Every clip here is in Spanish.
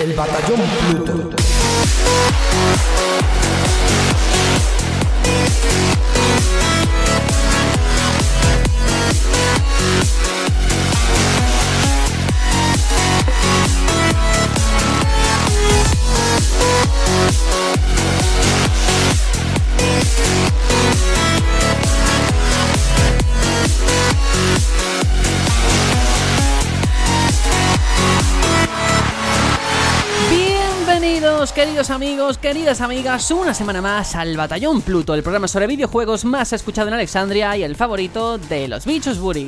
El Batallón Pluto. Queridos amigos, queridas amigas, una semana más al Batallón Pluto, el programa sobre videojuegos más escuchado en Alexandria y el favorito de los bichos Buri.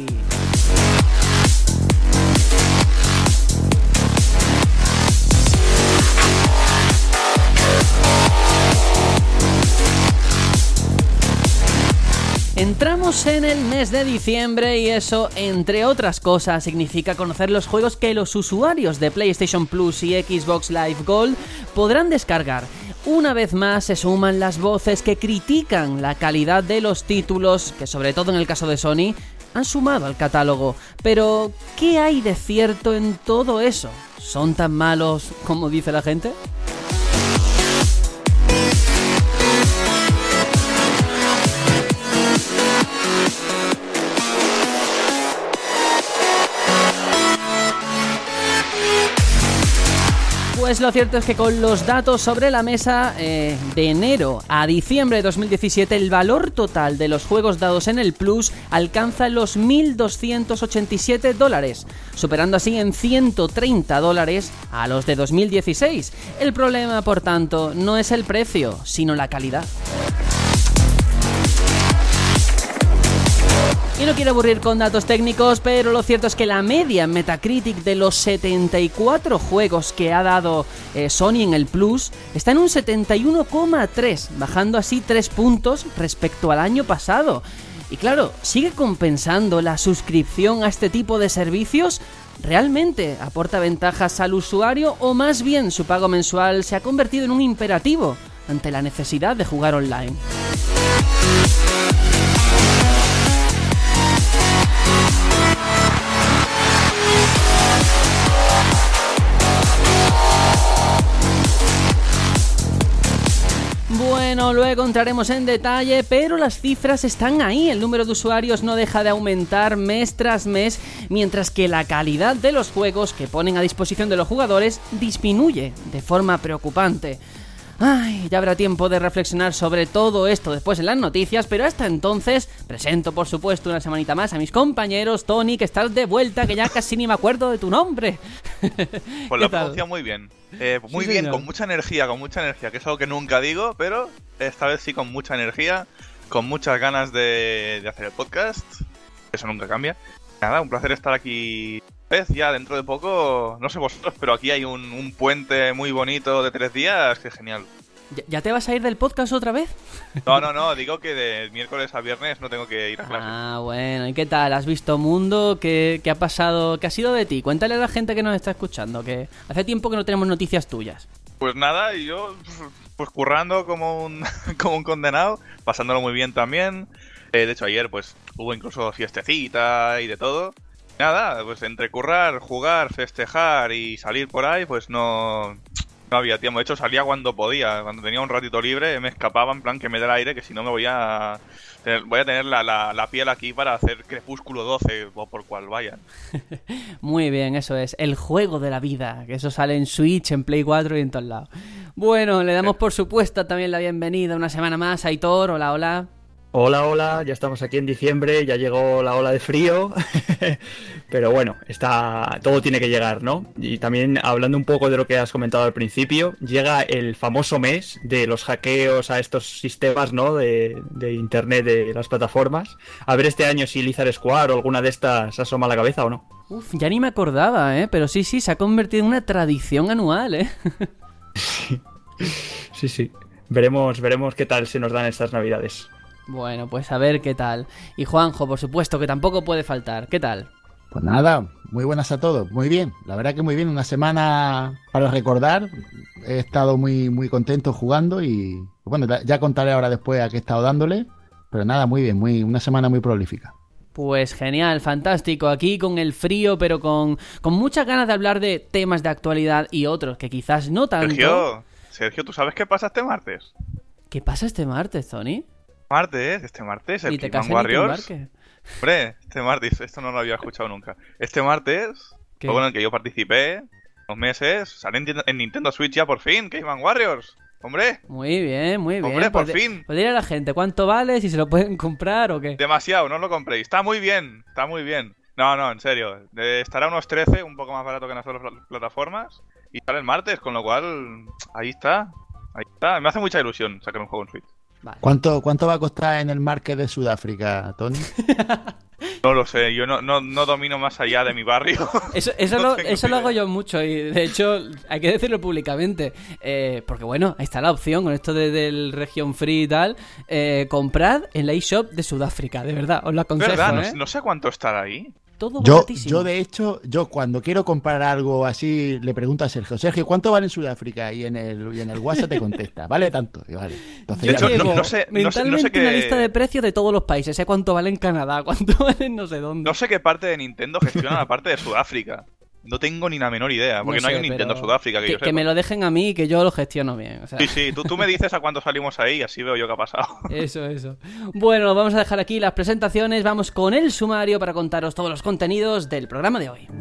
Entramos en el mes de diciembre y eso, entre otras cosas, significa conocer los juegos que los usuarios de PlayStation Plus y Xbox Live Gold podrán descargar. Una vez más se suman las voces que critican la calidad de los títulos, que sobre todo en el caso de Sony, han sumado al catálogo. Pero, ¿qué hay de cierto en todo eso? ¿Son tan malos como dice la gente? Pues lo cierto es que con los datos sobre la mesa, de enero a diciembre de 2017, el valor total de los juegos dados en el Plus alcanza los $1.287, superando así en $130 a los de 2016. El problema, por tanto, no es el precio, sino la calidad. Y no quiero aburrir con datos técnicos, pero lo cierto es que la media en Metacritic de los 74 juegos que ha dado Sony en el Plus está en un 71,3, bajando así 3 puntos respecto al año pasado. Y claro, ¿sigue compensando la suscripción a este tipo de servicios? ¿Realmente aporta ventajas al usuario o más bien su pago mensual se ha convertido en un imperativo ante la necesidad de jugar online? Bueno, luego entraremos en detalle, pero las cifras están ahí. El número de usuarios no deja de aumentar mes tras mes, mientras que la calidad de los juegos que ponen a disposición de los jugadores disminuye de forma preocupante. Ay, ya habrá tiempo de reflexionar sobre todo esto después en las noticias, pero hasta entonces presento por supuesto una semanita más a mis compañeros. Tony, que estás de vuelta, que ya casi ni me acuerdo de tu nombre. Pues lo pronuncia muy bien. Muy sí, bien, señor. Con mucha energía, que es algo que nunca digo, pero esta vez sí con mucha energía, con muchas ganas de hacer el podcast. Eso nunca cambia. Nada, un placer estar aquí. Ya dentro de poco, no sé vosotros, pero aquí hay un puente muy bonito de 3 días, que genial. ¿Ya te vas a ir del podcast otra vez? No, digo que de miércoles a viernes no tengo que ir a clase. Ah, bueno, ¿y qué tal? ¿Has visto mundo? ¿Qué ha pasado? ¿Qué ha sido de ti? Cuéntale a la gente que nos está escuchando, que hace tiempo que no tenemos noticias tuyas. Pues nada, y yo pues currando como un condenado, pasándolo muy bien también. De hecho ayer pues hubo incluso fiestecita y de todo. Nada, pues entre currar, jugar, festejar y salir por ahí, pues no había tiempo. De hecho salía cuando podía, cuando tenía un ratito libre me escapaba en plan que me dé el aire, que si no me voy a tener la piel aquí para hacer Crepúsculo 12 o por cual vayan. Muy bien, eso es, el juego de la vida, que eso sale en Switch, en Play 4 y en todos lados. Bueno, le damos por supuesto también la bienvenida una semana más a Aitor. Hola, hola. Hola, ya estamos aquí en diciembre, ya llegó la ola de frío, pero bueno, todo tiene que llegar, ¿no? Y también hablando un poco de lo que has comentado al principio, llega el famoso mes de los hackeos a estos sistemas, ¿no? De internet, de las plataformas. A ver este año si Lizard Square o alguna de estas asoma a la cabeza o no. Uf, ya ni me acordaba, pero sí, se ha convertido en una tradición anual, Sí. Veremos qué tal se nos dan estas navidades. Bueno, pues a ver qué tal. Y Juanjo, por supuesto, que tampoco puede faltar. ¿Qué tal? Pues nada, muy buenas a todos. Muy bien, la verdad que muy bien. Una semana para recordar. He estado muy, muy contento jugando y bueno, ya contaré ahora después a qué he estado dándole. Pero nada, muy bien, una semana muy prolífica. Pues genial, fantástico. Aquí con el frío, pero con muchas ganas de hablar de temas de actualidad y otros que quizás no tanto. Sergio, ¿tú sabes qué pasa este martes? ¿Qué pasa este martes, Tony? Este martes, el Ni te Kingdom cases ni te Warriors. embarques. Hombre, este martes, esto no lo había escuchado nunca. Este martes, ¿Qué? juego en el que yo participé, unos meses, sale en Nintendo Switch ya por fin, Kingdom Warriors. Hombre, Muy bien, muy bien. Hombre, por Pues fin. pues dile a la gente cuánto vale, si se lo pueden comprar o qué. demasiado, no os lo compréis. Está muy bien, está muy bien. No, en serio. Estará unos 13, un poco más barato que en las otras plataformas. Y sale el martes, con lo cual, ahí está. Me hace mucha ilusión sacar un juego en Switch. Vale. ¿Cuánto va a costar en el market de Sudáfrica, Tony? No lo sé, yo no domino más allá de mi barrio. Eso No tengo lo hago idea. yo mucho y de hecho hay que decirlo públicamente, porque bueno, ahí está la opción con esto del Region Free y tal, comprad en la eShop de Sudáfrica, de verdad, os lo aconsejo, ¿Verdad? No sé cuánto estará ahí. Todo Yo baratísimo. de hecho, cuando quiero comprar algo así, le pregunto a Sergio, ¿cuánto vale en Sudáfrica? Y en el WhatsApp te contesta, ¿vale tanto? Y vale. Entonces, De hecho, Llevo no sé mentalmente qué- una lista de precios de todos los países, sé cuánto vale en Canadá, cuánto vale en no sé dónde. No sé qué parte de Nintendo gestiona la parte de Sudáfrica. No tengo ni la menor idea, porque no hay sé, un Nintendo pero Sudáfrica que yo que sepa. me lo dejen a mí, que yo lo gestiono bien, o sea. Sí, tú me dices a cuánto salimos ahí, así veo yo qué ha pasado. Eso. Bueno, vamos a dejar aquí las presentaciones, vamos con el sumario para contaros todos los contenidos del programa de hoy.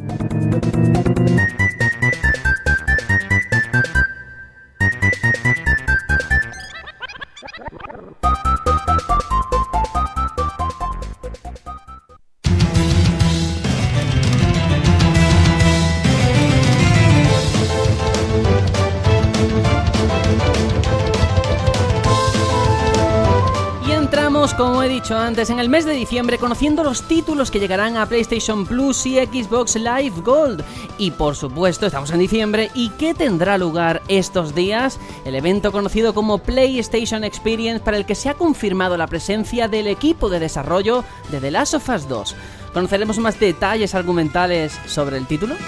Y entramos, como he dicho antes, en el mes de diciembre conociendo los títulos que llegarán a PlayStation Plus y Xbox Live Gold. Y por supuesto, estamos en diciembre, ¿y qué tendrá lugar estos días? El evento conocido como PlayStation Experience, para el que se ha confirmado la presencia del equipo de desarrollo de The Last of Us 2. ¿Conoceremos más detalles argumentales sobre el título?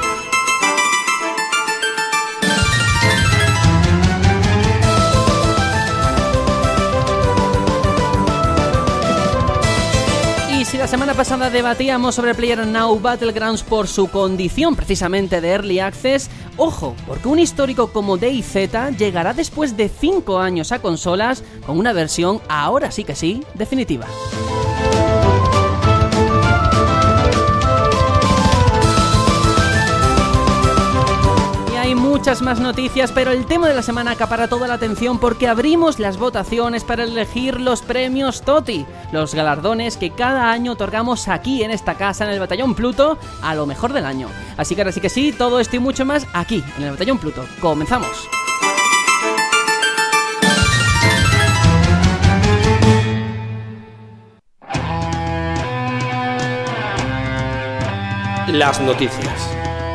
Y si la semana pasada debatíamos sobre PlayerUnknown's Battlegrounds por su condición precisamente de Early Access, ojo, porque un histórico como DayZ llegará después de 5 años a consolas con una versión, ahora sí que sí, definitiva. Hay muchas más noticias, pero el tema de la semana acapara toda la atención porque abrimos las votaciones para elegir los premios TOTY, los galardones que cada año otorgamos aquí en esta casa, en el Batallón Pluto, a lo mejor del año. Así que ahora sí que sí, todo esto y mucho más aquí, en el Batallón Pluto. ¡Comenzamos! Las noticias.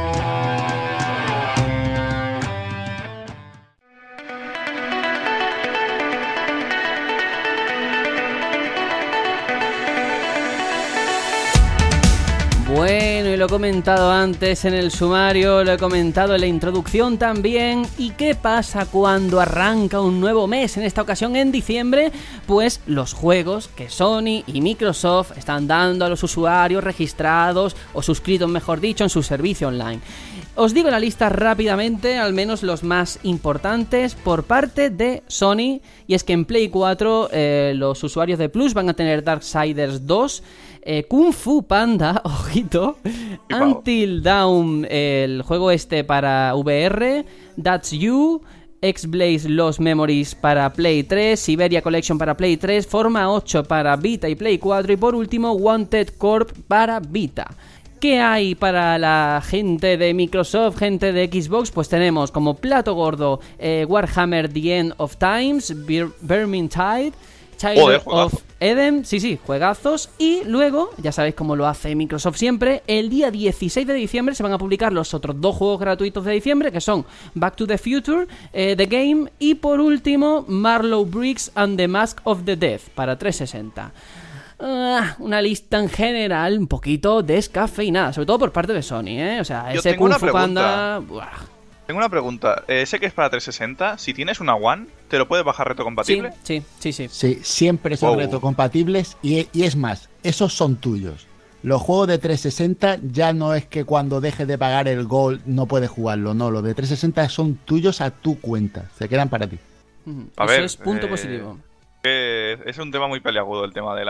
Bueno, y lo he comentado antes en el sumario, lo he comentado en la introducción también. ¿Y qué pasa cuando arranca un nuevo mes? En esta ocasión en diciembre, pues los juegos que Sony y Microsoft están dando a los usuarios registrados o suscritos, mejor dicho, en su servicio online. Os digo la lista rápidamente, al menos los más importantes por parte de Sony, y es que en Play 4 los usuarios de Plus van a tener Darksiders 2, Kung Fu Panda, ojito, Until Dawn, el juego este para VR, That's You, X-Blaze Lost Memories para Play 3, Siberia Collection para Play 3, Forma 8 para Vita y Play 4 y por último Wanted Corp para Vita. ¿Qué hay para la gente de Microsoft, gente de Xbox? Pues tenemos como plato gordo Warhammer The End of Times, Vermintide, Child of Eden, sí, juegazos. Y luego, ya sabéis cómo lo hace Microsoft siempre, el día 16 de diciembre se van a publicar los otros 2 juegos gratuitos de diciembre, que son Back to the Future, The Game, y por último Marlow Briggs and the Mask of the Dead para 360. Una lista en general un poquito descafeinada, sobre todo por parte de Sony, ¿eh? O sea, Yo ese tengo Kung una Fu Panda... Buah. Tengo una pregunta. Sé que es para 360. Si tienes una One, ¿te lo puedes bajar retrocompatible? Sí. Sí, siempre son retrocompatibles y es más, esos son tuyos. Los juegos de 360 ya no es que cuando dejes de pagar el Gold no puedes jugarlo, no, los de 360 son tuyos a tu cuenta, se quedan para ti. Eso es punto positivo. Es un tema muy peliagudo el tema de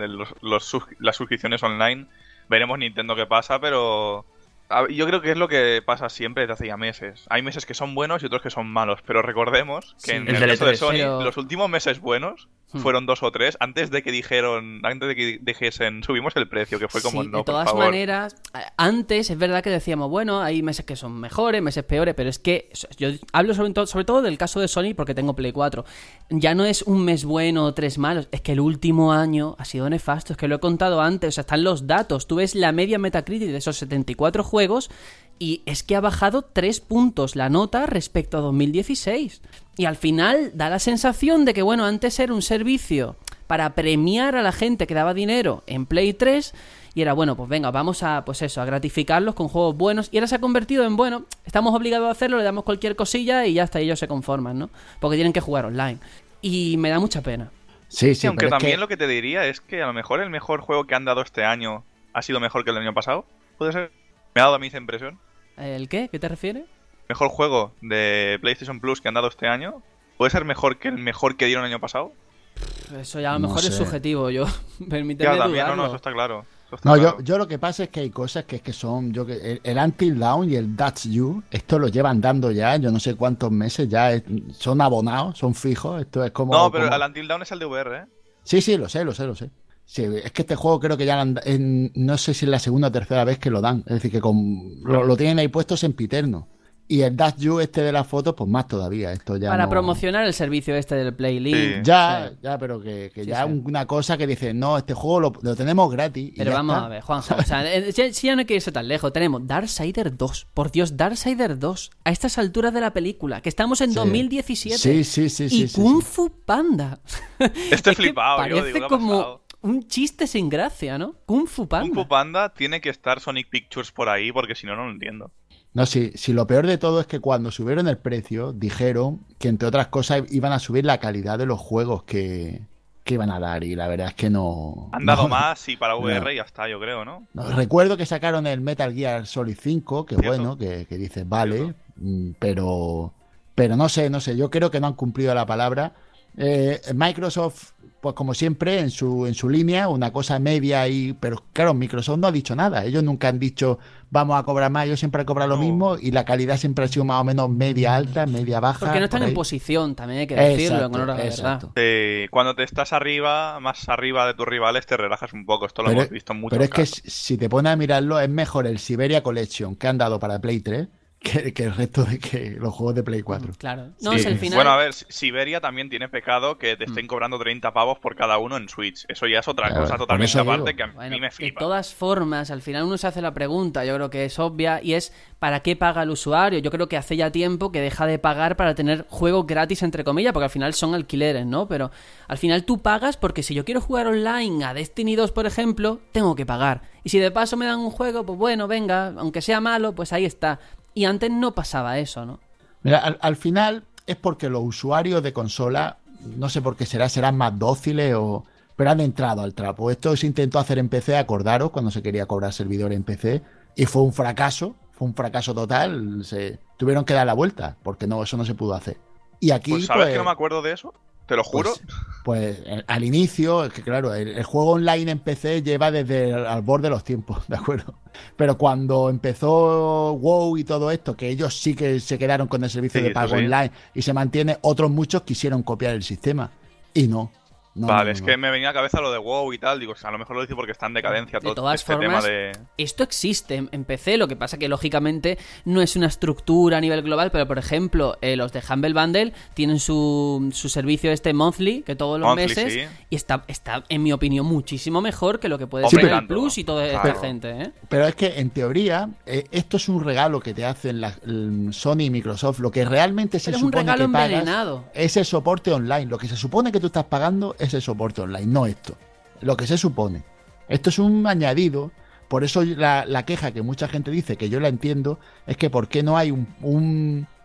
las suscripciones online. Veremos Nintendo qué pasa, pero yo creo que es lo que pasa siempre desde hace ya meses. Hay meses que son buenos y otros que son malos, pero recordemos que en el caso de Sony, los últimos meses buenos fueron 2 o 3 antes de que dijesen subimos el precio, que fue como no, de todas por favor. maneras, antes es verdad que decíamos, bueno, hay meses que son mejores, meses peores, pero es que yo hablo sobre todo del caso de Sony porque tengo Play 4. Ya no es un mes bueno o 3 malos, es que el último año ha sido nefasto, es que lo he contado antes, o sea, están los datos, tú ves la media Metacritic de esos 74 juegos y es que ha bajado 3 puntos la nota respecto a 2016. Y al final da la sensación de que, bueno, antes era un servicio para premiar a la gente que daba dinero en Play 3 y era, bueno, pues venga, vamos a gratificarlos con juegos buenos, y ahora se ha convertido en, bueno, estamos obligados a hacerlo, le damos cualquier cosilla y ya está, ellos se conforman, ¿no? Porque tienen que jugar online. Y me da mucha pena. Sí, aunque también lo que te diría es que a lo mejor el mejor juego que han dado este año ha sido mejor que el año pasado. ¿Puede ser? Me ha dado a mí esa impresión. ¿El qué? ¿Qué te refieres? Mejor juego de PlayStation Plus que han dado este año. ¿Puede ser mejor que el mejor que dieron el año pasado? Eso ya a lo mejor es subjetivo, yo. Permíteme dudarlo. No, eso está claro. Yo lo que pasa es que hay cosas que son... el Until Dawn y el That's You, esto lo llevan dando ya, yo no sé cuántos meses, ya son abonados, son fijos, esto es como... No, pero el Until Dawn es el de VR, ¿eh? Sí, lo sé. Sí, es que este juego creo que ya no sé si es la segunda o tercera vez que lo dan, es decir, que lo tienen ahí puesto sempiterno. Y el Dash You de las fotos, pues más todavía. Esto ya para promocionar el servicio del Playlink. Sí. Ya, pero que ya una cosa que dice, no, este juego lo tenemos gratis. Pero vamos a ver, Juanjo, o sea, si ya no hay que irse tan lejos. Tenemos Darksiders 2. Por Dios, Darksiders 2. A estas alturas de la película, que estamos en 2017. Sí. Y Kung Fu Panda. Estoy flipado, parece como un chiste sin gracia, ¿no? Kung Fu Panda. Kung Fu Panda tiene que estar Sonic Pictures por ahí, porque si no, no lo entiendo. No, sí, lo peor de todo es que cuando subieron el precio, dijeron que entre otras cosas iban a subir la calidad de los juegos que iban a dar, y la verdad es que no... Han dado más y para VR ya está, yo creo, ¿no? Recuerdo que sacaron el Metal Gear Solid 5, que bueno, que dices, vale, pero no sé, yo creo que no han cumplido la palabra. Microsoft, pues como siempre, en su línea, una cosa media, pero claro, Microsoft no ha dicho nada. Ellos nunca han dicho vamos a cobrar más, ellos siempre han cobrado lo mismo, y la calidad siempre ha sido más o menos media alta, media baja. Porque no están en posición, también hay que decirlo, con honor a la verdad. Cuando te estás más arriba de tus rivales, te relajas un poco. Esto lo hemos visto en muchos casos. Pero es que si te pones a mirarlo, es mejor el Siberia Collection que han dado para Play 3 que el resto de los juegos de Play 4. Claro. No, sí. Es el final... Bueno, a ver, Siberia también tiene pecado que te estén cobrando 30 pavos por cada uno en Switch. Eso ya es otra cosa totalmente aparte que a mí me flipa. De todas formas, al final uno se hace la pregunta, yo creo que es obvia, y es ¿para qué paga el usuario? Yo creo que hace ya tiempo que deja de pagar para tener juegos gratis, entre comillas, porque al final son alquileres, ¿no? Pero al final tú pagas porque si yo quiero jugar online a Destiny 2, por ejemplo, tengo que pagar. Y si de paso me dan un juego, pues bueno, venga, aunque sea malo, pues ahí está. Y antes no pasaba eso, ¿no? Mira, al final es porque los usuarios de consola, no sé por qué serán más dóciles pero han entrado al trapo. Esto se intentó hacer en PC, acordaros, cuando se quería cobrar servidor en PC, y fue un fracaso total. Se tuvieron que dar la vuelta, porque eso no se pudo hacer. Y aquí, pues, ¿sabes que no me acuerdo de eso? Te lo juro. Pues al inicio, es que claro, el juego online en PC lleva desde al borde de los tiempos, ¿de acuerdo? Pero cuando empezó WoW y todo esto, que ellos sí que se quedaron con el servicio de pago online y se mantiene, otros muchos quisieron copiar el sistema y no. Es que me venía a la cabeza lo de WoW y tal. Digo, a lo mejor lo dice porque está en decadencia todo todas este formas, tema de... Esto existe en PC, lo que pasa que lógicamente no es una estructura a nivel global, pero por ejemplo, los de Humble Bundle tienen su servicio monthly, que todos los meses, sí. Y está, en mi opinión, muchísimo mejor que lo que puede ser el Plus y toda esta gente, ¿eh? Pero es que, en teoría, esto es un regalo que te hacen Sony y Microsoft. Lo que realmente se supone que pagas es el soporte online. Lo que se supone que tú estás pagando ese soporte online, no esto. Lo que se supone. Esto es un añadido. Por eso la queja que mucha gente dice, que yo la entiendo, es que ¿por qué no hay un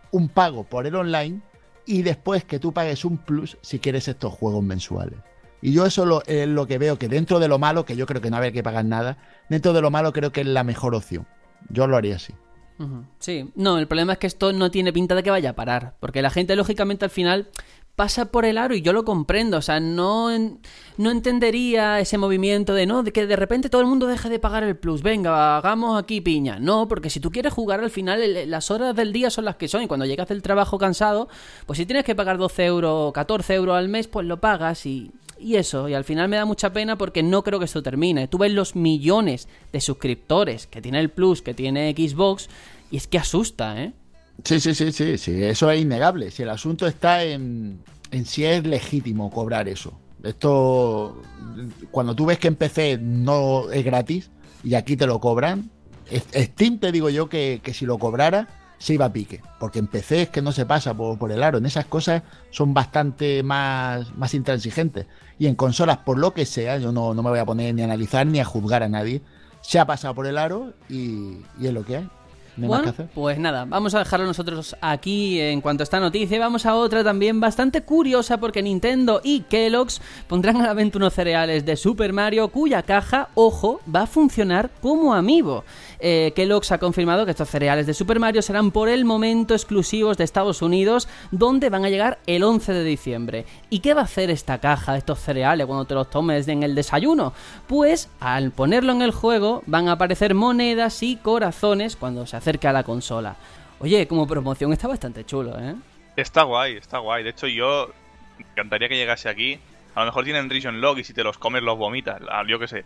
un pago por el online y después que tú pagues un plus si quieres estos juegos mensuales. Y yo eso es lo que veo, que dentro de lo malo, que yo creo que no habría que pagar nada, dentro de lo malo creo que es la mejor opción. Yo lo haría así. Sí, no, el problema es que esto no tiene pinta de que vaya a parar, porque la gente lógicamente al final pasa por el aro y yo lo comprendo, o sea, no entendería ese movimiento de que de repente todo el mundo deje de pagar el plus, venga, hagamos aquí piña. No, porque si tú quieres jugar al final las horas del día son las que son y cuando llegas del trabajo cansado, pues si tienes que pagar 12 euros, 14 euros al mes, pues lo pagas y eso, y al final me da mucha pena porque no creo que esto termine. Tú ves los millones de suscriptores que tiene el Plus, que tiene Xbox, y es que asusta, ¿eh? Sí, eso es innegable. Si el asunto está en si es legítimo cobrar eso. Esto, cuando tú ves que en PC no es gratis y aquí te lo cobran, Steam te digo yo que si lo cobrara se iba a pique, porque en PC es que no se pasa por el aro. En esas cosas son bastante más intransigentes. Y en consolas, por lo que sea, yo no me voy a poner ni a analizar ni a juzgar a nadie. Se ha pasado por el aro y es lo que hay. No hay más que hacer. Pues nada, vamos a dejarlo nosotros aquí en cuanto a esta noticia. Vamos a otra también bastante curiosa, porque Nintendo y Kellogg's pondrán a la venta unos cereales de Super Mario cuya caja, ojo, va a funcionar como amiibo. Kellogg's ha confirmado que estos cereales de Super Mario serán por el momento exclusivos de Estados Unidos, donde van a llegar el 11 de diciembre. ¿Y qué va a hacer esta caja de estos cereales cuando te los tomes en el desayuno? Pues al ponerlo en el juego van a aparecer monedas y corazones cuando se acerque a la consola. Oye, como promoción está bastante chulo, ¿eh? Está guay, está guay. De hecho, yo me encantaría que llegase aquí. A lo mejor tienen Region Lock y si te los comes los vomitas, yo qué sé.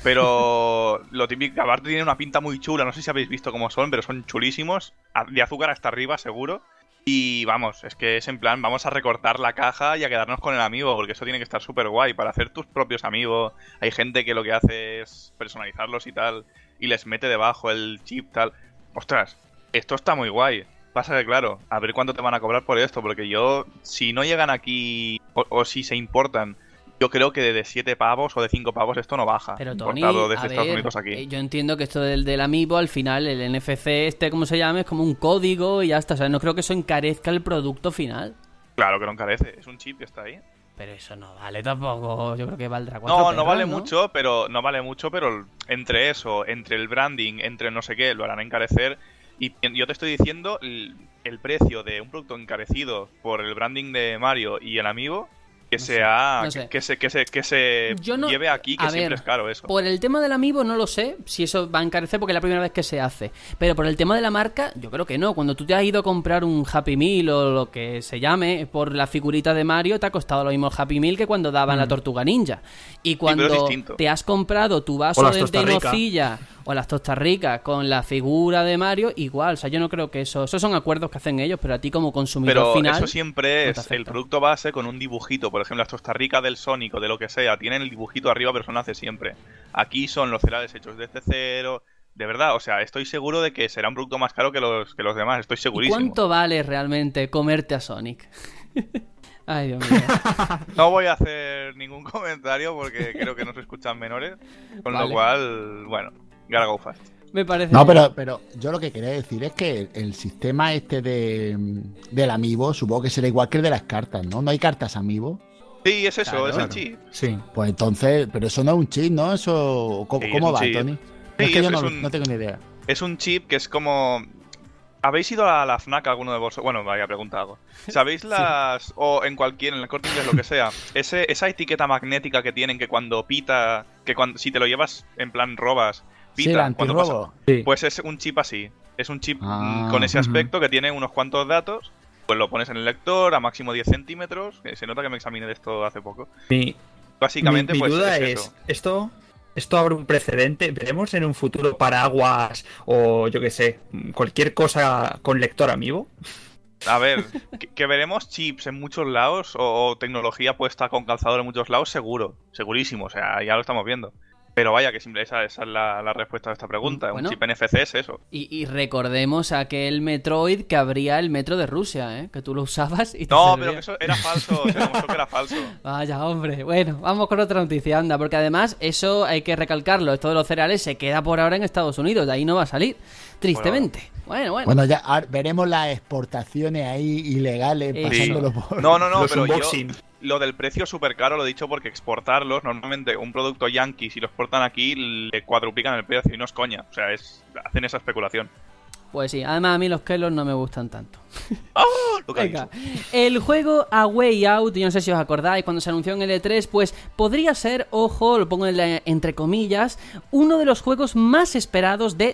Pero lo típico, aparte tiene una pinta muy chula. No sé si habéis visto cómo son, pero son chulísimos. De azúcar hasta arriba, seguro. Y vamos, es que es en plan, vamos a recortar la caja y a quedarnos con el amiibo, porque eso tiene que estar súper guay. Para hacer tus propios amigos, hay gente que lo que hace es personalizarlos y tal, y les mete debajo el chip tal. Ostras, esto está muy guay. Pasa que claro, a ver cuánto te van a cobrar por esto, porque yo, si no llegan aquí o si se importan, yo creo que de 7 pavos o de 5 pavos esto no baja. Pero Tony, importado desde Estados Unidos aquí. Yo entiendo que esto del amiibo, al final, el NFC como se llame, es como un código y ya está. O sea, no creo que eso encarezca el producto final. Claro que no encarece, es un chip que está ahí. Pero eso no vale tampoco, yo creo que valdrá 4 No, perras, no vale mucho, pero entre eso, entre el branding, entre no sé qué, lo harán encarecer. Y yo te estoy diciendo el precio de un producto encarecido por el branding de Mario y el amiibo, que se lleve aquí, que siempre es caro eso. Por el tema del amiibo no lo sé si eso va a encarecer porque es la primera vez que se hace. Pero por el tema de la marca, yo creo que no. Cuando tú te has ido a comprar un Happy Meal o lo que se llame por la figurita de Mario, te ha costado lo mismo el Happy Meal que cuando daban la Tortuga Ninja. Y cuando te has comprado tu vaso de nocilla o las tostas ricas con la figura de Mario, igual. O sea, yo no creo que esos son acuerdos que hacen ellos, pero a ti como consumidor final... Pero eso siempre es el producto base con un dibujito. Por ejemplo, las tostas ricas del Sonic o de lo que sea, tienen el dibujito arriba, pero eso no hace siempre. Aquí son los cereales hechos desde cero. De verdad, o sea, estoy seguro de que será un producto más caro que los demás, estoy segurísimo. ¿Y cuánto vale realmente comerte a Sonic? Ay, Dios mío. No voy a hacer ningún comentario porque creo que no se escuchan menores, con lo cual, bueno, gotta go fast. Me parece. No, pero yo lo que quería decir es que el sistema este del amiibo supongo que será igual que el de las cartas, ¿no? ¿No hay cartas amiibo? Sí, es eso, es el chip. Sí. Pues entonces, pero eso no es un chip, ¿no? Eso, ¿cómo va, Tony? Sí, es que yo no tengo ni idea. Es un chip que es como... ¿Habéis ido a la FNAC alguno de vosotros? Bueno, me había preguntado. ¿Sabéis las... o en el Corte Inglés, lo que sea, esa etiqueta magnética que tienen que cuando pita, si te lo llevas en plan robas, pita sí, cuando pasa? Sí. Pues es un chip así. Es un chip con ese aspecto que tiene unos cuantos datos. Pues lo pones en el lector a máximo 10 centímetros. Se nota que me examiné de esto hace poco. Básicamente, mi pues duda es eso. Esto abre un precedente. ¿Veremos en un futuro paraguas o yo qué sé, cualquier cosa con lector amiibo? A ver, que veremos chips en muchos lados o tecnología puesta con calzador en muchos lados, seguro, segurísimo, o sea, ya lo estamos viendo. Pero vaya, que simple, esa es la respuesta a esta pregunta. Bueno. Un chip NFC es eso. Y recordemos aquel Metroid que abría el metro de Rusia, ¿eh? Que tú lo usabas y te No, servía. pero que eso era falso, se demostró que era falso. Vaya, hombre. Bueno, vamos con otra noticia, anda. Porque además, eso hay que recalcarlo. Esto de los cereales se queda por ahora en Estados Unidos. De ahí no va a salir. Tristemente. Bueno. Bueno, ya veremos las exportaciones ahí ilegales Eso. pasándolo por... No, Los pero unboxing. lo del precio súper caro lo he dicho porque exportarlos, normalmente un producto yankee, si lo exportan aquí, le cuadruplican el precio y no es coña. O sea, hacen esa especulación. Pues sí, además a mí los Kelos no me gustan tanto. Lo que ha Venga, dicho. el juego A Way Out, yo no sé si os acordáis, cuando se anunció en el E3, pues podría ser, ojo, lo pongo entre comillas, uno de los juegos más esperados de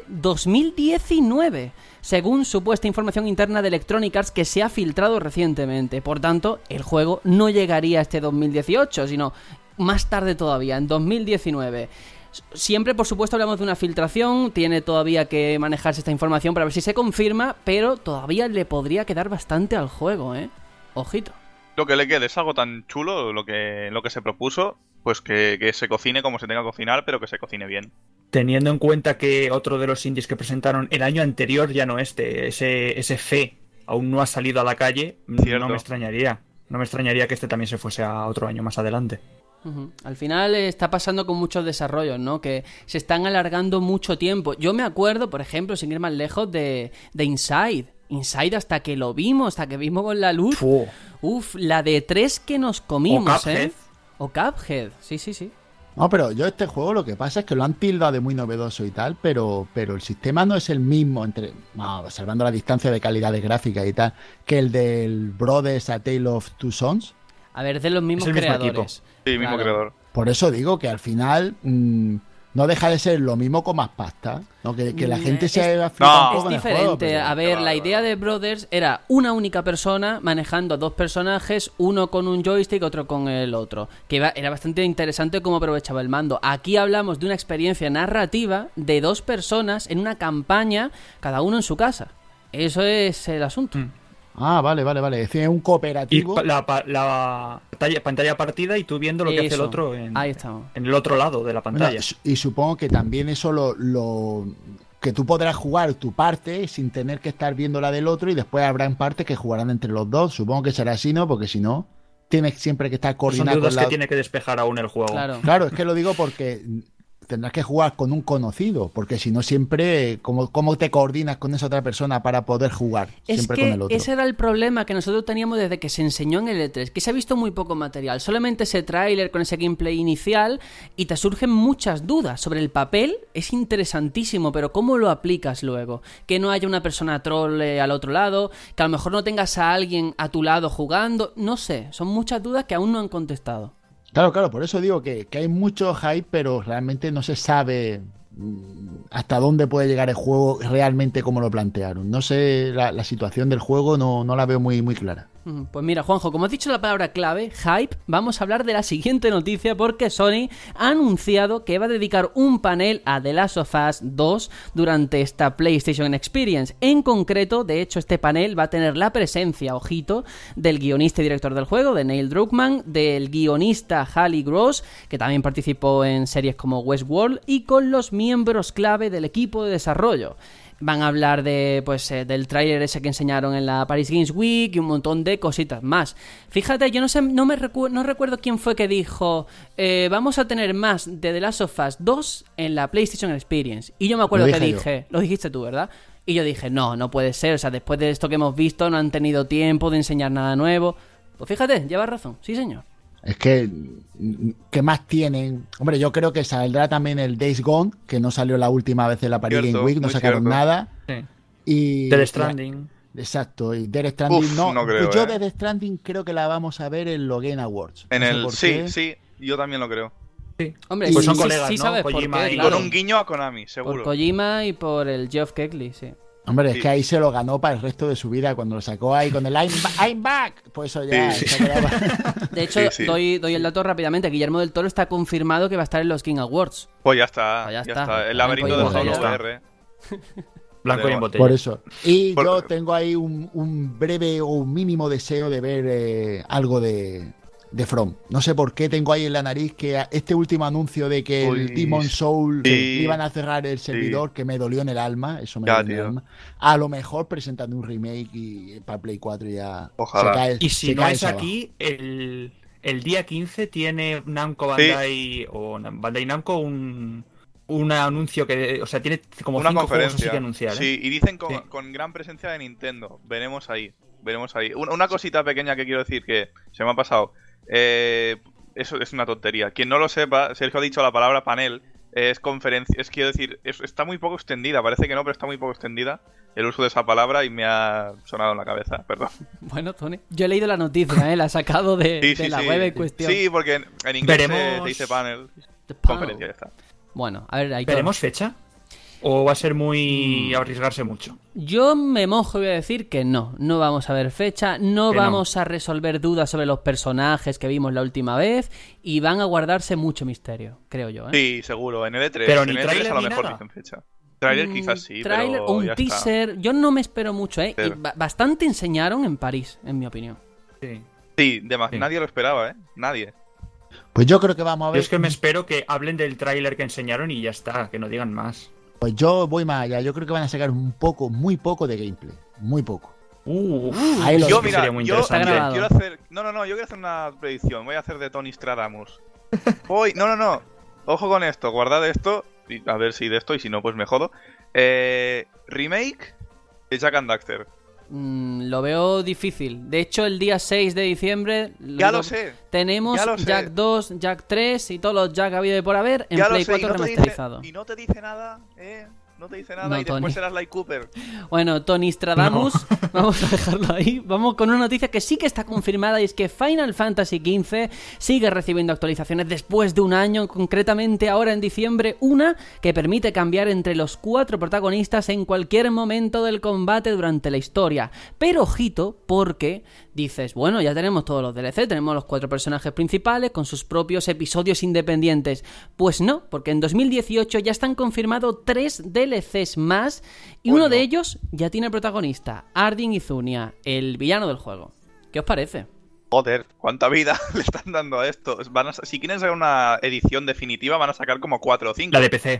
2019, según supuesta información interna de Electronic Arts que se ha filtrado recientemente. Por tanto, el juego no llegaría a este 2018, sino más tarde todavía, en 2019. Siempre, por supuesto, hablamos de una filtración, tiene todavía que manejarse esta información para ver si se confirma, pero todavía le podría quedar bastante al juego, ¿eh? Ojito. Lo que le quede es algo tan chulo, lo que se propuso, pues que se cocine como se tenga que cocinar, pero que se cocine bien. Teniendo en cuenta que otro de los indies que presentaron el año anterior, ya no ese Fe, aún no ha salido a la calle, Cierto. no me extrañaría. No me extrañaría que este también se fuese a otro año más adelante. Al final está pasando con muchos desarrollos, ¿no? Que se están alargando mucho tiempo. Yo me acuerdo, por ejemplo, sin ir más lejos, de Inside. Inside hasta que lo vimos, hasta que vimos con la luz. Fu. Uf, la de 3 que nos comimos, O Cuphead. ¿eh? O Cuphead, sí. No, pero yo este juego lo que pasa es que lo han tildado de muy novedoso y tal, pero el sistema no es el mismo, salvando la distancia de calidad de gráfica y tal, que el del Brothers A Tale of Two Sons. A ver, de los mismos Es el mismo creadores. Sí, mismo Claro. creador. Por eso digo que al final no deja de ser lo mismo con más pasta, ¿no? Que la gente se haya flipado un No. poco Es con el diferente. juego, pero- A ver, Va, la va, idea va. de Brothers era una única persona manejando a dos personajes, uno con un joystick, otro con el otro. Que era bastante interesante cómo aprovechaba el mando. Aquí hablamos de una experiencia narrativa de dos personas en una campaña, cada uno en su casa. Eso es el asunto. Ah, vale. Es decir, es un Y cooperativo. la pantalla partida y tú viendo lo que hace el Eso. otro Ahí estamos. en el otro lado de la pantalla. Y supongo que también eso que tú podrás jugar tu parte sin tener que estar viendo la del otro y después habrá partes que jugarán entre los dos. Supongo que será así, ¿no? Porque si no, tienes siempre que estar Son coordinado dudas con que tiene que despejar aún el juego. Claro. Claro, es que lo digo porque tendrás que jugar con un conocido, porque si no siempre, ¿cómo te coordinas con esa otra persona para poder jugar Es siempre que con el otro? ese era el problema que nosotros teníamos desde que se enseñó en el E3, que se ha visto muy poco material, solamente ese tráiler con ese gameplay inicial y te surgen muchas dudas sobre el papel. Es interesantísimo, pero ¿cómo lo aplicas luego? Que no haya una persona troll al otro lado, que a lo mejor no tengas a alguien a tu lado jugando, no sé, son muchas dudas que aún no han contestado. Claro, por eso digo que hay mucho hype, pero realmente no se sabe hasta dónde puede llegar el juego realmente como lo plantearon. No sé, la situación del juego no la veo muy clara. Pues mira, Juanjo, como has dicho la palabra clave, hype, vamos a hablar de la siguiente noticia porque Sony ha anunciado que va a dedicar un panel a The Last of Us 2 durante esta PlayStation Experience. En concreto, de hecho, este panel va a tener la presencia, ojito, del guionista y director del juego, de Neil Druckmann, del guionista Hallie Gross, que también participó en series como Westworld, y con los miembros clave del equipo de desarrollo. Van a hablar de del tráiler ese que enseñaron en la Paris Games Week y un montón de cositas más. Fíjate, yo no recuerdo quién fue que dijo vamos a tener más de The Last of Us 2 en la PlayStation Experience. Y yo me acuerdo que dije, lo dijiste tú, ¿verdad? Y yo dije, no puede ser, o sea, después de esto que hemos visto no han tenido tiempo de enseñar nada nuevo. Pues fíjate, llevas razón, sí señor. Es que, ¿qué más tienen? Hombre, yo creo que saldrá también el Days Gone, que no salió la última vez en la Paris Game Week, no sacaron nada. Sí. Y Death Stranding. Exacto, y Death Stranding no creo, yo de Death Stranding creo que la vamos a ver en los Game Awards. En No sé el por qué. sí, yo también lo creo. Hombre, Pues sí, son colegas, sí ¿no? sabes por Kojima qué, y- claro. Con un guiño a Konami, seguro. Por Kojima y por el Geoff Keighley, sí. Hombre, es Sí. que ahí se lo ganó para el resto de su vida cuando lo sacó ahí con el I'm back. Pues eso ya. Sí. eso quedaba- De hecho, Sí. doy el dato rápidamente. Guillermo del Toro está confirmado que va a estar en los King Awards. Pues ya está, Pues ya ya está. está. El laberinto de Pues ya Solo está. VR. Blanco y en botella. Por eso. Y Por- yo tengo ahí un breve o un mínimo deseo de ver algo de de From. No sé por qué tengo ahí en la nariz que este último anuncio de que el Demon Soul iban a cerrar el servidor, que me dolió en el alma, eso me dolió en el alma. A lo mejor presentando un remake y para Play 4 ya Ojalá. se cae. Y si no es aquí, el día 15 tiene Namco Bandai o Bandai Namco un anuncio que, o sea, tiene como una 5 conferencia juegos así que anunciar. Sí, y dicen con gran presencia de Nintendo. Veremos ahí. Una cosita pequeña que quiero decir que se me ha pasado. Eso es una tontería. Quien no lo sepa, Sergio ha dicho la palabra panel. Es conferencia. Quiero decir, está muy poco extendida. Parece que no, pero está muy poco extendida el uso de esa palabra y me ha sonado en la cabeza. Perdón. Bueno, Tony, yo he leído la noticia, la he sacado de la web en cuestión. Sí, porque en inglés se dice panel. Conferencia, ya está. Bueno, a ver, ahí ¿veremos fecha? ¿O va a ser muy arriesgarse mucho? Yo me mojo y voy a decir que no vamos a ver fecha, no vamos a resolver dudas sobre los personajes que vimos la última vez y van a guardarse mucho misterio, creo yo. Sí, seguro, en el E3. Pero en ni el trailer E3 a lo ni mejor nada. dicen fecha. Trailer quizás sí, Trailer pero o un ya teaser, está. yo no me espero mucho, y bastante enseñaron en París, en mi opinión. Sí, nadie lo esperaba, Nadie. Pues yo creo que vamos a ver. Yo es que me espero que hablen del tráiler que enseñaron y ya está, que no digan más. Pues yo voy más allá. Yo creo que van a sacar muy poco de gameplay. Muy poco. Ahí Yo, sí que sería muy yo interesante. quiero hacer... No, yo quiero hacer una predicción. Voy a hacer de Tony Stradamus. No. Ojo con esto. Guardad esto. Y a ver si de esto, y si no, pues me jodo. Remake de Jak and Daxter. Lo veo difícil. De hecho, el día 6 de diciembre Lo sé. tenemos Jak 2, Jak 3 y todos los Jak habido y por haber en Play 4 remasterizado. Y no te dice nada, No te dice nada No, y después Tony. serás Like Cooper. Bueno, Tony Stradamus, vamos a dejarlo ahí. Vamos con una noticia que sí que está confirmada y es que Final Fantasy XV sigue recibiendo actualizaciones después de un año, concretamente ahora en diciembre, una que permite cambiar entre los 4 protagonistas en cualquier momento del combate durante la historia. Pero ojito, porque dices, bueno, ya tenemos todos los DLC, tenemos los 4 personajes principales con sus propios episodios independientes. Pues no, porque en 2018 ya están confirmados 3 DLCs más y uno de ellos ya tiene protagonista, Ardyn Izunia, el villano del juego. ¿Qué os parece? Joder, cuánta vida le están dando a esto. Si quieren sacar una edición definitiva, van a sacar como 4 o 5. La de PC.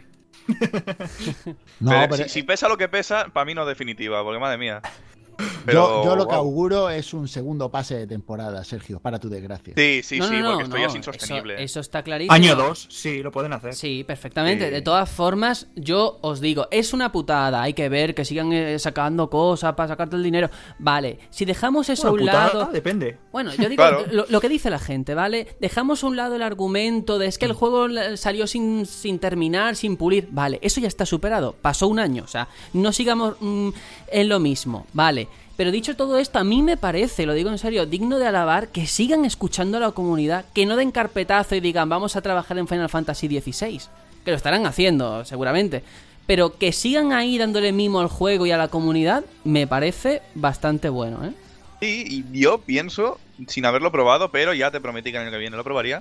Pero si pesa lo que pesa, para mí no es definitiva, porque madre mía. Pero, yo lo que auguro es un segundo pase de temporada, Sergio, para tu desgracia. Sí, porque esto ya es insostenible. Eso está clarísimo. Año 2, sí, lo pueden hacer. Sí, perfectamente. De todas formas, yo os digo, es una putada. Hay que ver que sigan sacando cosas para sacarte el dinero. Vale, si dejamos eso a un lado... Depende. Bueno, yo digo lo que dice la gente, ¿vale? Dejamos a un lado el argumento de es que el juego salió sin terminar, sin pulir. Vale, eso ya está superado. Pasó un año, o sea, no sigamos en lo mismo, ¿vale? Pero dicho todo esto, a mí me parece, lo digo en serio, digno de alabar que sigan escuchando a la comunidad, que no den carpetazo y digan vamos a trabajar en Final Fantasy XVI, que lo estarán haciendo seguramente, pero que sigan ahí dándole mimo al juego y a la comunidad, me parece bastante bueno, ¿eh? Sí, y yo pienso, sin haberlo probado, pero ya te prometí que el año que viene lo probaría,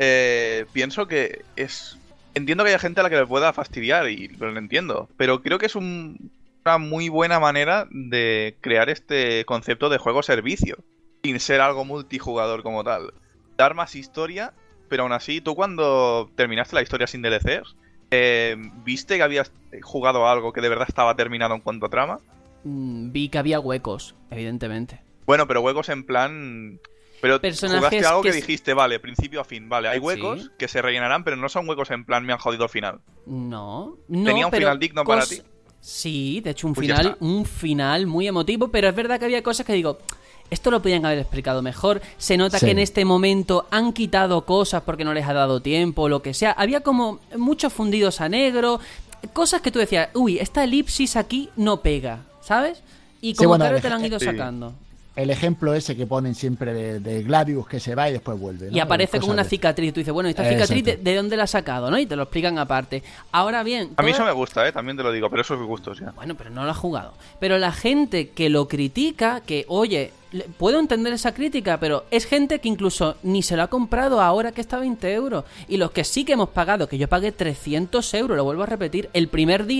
pienso que es... Entiendo que haya gente a la que le pueda fastidiar, y lo entiendo, pero creo que es una muy buena manera de crear este concepto de juego-servicio, sin ser algo multijugador como tal. Dar más historia, pero aún así, tú cuando terminaste la historia sin DLCs, ¿viste que habías jugado algo que de verdad estaba terminado en cuanto a trama? Vi que había huecos, evidentemente. Bueno, pero huecos en plan... Pero personajes jugaste algo que que dijiste, vale, principio a fin, vale, hay huecos que se rellenarán, pero no son huecos en plan me han jodido el final. No, ¿Tenía un pero final digno para ti? Sí, de hecho un Pues final muy emotivo, pero es verdad que había cosas que digo, esto lo podían haber explicado mejor. Se nota que en este momento han quitado cosas porque no les ha dado tiempo o lo que sea. Había como muchos fundidos a negro, cosas que tú decías, uy, esta elipsis aquí no pega, ¿sabes? Y como que te lo han ido sacando. El ejemplo ese que ponen siempre de Gladius que se va y después vuelve, ¿no? Y aparece como una cicatriz. Tú dices, bueno, esta cicatriz ¿de dónde la ha sacado? ¿No? Y te lo explican aparte. Ahora bien... A mí eso me gusta, también te lo digo, pero eso es gustos ya. Bueno, pero no lo ha jugado. Pero la gente que lo critica, que, oye, puedo entender esa crítica, pero es gente que incluso ni se lo ha comprado ahora que está a 20 euros. Y los que sí que hemos pagado, que yo pagué 300 euros, lo vuelvo a repetir, el primer día...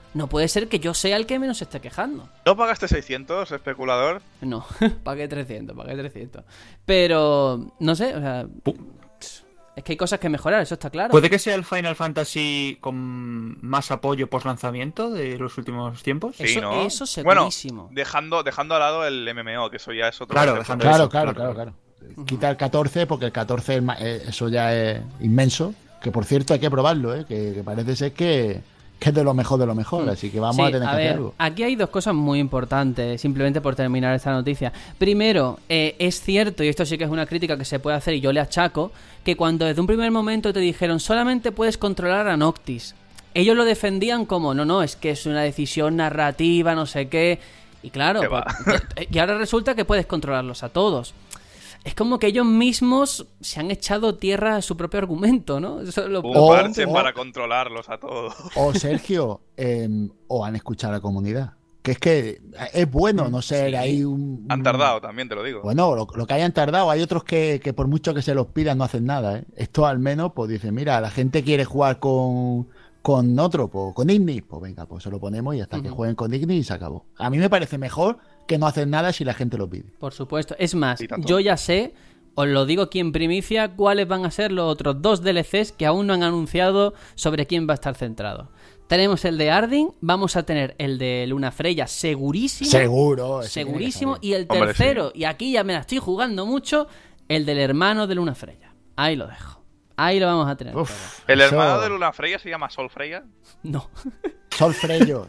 no puede ser que yo sea el que menos se esté quejando. ¿No pagaste 600, especulador? No, pagué 300. Pero, no sé, o sea, es que hay cosas que mejorar, eso está claro. ¿Puede que sea el Final Fantasy con más apoyo post lanzamiento de los últimos tiempos? Sí, ¿no? Eso segurísimo. Bueno, dejando al lado el MMO, que eso ya es otro. Claro, concepto. dejando eso, Claro. Quita el 14 porque el 14 eso ya es inmenso. Que por cierto hay que probarlo, que parece ser que es de lo mejor. Así que vamos a tener que hacer algo. Aquí hay dos cosas muy importantes, simplemente por terminar esta noticia. Primero, es cierto, y esto sí que es una crítica que se puede hacer y yo le achaco, que cuando desde un primer momento te dijeron solamente puedes controlar a Noctis, ellos lo defendían como no, es que es una decisión narrativa, no sé qué, y claro, y ahora resulta que puedes controlarlos a todos. Es como que ellos mismos se han echado tierra a su propio argumento, ¿no? Eso es un parche para controlarlos a todos. O Sergio, o han escuchado a la comunidad. Que es bueno no ser ahí un... Han tardado también, te lo digo. Bueno, lo que hayan tardado, hay otros que por mucho que se los pidan no hacen nada, ¿eh? Esto al menos, pues dice, mira, la gente quiere jugar con otro, pues con Ignis, pues venga, pues se lo ponemos y hasta que jueguen con Ignis y se acabó. A mí me parece mejor que no hacer nada si la gente lo pide. Por supuesto. Es más, yo ya sé, os lo digo aquí en primicia, cuáles van a ser los otros 2 DLCs que aún no han anunciado sobre quién va a estar centrado. Tenemos el de Ardyn, vamos a tener el de Luna Freya segurísimo. Segurísimo. Y el tercero, y aquí ya me la estoy jugando mucho, el del hermano de Luna Freya. Ahí lo dejo. Ahí lo vamos a tener. ¿El hermano de Luna Freya se llama Sol Freya? No. Solfreyo.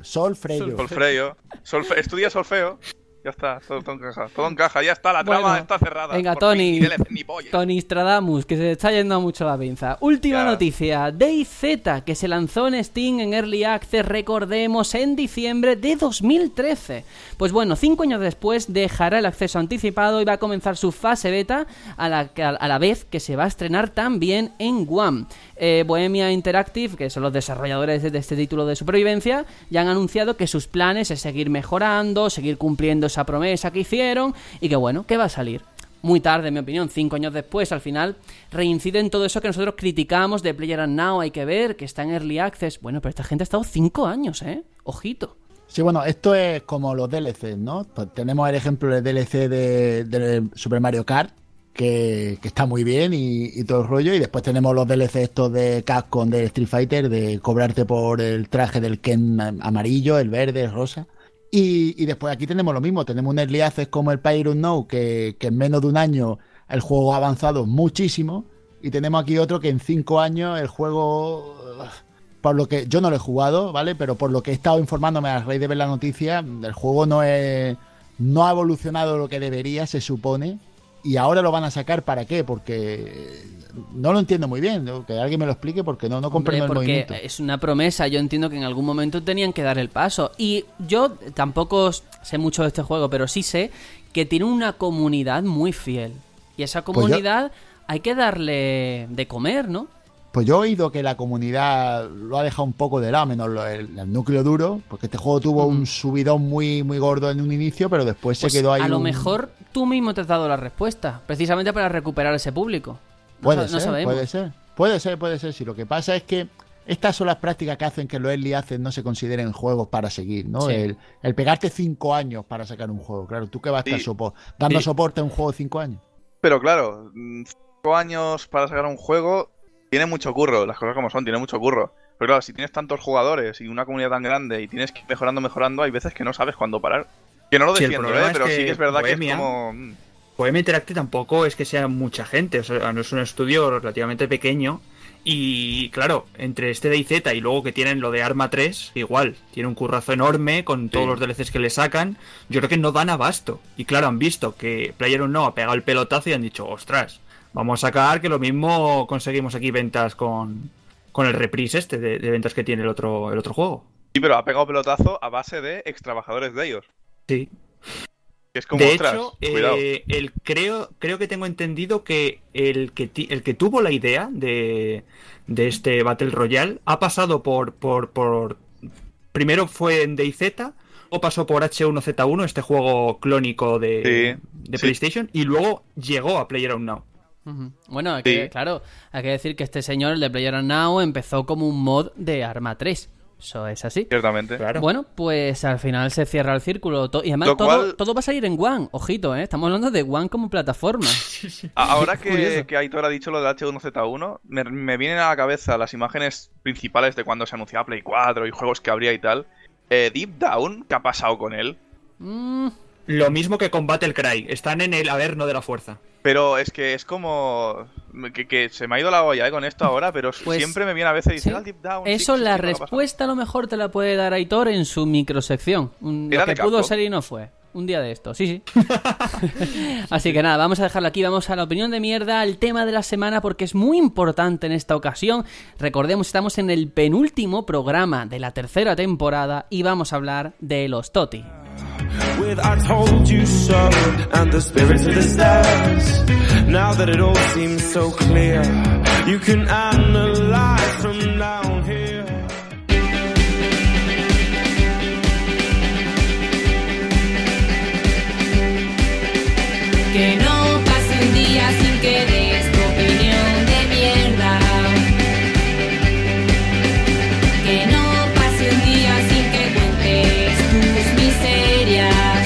Estudia solfeo. Ya está, todo encaja, ya está, la trama está cerrada. Venga, Tony Stradamus, que se está yendo mucho la pinza. Última noticia, DayZ, que se lanzó en Steam en Early Access, recordemos, en diciembre de 2013. Pues bueno, 5 años después dejará el acceso anticipado y va a comenzar su fase beta a la vez que se va a estrenar también en One. Bohemia Interactive, que son los desarrolladores de este título de supervivencia, ya han anunciado que sus planes es seguir mejorando, seguir cumpliendo esa promesa que hicieron y que bueno, que va a salir muy tarde, en mi opinión, 5 años después. Al final reincide en todo eso que nosotros criticamos de PlayerUnknown. Hay que ver que está en Early Access. Bueno, pero esta gente ha estado 5 años, ojito. Sí, bueno, esto es como los DLCs, ¿no? Pues tenemos el ejemplo del DLC de Super Mario Kart, que está muy bien y todo el rollo. Y después tenemos los DLC estos de Capcom de Street Fighter, de cobrarte por el traje del Ken amarillo, el verde, el rosa. Y después aquí tenemos lo mismo, tenemos un Early Access como el PlayerUnknown, que en menos de un año el juego ha avanzado muchísimo. Y tenemos aquí otro que en 5 años el juego... Por lo que yo no lo he jugado, ¿vale? Pero por lo que he estado informándome a raíz de ver la noticia, el juego no ha evolucionado lo que debería, se supone. Y ahora lo van a sacar, ¿para qué? Porque no lo entiendo muy bien, ¿no? Que alguien me lo explique porque no comprendo el movimiento. Porque es una promesa, yo entiendo que en algún momento tenían que dar el paso. Y yo tampoco sé mucho de este juego, pero sí sé que tiene una comunidad muy fiel. Y esa comunidad hay que darle de comer, ¿no? Pues yo he oído que la comunidad lo ha dejado un poco de lado, menos el núcleo duro, porque este juego tuvo un subidón muy, muy gordo en un inicio, pero después se quedó ahí. A lo mejor tú mismo te has dado la respuesta, precisamente para recuperar ese público. Puede ser. Si lo que pasa es que estas son las prácticas que hacen que los Early Access no se consideren juegos para seguir, ¿no? Sí. El pegarte 5 años para sacar un juego. Claro, ¿tú qué vas a estar dando soporte a un juego de 5 años? Pero claro, 5 años para sacar un juego tiene mucho curro, las cosas como son, tiene mucho curro. Pero claro, si tienes tantos jugadores y una comunidad tan grande y tienes que ir mejorando, hay veces que no sabes cuándo parar. Que no lo defiendo, pero sí que es verdad Bohemia, que es como... Bohemia Interactive tampoco es que sea mucha gente, o sea, no es un estudio relativamente pequeño. Y claro, entre este DayZ y luego que tienen lo de Arma 3, igual, tiene un currazo enorme con todos los DLCs que le sacan. Yo creo que no dan abasto. Y claro, han visto que PlayerUnknown ha pegado el pelotazo y han dicho, ostras, vamos a sacar que lo mismo conseguimos aquí ventas con el reprise de ventas que tiene el otro juego. Sí, pero ha pegado pelotazo a base de ex trabajadores de ellos. Sí. Es como, de hecho, creo que tengo entendido que el que tuvo la idea de este Battle Royale ha pasado por primero fue en DayZ, o pasó por H1Z1, este juego clónico de PlayStation, y luego llegó a PlayerUnknown. Bueno, claro, hay que decir que este señor, el de PlayerUnknown, empezó como un mod de Arma 3. Eso es así. Ciertamente. Claro. Bueno, pues al final se cierra el círculo. Y además Lo cual- todo va a salir en One. Ojito, ¿eh? Estamos hablando de One como plataforma. Ahora Curioso. que Aitor ha dicho lo del H1Z1, me vienen a la cabeza las imágenes principales de cuando se anunciaba Play 4 y juegos que habría y tal. Deep Down, ¿qué ha pasado con él? Lo mismo que con Battlecry. Están en el averno de la fuerza. Pero es que es como... Que se me ha ido la olla con esto ahora, pero Pues, siempre me viene a veces y dice, sí. Deep Down. Eso, sí, la sí, ¿qué ha pasado? respuesta a lo mejor te la puede dar Aitor en su microsección. ¿Era Lo que de pudo Capcom? ser y no fue. Un día de esto, sí. Así que nada, vamos a dejarlo aquí, vamos a la opinión de mierda, al tema de la semana, porque es muy importante en esta ocasión. Recordemos, estamos en el penúltimo programa de la tercera temporada y vamos a hablar de los TOTY. With I told you so and the spirits of the stars. Now that it all seems so clear, you can analyze from down here. Que no pase un día sin que des tu opinión de mierda. Que no pase un día sin que cuentes tus miserias.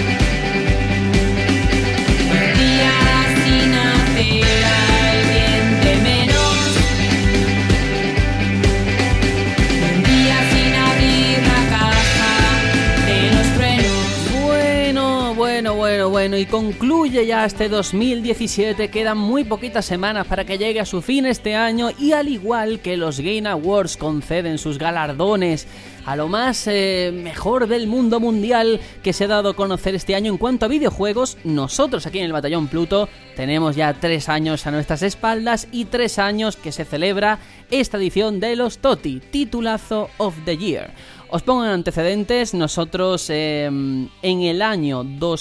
Un día sin hacer al bien de menos. Un día sin abrir la caja de los truenos. Bueno, y concluye ya este 2017, quedan muy poquitas semanas para que llegue a su fin este año y al igual que los Game Awards conceden sus galardones a lo más mejor del mundo mundial que se ha dado a conocer este año en cuanto a videojuegos, nosotros aquí en el Batallón Pluto tenemos ya 3 años a nuestras espaldas y 3 años que se celebra esta edición de los TOTY, titulazo of the Year. Os pongo en antecedentes, nosotros en el año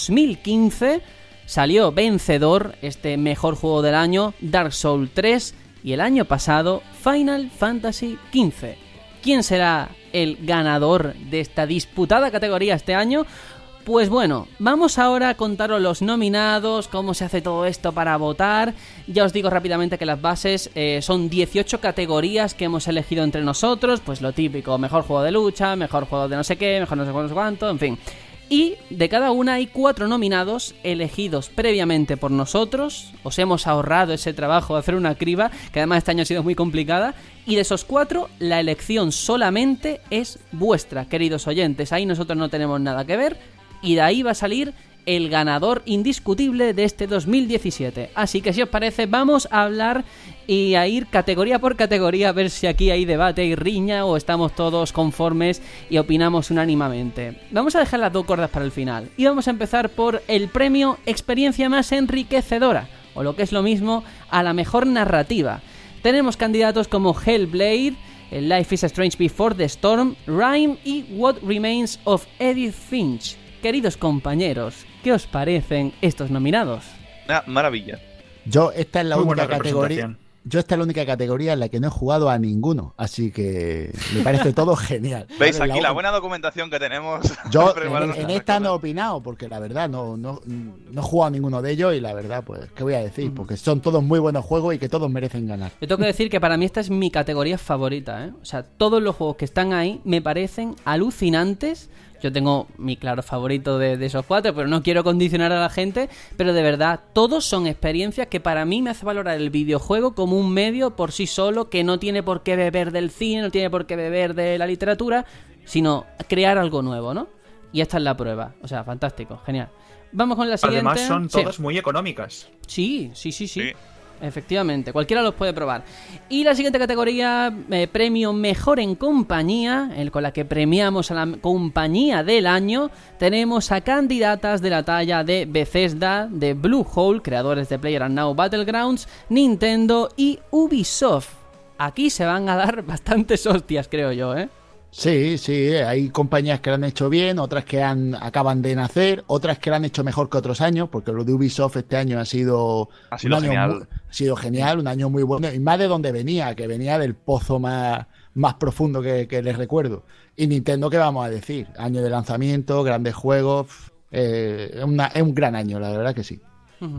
2015 salió vencedor este mejor juego del año, Dark Souls 3, y el año pasado Final Fantasy XV. ¿Quién será el ganador de esta disputada categoría este año? Pues bueno, vamos ahora a contaros los nominados, cómo se hace todo esto para votar. Ya os digo rápidamente que las bases son 18 categorías que hemos elegido entre nosotros, pues lo típico, mejor juego de lucha, mejor juego de no sé qué, mejor no sé cuánto, en fin. Y de cada una hay 4 nominados elegidos previamente por nosotros. Os hemos ahorrado ese trabajo de hacer una criba, que además este año ha sido muy complicada. Y de esos 4, la elección solamente es vuestra, queridos oyentes. Ahí nosotros no tenemos nada que ver. Y de ahí va a salir el ganador indiscutible de este 2017. Así que si os parece, vamos a hablar y a ir categoría por categoría a ver si aquí hay debate y riña o estamos todos conformes y opinamos unánimamente. Vamos a dejar las 2 cuerdas para el final y vamos a empezar por el premio Experiencia Más Enriquecedora, o lo que es lo mismo, a la mejor narrativa. Tenemos candidatos como Hellblade, Life is Strange Before the Storm, Rime y What Remains of Edith Finch. Queridos compañeros, ¿qué os parecen estos nominados? Una maravilla. Esta es la Muy única buena categoría. representación. Esta es la única categoría en la que no he jugado a ninguno, así que me parece todo genial. ¿Veis ¿Vale? aquí la buena documentación que tenemos? Yo Preparados en para esta no he cosas. opinado, porque la verdad no he jugado a ninguno de ellos y la verdad, pues, ¿qué voy a decir? Porque son todos muy buenos juegos y que todos merecen ganar. Yo tengo que decir que para mí esta es mi categoría favorita, ¿eh? O sea, todos los juegos que están ahí me parecen alucinantes. Yo tengo mi claro favorito de esos 4, pero no quiero condicionar a la gente. Pero de verdad, todos son experiencias que para mí me hace valorar el videojuego como un medio por sí solo, que no tiene por qué beber del cine, no tiene por qué beber de la literatura, sino crear algo nuevo, ¿no? Y esta es la prueba. O sea, fantástico, genial. Vamos con la siguiente. Además son Sí. todas muy económicas. Sí. Sí. Efectivamente, cualquiera los puede probar. Y la siguiente categoría, premio Mejor en Compañía, con la que premiamos a la compañía del año, tenemos a candidatas de la talla de Bethesda, de Bluehole, creadores de PlayerUnknown's Battlegrounds, Nintendo y Ubisoft. Aquí se van a dar bastantes hostias, creo yo, ¿eh? Sí, hay compañías que lo han hecho bien, otras que acaban de nacer, otras que lo han hecho mejor que otros años, porque lo de Ubisoft este año ha sido un año genial. ha sido genial, un año muy bueno, y más de donde venía, que venía del pozo más profundo que les recuerdo. Y Nintendo, ¿qué vamos a decir? Año de lanzamiento, grandes juegos, es un gran año, la verdad que sí. Ujú.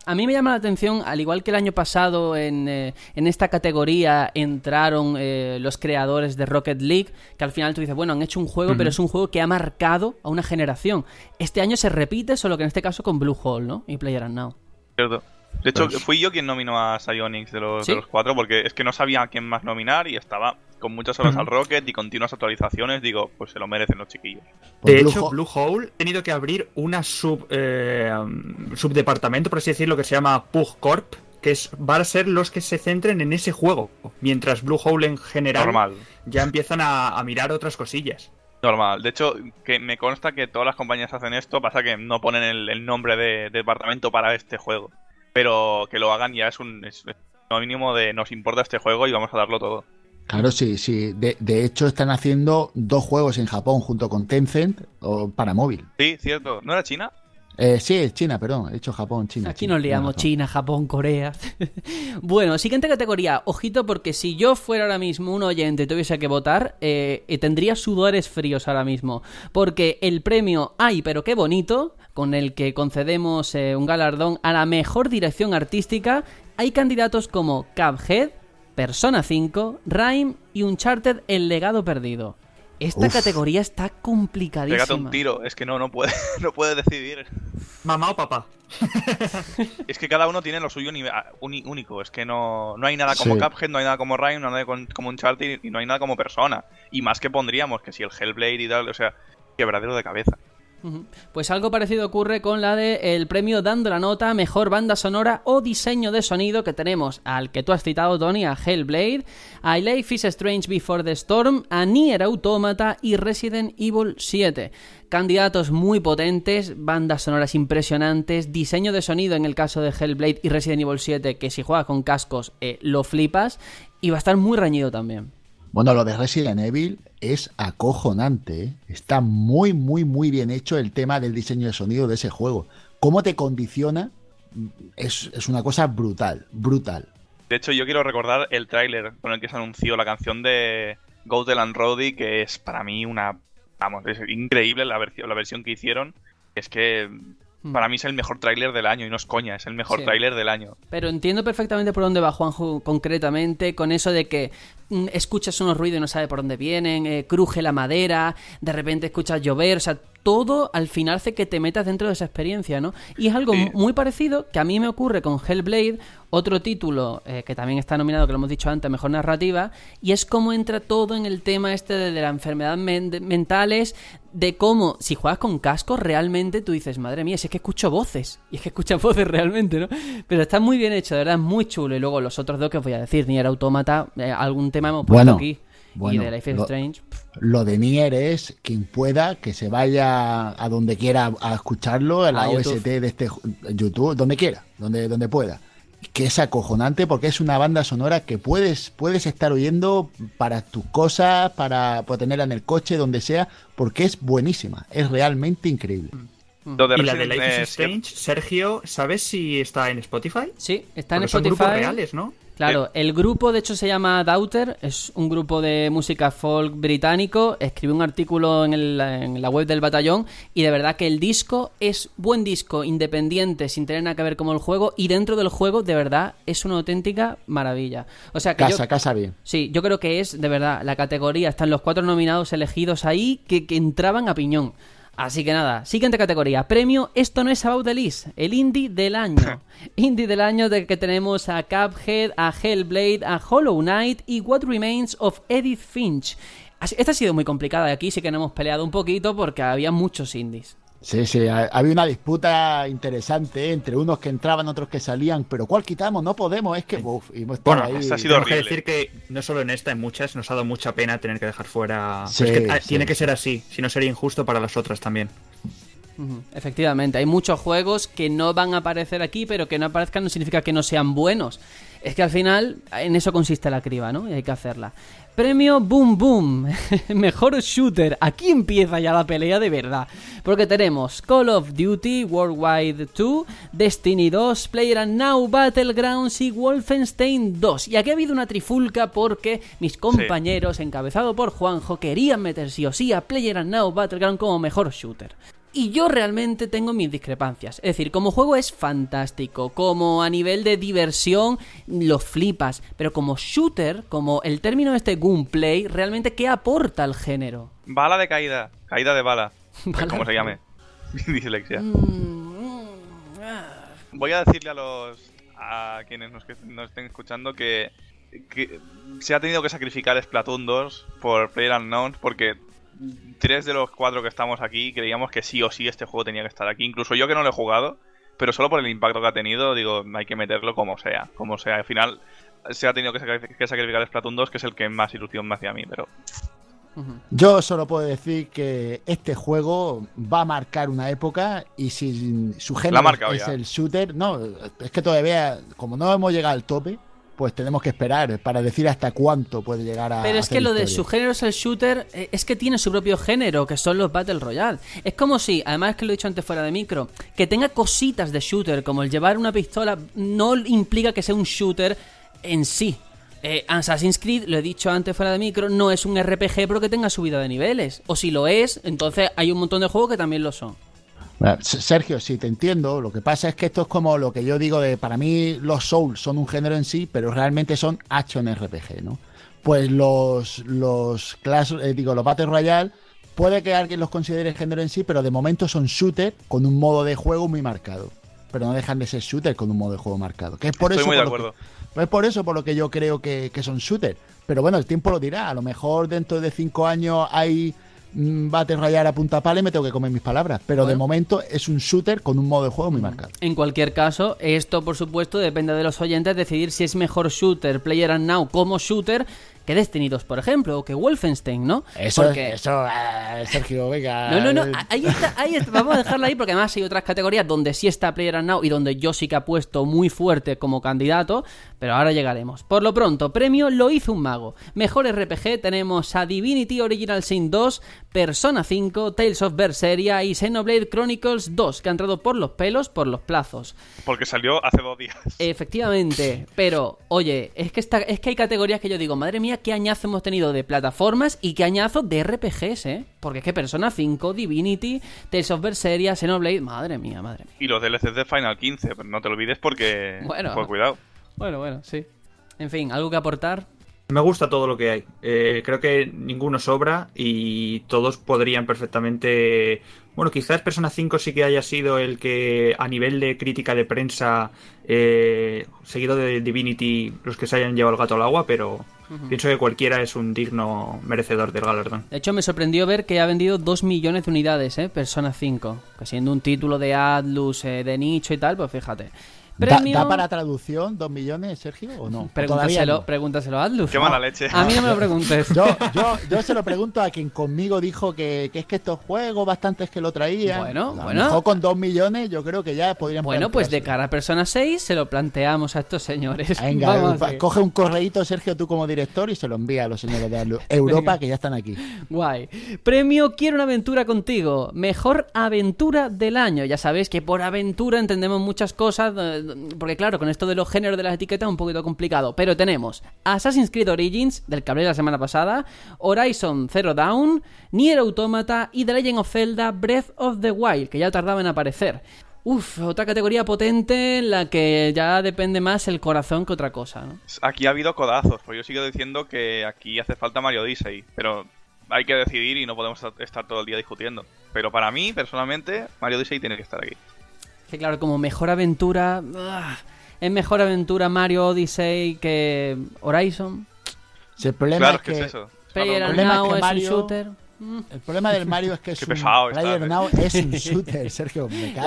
A mí me llama la atención, al igual que el año pasado en esta categoría entraron los creadores de Rocket League, que al final tú dices, bueno, han hecho un juego, pero es un juego que ha marcado a una generación. Este año se repite, solo que en este caso con Bluehole, ¿no? Y PlayerUnknown. Cierto. De hecho, fui yo quien nominó a Psyonix de los 4, porque es que no sabía a quién más nominar y estaba con muchas horas al Rocket y continuas actualizaciones. Digo, pues se lo merecen los chiquillos. De hecho, Bluehole ha tenido que abrir una subdepartamento, por así decirlo, que se llama Pug Corp, que van a ser los que se centren en ese juego, mientras Bluehole en general ya empiezan a mirar otras cosillas. Normal. De hecho, que me consta que todas las compañías hacen esto, pasa que no ponen el nombre de departamento para este juego. Pero que lo hagan ya es lo mínimo de nos importa este juego y vamos a darlo todo. Claro, sí. De hecho, están haciendo 2 juegos en Japón junto con Tencent para móvil. Sí, cierto. ¿No era China? Sí, es China, perdón. He dicho Japón, China. Aquí nos liamos, China, Japón, Corea. Bueno, siguiente categoría. Ojito, porque si yo fuera ahora mismo un oyente y tuviese que votar, tendría sudores fríos ahora mismo. Porque el premio ¡Ay, pero qué bonito!, con el que concedemos un galardón a la mejor dirección artística, hay candidatos como Cuphead, Persona 5, Rime y Uncharted El legado perdido. Esta categoría está complicadísima. Pégate un tiro, es que no puede decidir. Mamá o papá. Es que cada uno tiene lo suyo único. Es que no hay nada como Cuphead, no hay nada como Rime, no hay nada como Uncharted y no hay nada como Persona. Y más que pondríamos que si el Hellblade y tal, o sea, quebradero de cabeza. Pues algo parecido ocurre con la de el premio dando la nota a mejor banda sonora o diseño de sonido, que tenemos al que tú has citado, Tony, a Hellblade, a Life is Strange Before the Storm, a Nier Automata y Resident Evil 7. Candidatos muy potentes, bandas sonoras impresionantes, diseño de sonido en el caso de Hellblade y Resident Evil 7, que si juegas con cascos lo flipas, y va a estar muy reñido también. Bueno, lo de Resident Evil es acojonante, ¿eh? Está muy, muy, muy bien hecho el tema del diseño de sonido de ese juego. Cómo te condiciona es una cosa brutal. De hecho, yo quiero recordar el tráiler con el que se anunció la canción de Gothel and Roddy, que es para mí es increíble la versión que hicieron. Es que para mí es el mejor tráiler del año, y no es coña, es el mejor tráiler del año. Pero entiendo perfectamente por dónde va Juanjo concretamente, con eso de que escuchas unos ruidos y no sabes por dónde vienen, cruje la madera, de repente escuchas llover, o sea, todo al final hace que te metas dentro de esa experiencia, ¿no? Y es algo muy parecido que a mí me ocurre con Hellblade, otro título que también está nominado, que lo hemos dicho antes, mejor narrativa, y es cómo entra todo en el tema de la enfermedad mentales, de cómo, si juegas con cascos, realmente tú dices, madre mía, si es que escucho voces, y es que escuchas voces realmente, ¿no? Pero está muy bien hecho, de verdad, es muy chulo. Y luego los otros 2 que os voy a decir, Nier Automata, algún tema hemos puesto aquí. Y de Life is Strange. Lo de Nier es quien pueda que se vaya a donde quiera a escucharlo, a la OST de este YouTube, donde quiera, donde pueda. Que es acojonante porque es una banda sonora que puedes estar oyendo para tus cosas, para tenerla en el coche, donde sea, porque es buenísima, es realmente increíble. Y la de Life is Strange, Sergio, ¿sabes si está en Spotify? Sí, está en Spotify. Son grupos reales, ¿no? Claro, el grupo de hecho se llama Daughter, es un grupo de música folk británico, escribí un artículo en la web del batallón y de verdad que el disco es buen disco, independiente, sin tener nada que ver con el juego, y dentro del juego de verdad es una auténtica maravilla. O sea que casa bien. Sí, yo creo que es de verdad la categoría, están los 4 nominados elegidos ahí que entraban a piñón. Así que nada, siguiente categoría. Premio Esto no es About the List, el indie del año. Indie del año de que tenemos a Cuphead, a Hellblade, a Hollow Knight y What Remains of Edith Finch. Esta ha sido muy complicada y aquí sí que nos hemos peleado un poquito porque había muchos indies. Sí, había una disputa interesante entre unos que entraban, otros que salían, pero ¿cuál quitamos? No podemos, es que... Bueno, ahí. Esta ha sido horrible. Tengo que decir que no solo en esta, en muchas nos ha dado mucha pena tener que dejar fuera... Sí, es que tiene que ser así, si no sería injusto para las otras también. Efectivamente, hay muchos juegos que no van a aparecer aquí, pero que no aparezcan no significa que no sean buenos. Es que al final en eso consiste la criba, ¿no? Y hay que hacerla. Premio Boom Boom, mejor shooter. Aquí empieza ya la pelea de verdad, porque tenemos Call of Duty Worldwide 2, Destiny 2, PlayerUnknown Battlegrounds y Wolfenstein 2. Y aquí ha habido una trifulca porque mis compañeros, encabezado por Juanjo, querían meter sí o sí a PlayerUnknown Battlegrounds como mejor shooter. Y yo realmente tengo mis discrepancias. Es decir, como juego es fantástico, como a nivel de diversión lo flipas, pero como shooter, como el término gunplay, realmente ¿qué aporta al género? Bala de caída de bala. Bala Como se de llame. Dislexia. Voy a decirle a quienes nos estén escuchando que se ha tenido que sacrificar Splatoon 2 por PlayerUnknown's, porque 3 de los 4 que estamos aquí creíamos que sí o sí este juego tenía que estar aquí. Incluso yo, que no lo he jugado, pero solo por el impacto que ha tenido, digo, hay que meterlo como sea. Al final se ha tenido que sacrificar Splatoon 2, que es el que más ilusión me hacía a mí, pero... Yo solo puedo decir que este juego va a marcar una época, y si su género es el shooter, no, es que todavía, como no hemos llegado al tope, pues tenemos que esperar para decir hasta cuánto puede llegar a... Pero es que lo de su género es el shooter, es que tiene su propio género, que son los Battle Royale. Es como si, además que lo he dicho antes fuera de micro, que tenga cositas de shooter, como el llevar una pistola, no implica que sea un shooter en sí. Assassin's Creed, lo he dicho antes fuera de micro, no es un RPG pero que tenga subida de niveles. O si lo es, entonces hay un montón de juegos que también lo son. Sergio, sí, te entiendo. Lo que pasa es que esto es como lo que yo digo de, para mí los Souls son un género en sí, pero realmente son action RPG, ¿no? Pues los Battle Royale, puede que alguien los considere género en sí, pero de momento son shooter con un modo de juego muy marcado. Pero no dejan de ser shooter con un modo de juego marcado. Que es por Estoy eso muy de acuerdo. Es por eso por lo que yo creo que son shooter. Pero bueno, el tiempo lo dirá. A lo mejor dentro de 5 años hay Battle Royale a punta pala y me tengo que comer mis palabras. Pero de momento es un shooter con un modo de juego muy marcado. En cualquier caso, esto por supuesto depende de los oyentes decidir si es mejor shooter PlayerUnknown's como shooter que Destiny 2, por ejemplo, o que Wolfenstein, ¿no? Sergio, venga. No, ahí está, vamos a dejarla ahí, porque además hay otras categorías donde sí está PlayerUnknown's y donde yo sí que apuesto muy fuerte como candidato, pero ahora llegaremos. Por lo pronto, premio Lo hizo un mago. Mejor RPG tenemos a Divinity Original Sin 2, Persona 5, Tales of Berseria y Xenoblade Chronicles 2, que ha entrado por los pelos, por los plazos. Porque salió hace 2 días. Efectivamente, pero, oye, es que hay categorías que yo digo, madre mía, qué añazo hemos tenido de plataformas y qué añazo de RPGs, ¿eh? Porque es que Persona 5, Divinity, Tales of Berseria, Xenoblade, madre mía. Y los DLCs de Final 15, pero no te olvides porque... Bueno, pues cuidado. Bueno, sí. En fin, ¿algo que aportar? Me gusta todo lo que hay. Creo que ninguno sobra y todos podrían perfectamente... Bueno, quizás Persona 5 sí que haya sido el que a nivel de crítica de prensa, seguido de Divinity, los que se hayan llevado el gato al agua, pero pienso que cualquiera es un digno merecedor del galardón. De hecho, me sorprendió ver que ha vendido 2 millones de unidades, Persona 5, que siendo un título de Atlus, de nicho y tal, pues fíjate. Premio... ¿Da para traducción 2 millones, Sergio, o no? Pregúntaselo a Atlus. Qué mala leche. A mí no me lo preguntes. Yo se lo pregunto a quien conmigo dijo que es que estos juegos bastantes que lo traían. Bueno. Mejor con 2 millones yo creo que ya podrían... Bueno, pues de cara a Persona 6 se lo planteamos a estos señores. Venga, coge un correíto, Sergio, tú como director, y se lo envía a los señores de Europa. Venga. Que ya están aquí. Guay. Premio Quiero una aventura contigo. Mejor aventura del año. Ya sabéis que por aventura entendemos muchas cosas... Porque claro, con esto de los géneros de las etiquetas es un poquito complicado. Pero tenemos Assassin's Creed Origins, del que hablé la semana pasada, Horizon Zero Dawn, Nier Automata y The Legend of Zelda Breath of the Wild, que ya tardaba en aparecer. Otra categoría potente en la que ya depende más el corazón que otra cosa, ¿no? Aquí ha habido codazos, pues yo sigo diciendo que aquí hace falta Mario Odyssey, pero hay que decidir y no podemos estar todo el día discutiendo. Pero para mí, personalmente, Mario Odyssey tiene que estar aquí. Que claro, como mejor aventura... es mejor aventura Mario Odyssey que Horizon. Sí, el problema es que eso. PlayerUnknown's es un shooter. El problema del Mario es que es PlayerUnknown's es un shooter, Sergio.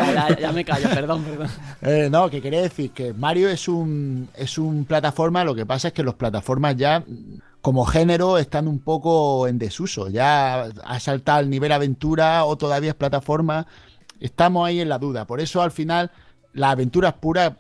Ya me callo, perdón. No, que quería decir que Mario es un plataforma. Lo que pasa es que los plataformas ya, como género, están un poco en desuso. Ya ha saltado al nivel aventura o todavía es plataforma. Estamos ahí en la duda. Por eso, al final, las aventuras puras,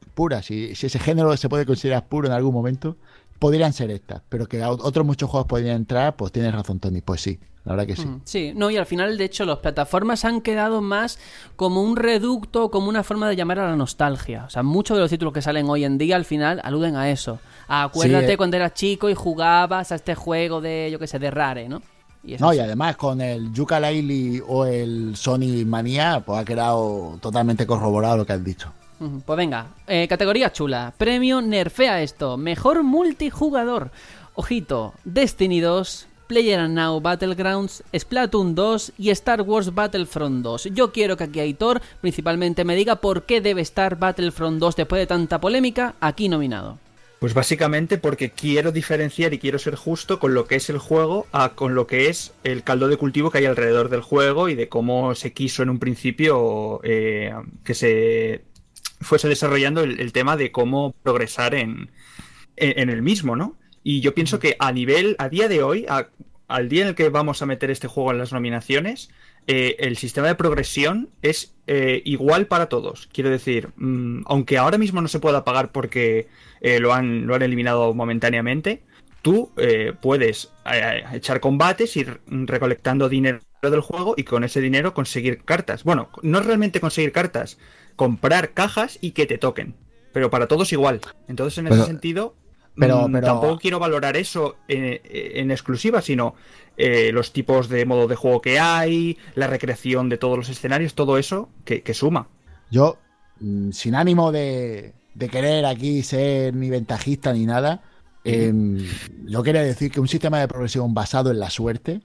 si ese género se puede considerar puro en algún momento, podrían ser estas. Pero que otros muchos juegos podrían entrar, pues tienes razón, Tony. Pues sí, la verdad que sí. Sí, no, y al final, de hecho, las plataformas han quedado más como un reducto, como una forma de llamar a la nostalgia. O sea, muchos de los títulos que salen hoy en día, al final, aluden a eso. Acuérdate cuando eras chico y jugabas a este juego de, yo qué sé, de Rare, ¿no? Y es No, así. y además con el Yooka-Laylee o el Sonic Mania, pues ha quedado totalmente corroborado lo que has dicho. Pues venga, categoría chula. Premio Nerfea esto. Mejor multijugador. Ojito, Destiny 2, PlayerUnknown's Battlegrounds, Splatoon 2 y Star Wars Battlefront 2. Yo quiero que aquí Aitor principalmente me diga por qué debe estar Battlefront 2 después de tanta polémica aquí nominado. Pues básicamente porque quiero diferenciar y quiero ser justo con lo que es el juego con lo que es el caldo de cultivo que hay alrededor del juego y de cómo se quiso en un principio que se fuese desarrollando el tema de cómo progresar en el mismo, ¿no? Y yo pienso que a día de hoy, al día en el que vamos a meter este juego en las nominaciones, el sistema de progresión es igual para todos. Quiero decir, aunque ahora mismo no se pueda pagar porque lo han eliminado momentáneamente, tú puedes echar combates, ir recolectando dinero del juego y con ese dinero conseguir cartas. Bueno, no realmente conseguir cartas, comprar cajas y que te toquen. Pero para todos igual. Entonces, en ese sentido... Pero tampoco quiero valorar eso en exclusiva, sino los tipos de modo de juego que hay, la recreación de todos los escenarios, todo eso que suma. Yo, sin ánimo de querer aquí ser ni ventajista ni nada, yo quería decir que un sistema de progresión basado en la suerte,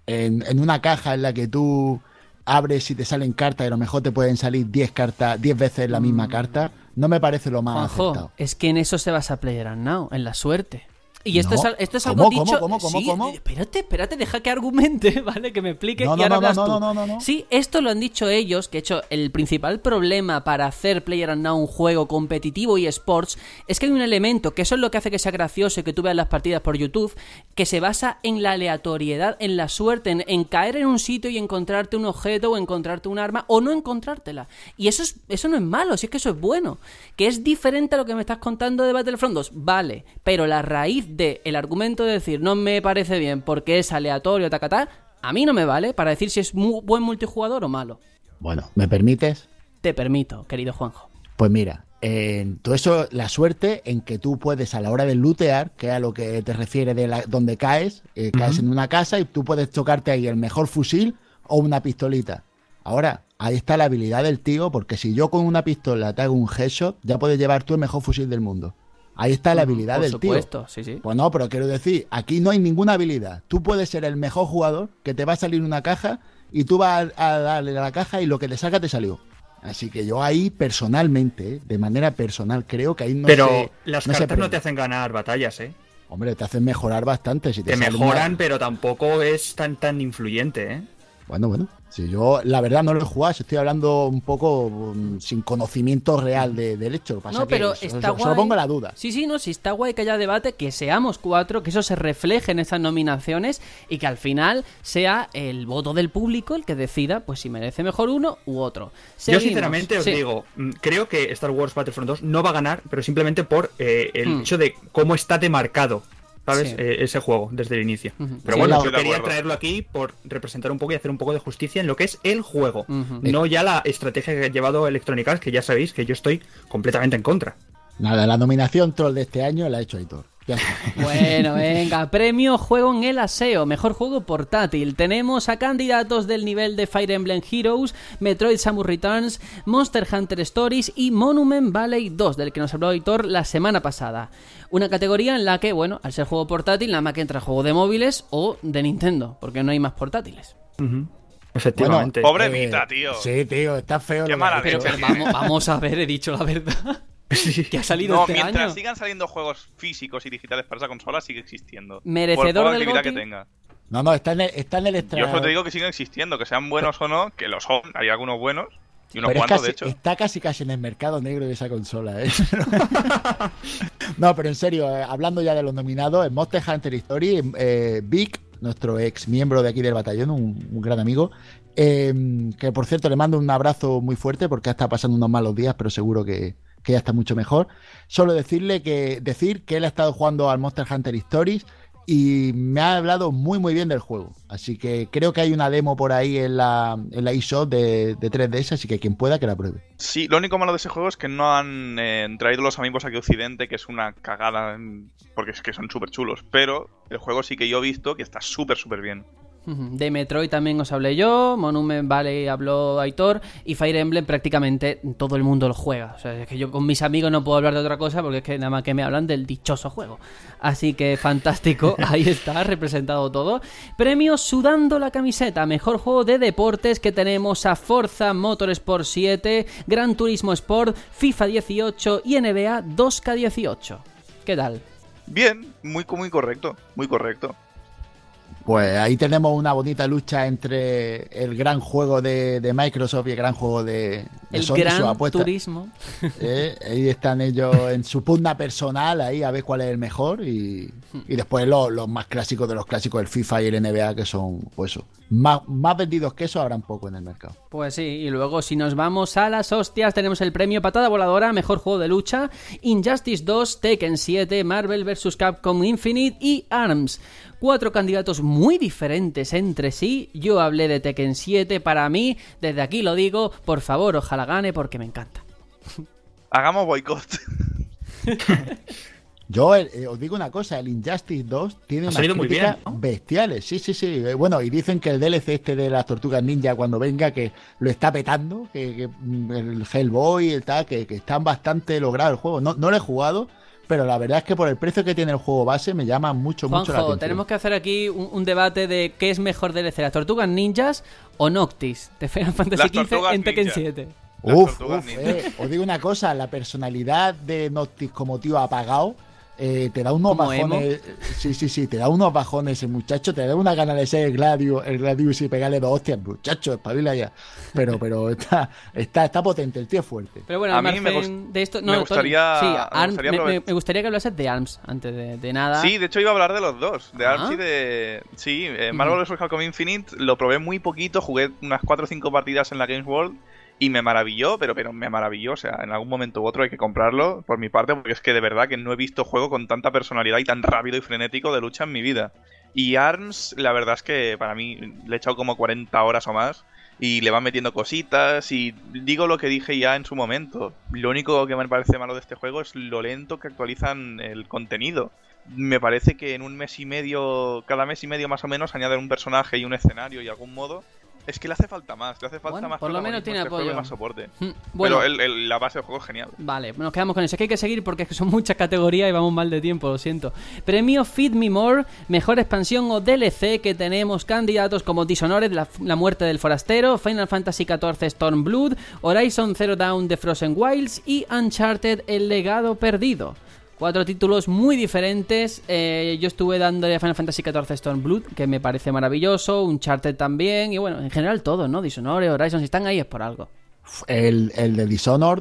en una caja en la que tú abres y te salen cartas y a lo mejor te pueden salir 10 cartas, 10 veces la misma carta, no me parece lo más Juanjo, acertado. es que en eso se basa PlayerUnknown's, en la suerte. Y esto, No. esto es algo dicho... ¿Cómo? Espérate, deja que argumente, ¿vale? Que me explique No, y ahora hablas tú. no. Sí, esto lo han dicho ellos, que de hecho el principal problema para hacer PlayerUnknown's un juego competitivo y sports es que hay un elemento, que eso es lo que hace que sea gracioso y que tú veas las partidas por YouTube, que se basa en la aleatoriedad, en la suerte, en caer en un sitio y encontrarte un objeto o encontrarte un arma o no encontrártela. Y eso no es malo, si es que eso es bueno. Que es diferente a lo que me estás contando de Battlefront 2, vale, pero la raíz de el argumento de decir no me parece bien porque es aleatorio, tacatá, a mí no me vale para decir si es buen multijugador o malo. Bueno, ¿me permites? Te permito, querido Juanjo. Pues mira, todo eso, la suerte en que tú puedes a la hora de lootear, que es a lo que te refiere de donde caes, caes en una casa y tú puedes tocarte ahí el mejor fusil o una pistolita. Ahora, ahí está la habilidad del tío, porque si yo con una pistola te hago un headshot, ya puedes llevar tú el mejor fusil del mundo. Ahí está la habilidad del tío. Por supuesto, sí. Pues no, pero quiero decir, aquí no hay ninguna habilidad. Tú puedes ser el mejor jugador, que te va a salir una caja y tú vas a darle a la caja y lo que te saca te salió. Así que yo ahí personalmente, de manera personal, creo que ahí no Pero se, las no se cartas no premia. te hacen ganar batallas, ¿eh? Hombre, te hacen mejorar bastante. Si te Te sale mejoran, una- pero tampoco es tan influyente, ¿eh? Bueno. Si yo, la verdad, no lo he jugado. Si estoy hablando un poco sin conocimiento real del hecho. Lo que pasa No, que pero eso- está eso- guay. Solo pongo la duda. Sí, está guay que haya debate, que seamos 4, que eso se refleje en estas nominaciones y que al final sea el voto del público el que decida pues si merece mejor uno u otro. Yo Seguimos. sinceramente os Sí. digo, creo que Star Wars Battlefront 2 no va a ganar, pero simplemente por el hecho de cómo está demarcado, ¿sabes? Sí. Ese juego desde el inicio. Ujú. Pero Sí, bueno, estoy yo de quería acuerdo. traerlo aquí por representar un poco y hacer un poco de justicia en lo que es el juego. Ujú. No ya la estrategia que ha llevado Electronic Arts, que ya sabéis que yo estoy completamente en contra. Nada, la nominación troll de este año la ha hecho Aitor. Ya está. Bueno, venga, premio juego en el aseo, mejor juego portátil. Tenemos a candidatos del nivel de Fire Emblem Heroes, Metroid Samus Returns, Monster Hunter Stories y Monument Valley 2, del que nos habló Aitor la semana pasada. Una categoría en la que, bueno, al ser juego portátil, nada más que entra juego de móviles o de Nintendo, porque no hay más portátiles. Efectivamente. Pobre Vita, tío. Sí, tío, está feo. Qué lo que mala has dicho. leche. Vamos a ver, he dicho la verdad. Que ha salido No, este mientras año. sigan saliendo juegos físicos y digitales para esa consola, sigue existiendo. Merecedor Por poca del actividad que GOTY. tenga. No, está en el extra. Yo solo te digo que siguen existiendo, que sean buenos o no, que lo son. Hay algunos buenos y unos Pero es cuantos, casi- de hecho. está casi en el mercado negro de esa consola, ¿eh? No, pero en serio, hablando ya de los nominados, en Monster Hunter Story, Vic, nuestro ex miembro de aquí del batallón, un gran amigo, que por cierto le mando un abrazo muy fuerte porque está pasando unos malos días, pero seguro que ya está mucho mejor. Solo decir que él ha estado jugando al Monster Hunter Stories y me ha hablado muy bien del juego. Así que creo que hay una demo por ahí en la eShop de 3DS, así que quien pueda que la pruebe. Sí, lo único malo de ese juego es que no han traído los amigos aquí a Occidente, que es una cagada, porque es que son súper chulos. Pero el juego sí que yo he visto que está súper bien. De Metroid también os hablé yo, Monument Valley habló Aitor, y Fire Emblem prácticamente todo el mundo lo juega. O sea, es que yo con mis amigos no puedo hablar de otra cosa porque es que nada más que me hablan del dichoso juego. Así que fantástico, ahí está, representado todo. Premios sudando la camiseta, mejor juego de deportes, que tenemos a Forza Motorsport 7, Gran Turismo Sport, FIFA 18 y NBA 2K18. ¿Qué tal? Bien, muy correcto, muy correcto. Pues ahí tenemos una bonita lucha entre el gran juego de Microsoft y el gran juego de El Sony, Gran su apuesta. Turismo. Ahí están ellos en su pugna personal, ahí a ver cuál es el mejor. Y después los más clásicos de los clásicos, el FIFA y el NBA, que son, pues eso, más vendidos que eso, habrán poco en el mercado. Pues sí, y luego si nos vamos a las hostias, tenemos el premio Patada Voladora, mejor juego de lucha, Injustice 2, Tekken 7, Marvel vs. Capcom Infinite y ARMS. 4 candidatos muy diferentes entre sí. Yo hablé de Tekken 7, para mí, desde aquí lo digo, por favor, ojalá gane porque me encanta. Hagamos boicot. Yo os digo una cosa, el Injustice 2 tiene unas muy críticas bien, ¿no? bestiales, sí. Bueno, y dicen que el DLC este de las Tortugas Ninja cuando venga, que lo está petando, que el Hellboy y tal, que están bastante logrados el juego. No lo he jugado, pero la verdad es que por el precio que tiene el juego base me llama mucho la Juanjo, atención. tenemos que hacer aquí un debate de qué es mejor DLC, las Tortugas Ninjas o Noctis de Final Fantasy Las XV Tortugas en Tekken Ninja. 7. Os digo una cosa, la personalidad de Noctis como tío apagado te da unos ¿Como bajones. Sí, te da unos bajones el muchacho, te da una gana de ser el Gladius y pegarle 2 hostias, muchacho, espabila ya. Pero está potente, el tío es fuerte. Pero bueno, A al mí margen de esto, me gustaría- sí, me me gustaría que hablases de ARMS antes de nada. Sí, de hecho iba a hablar de los dos, de Ah. ARMS y de... Sí, Marvel vs. Capcom Infinite lo probé muy poquito, jugué unas 4 o 5 partidas en la Games World y me maravilló, pero me maravilló, o sea, en algún momento u otro hay que comprarlo por mi parte, porque es que de verdad que no he visto juego con tanta personalidad y tan rápido y frenético de lucha en mi vida. Y ARMS, la verdad es que para mí le he echado como 40 horas o más y le van metiendo cositas y digo lo que dije ya en su momento. Lo único que me parece malo de este juego es lo lento que actualizan el contenido. Me parece que en un mes y medio, cada mes y medio más o menos, añaden un personaje y un escenario y algún modo. Es que le hace falta más, Bueno, más por lo menos protagonismo tiene a este juego y apoyo. más soporte. Bueno, Pero la base del juego es genial. vale, nos quedamos con eso. Es que hay que seguir porque es que son muchas categorías y vamos mal de tiempo, lo siento. Premio Feed Me More, mejor expansión o DLC, que tenemos candidatos como Dishonored, la muerte del forastero, Final Fantasy XIV Stormblood, Horizon Zero Dawn The Frozen Wilds y Uncharted El legado perdido. 4 títulos muy diferentes. Yo estuve dándole a Final Fantasy XIV Stormblood, que me parece maravilloso, Uncharted también, y bueno, en general todo, ¿no? Dishonored, Horizon, si están ahí es por algo. El de Dishonored,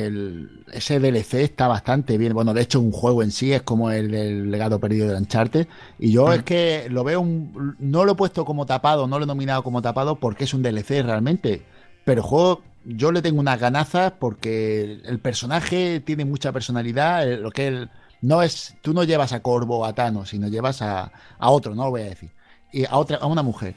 ese DLC está bastante bien. Bueno, de hecho, un juego en sí es como el del legado perdido de Uncharted. Y yo es que lo veo, no lo he puesto como tapado, no lo he nominado como tapado porque es un DLC realmente. Pero el juego, yo le tengo unas ganazas porque el personaje tiene mucha personalidad. Lo que no es, tú no llevas a Corvo o a Thanos, sino llevas a otro, no lo voy a decir, y a una mujer.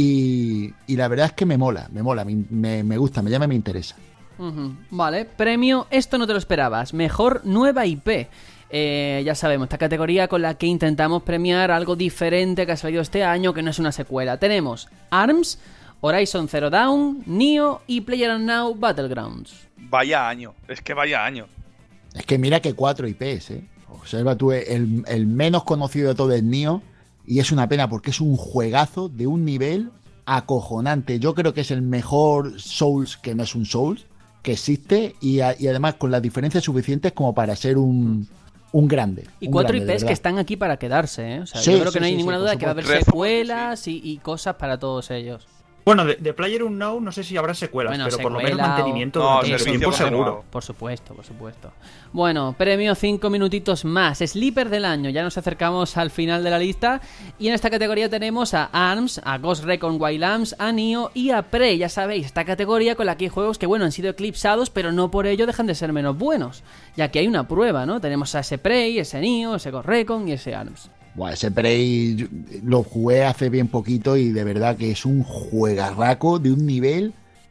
Y la verdad es que me mola, me gusta, me llama y me interesa. Vale, premio Esto no te lo esperabas, mejor nueva IP. Ya sabemos, esta categoría con la que intentamos premiar algo diferente que ha salido este año, que no es una secuela. Tenemos ARMS, Horizon Zero Dawn, Nioh y PlayerUnknown's Battlegrounds. Vaya año, es que vaya año. Es que mira que 4 IPs, Observa tú, el menos conocido de todo es Nioh, y es una pena porque es un juegazo de un nivel acojonante. Yo creo que es el mejor Souls, que no es un Souls, que existe, y además con las diferencias suficientes como para ser un grande. Y un 4 grande, de IPs que verdad. están aquí para quedarse, ¿eh? O sea, Sí, yo creo que sí, no hay sí, ninguna sí, duda por de que va a haber supuesto. secuelas y cosas para todos ellos. Bueno, de PlayerUnknown no sé si habrá secuelas, Bueno, pero por lo menos secuela mantenimiento No, durante servicio tiempo continuado. seguro. Por supuesto, por supuesto. Bueno, premio 5 minutitos más. Sleeper del año. Ya nos acercamos al final de la lista. Y en esta categoría tenemos a ARMS, a Ghost Recon Wildlands, a Nioh y a Prey. Ya sabéis, esta categoría con la que hay juegos que, bueno, han sido eclipsados, pero no por ello dejan de ser menos buenos. Ya que hay una prueba, ¿no? Tenemos a ese Prey, ese Nioh, ese Ghost Recon y ese ARMS. Buah, ese Prey lo jugué hace bien poquito y de verdad que es un juegarraco de un nivel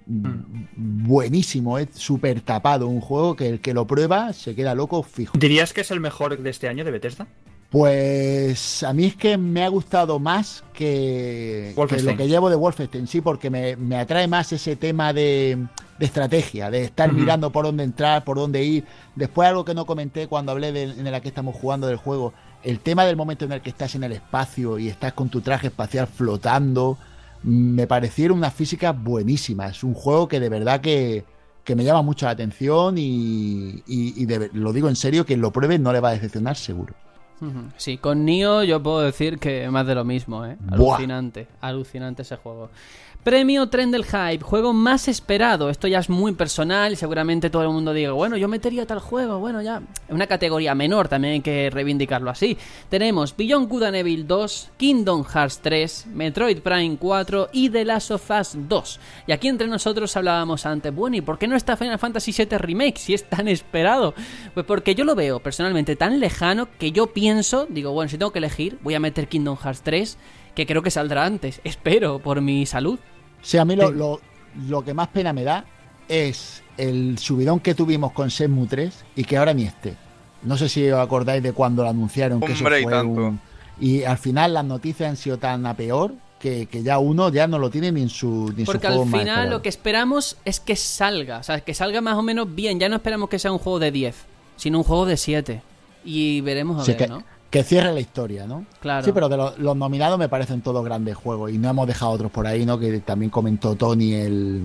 buenísimo, es súper tapado, un juego que el que lo prueba se queda loco fijo. ¿Dirías que es el mejor de este año de Bethesda? Pues a mí es que me ha gustado más que lo que llevo de Wolfenstein, sí, porque me atrae más ese tema de estrategia, de estar mirando por dónde entrar, por dónde ir. Después algo que no comenté cuando hablé en la que estamos jugando del juego, el tema del momento en el que estás en el espacio y estás con tu traje espacial flotando, me parecieron unas físicas buenísimas. Es un juego que de verdad que me llama mucho la atención y lo digo en serio, quien lo pruebe no le va a decepcionar seguro. Sí, con Nioh yo puedo decir que más de lo mismo, ¿eh? Alucinante, alucinante ese juego. Premio Tren del Hype, juego más esperado. Esto ya es muy personal y seguramente todo el mundo diga, bueno, yo metería tal juego, bueno, ya. Es una categoría menor, también hay que reivindicarlo así. Tenemos Beyond Good and Evil 2, Kingdom Hearts 3, Metroid Prime 4 y The Last of Us 2. Y aquí entre nosotros hablábamos antes, bueno, ¿y por qué no está Final Fantasy VII Remake si es tan esperado? Pues porque yo lo veo personalmente tan lejano que yo pienso, digo, bueno, si tengo que elegir, voy a meter Kingdom Hearts 3, que creo que saldrá antes, espero, por mi salud. Sí, a mí lo que más pena me da es el subidón que tuvimos con Shenmue 3 y que ahora ni esté. No sé si os acordáis de cuando lo anunciaron, que eso fue y al final las noticias han sido tan a peor que ya uno ya no lo tiene ni en su porque juego al más final esperado. Lo que esperamos es que salga, o sea, que salga más o menos bien. Ya no esperamos que sea un juego de 10, sino un juego de 7. Y veremos a ver, ¿no? Que cierre la historia, ¿no? Claro. Sí, pero de los nominados me parecen todos grandes juegos y no hemos dejado otros por ahí, ¿no? Que también comentó Tony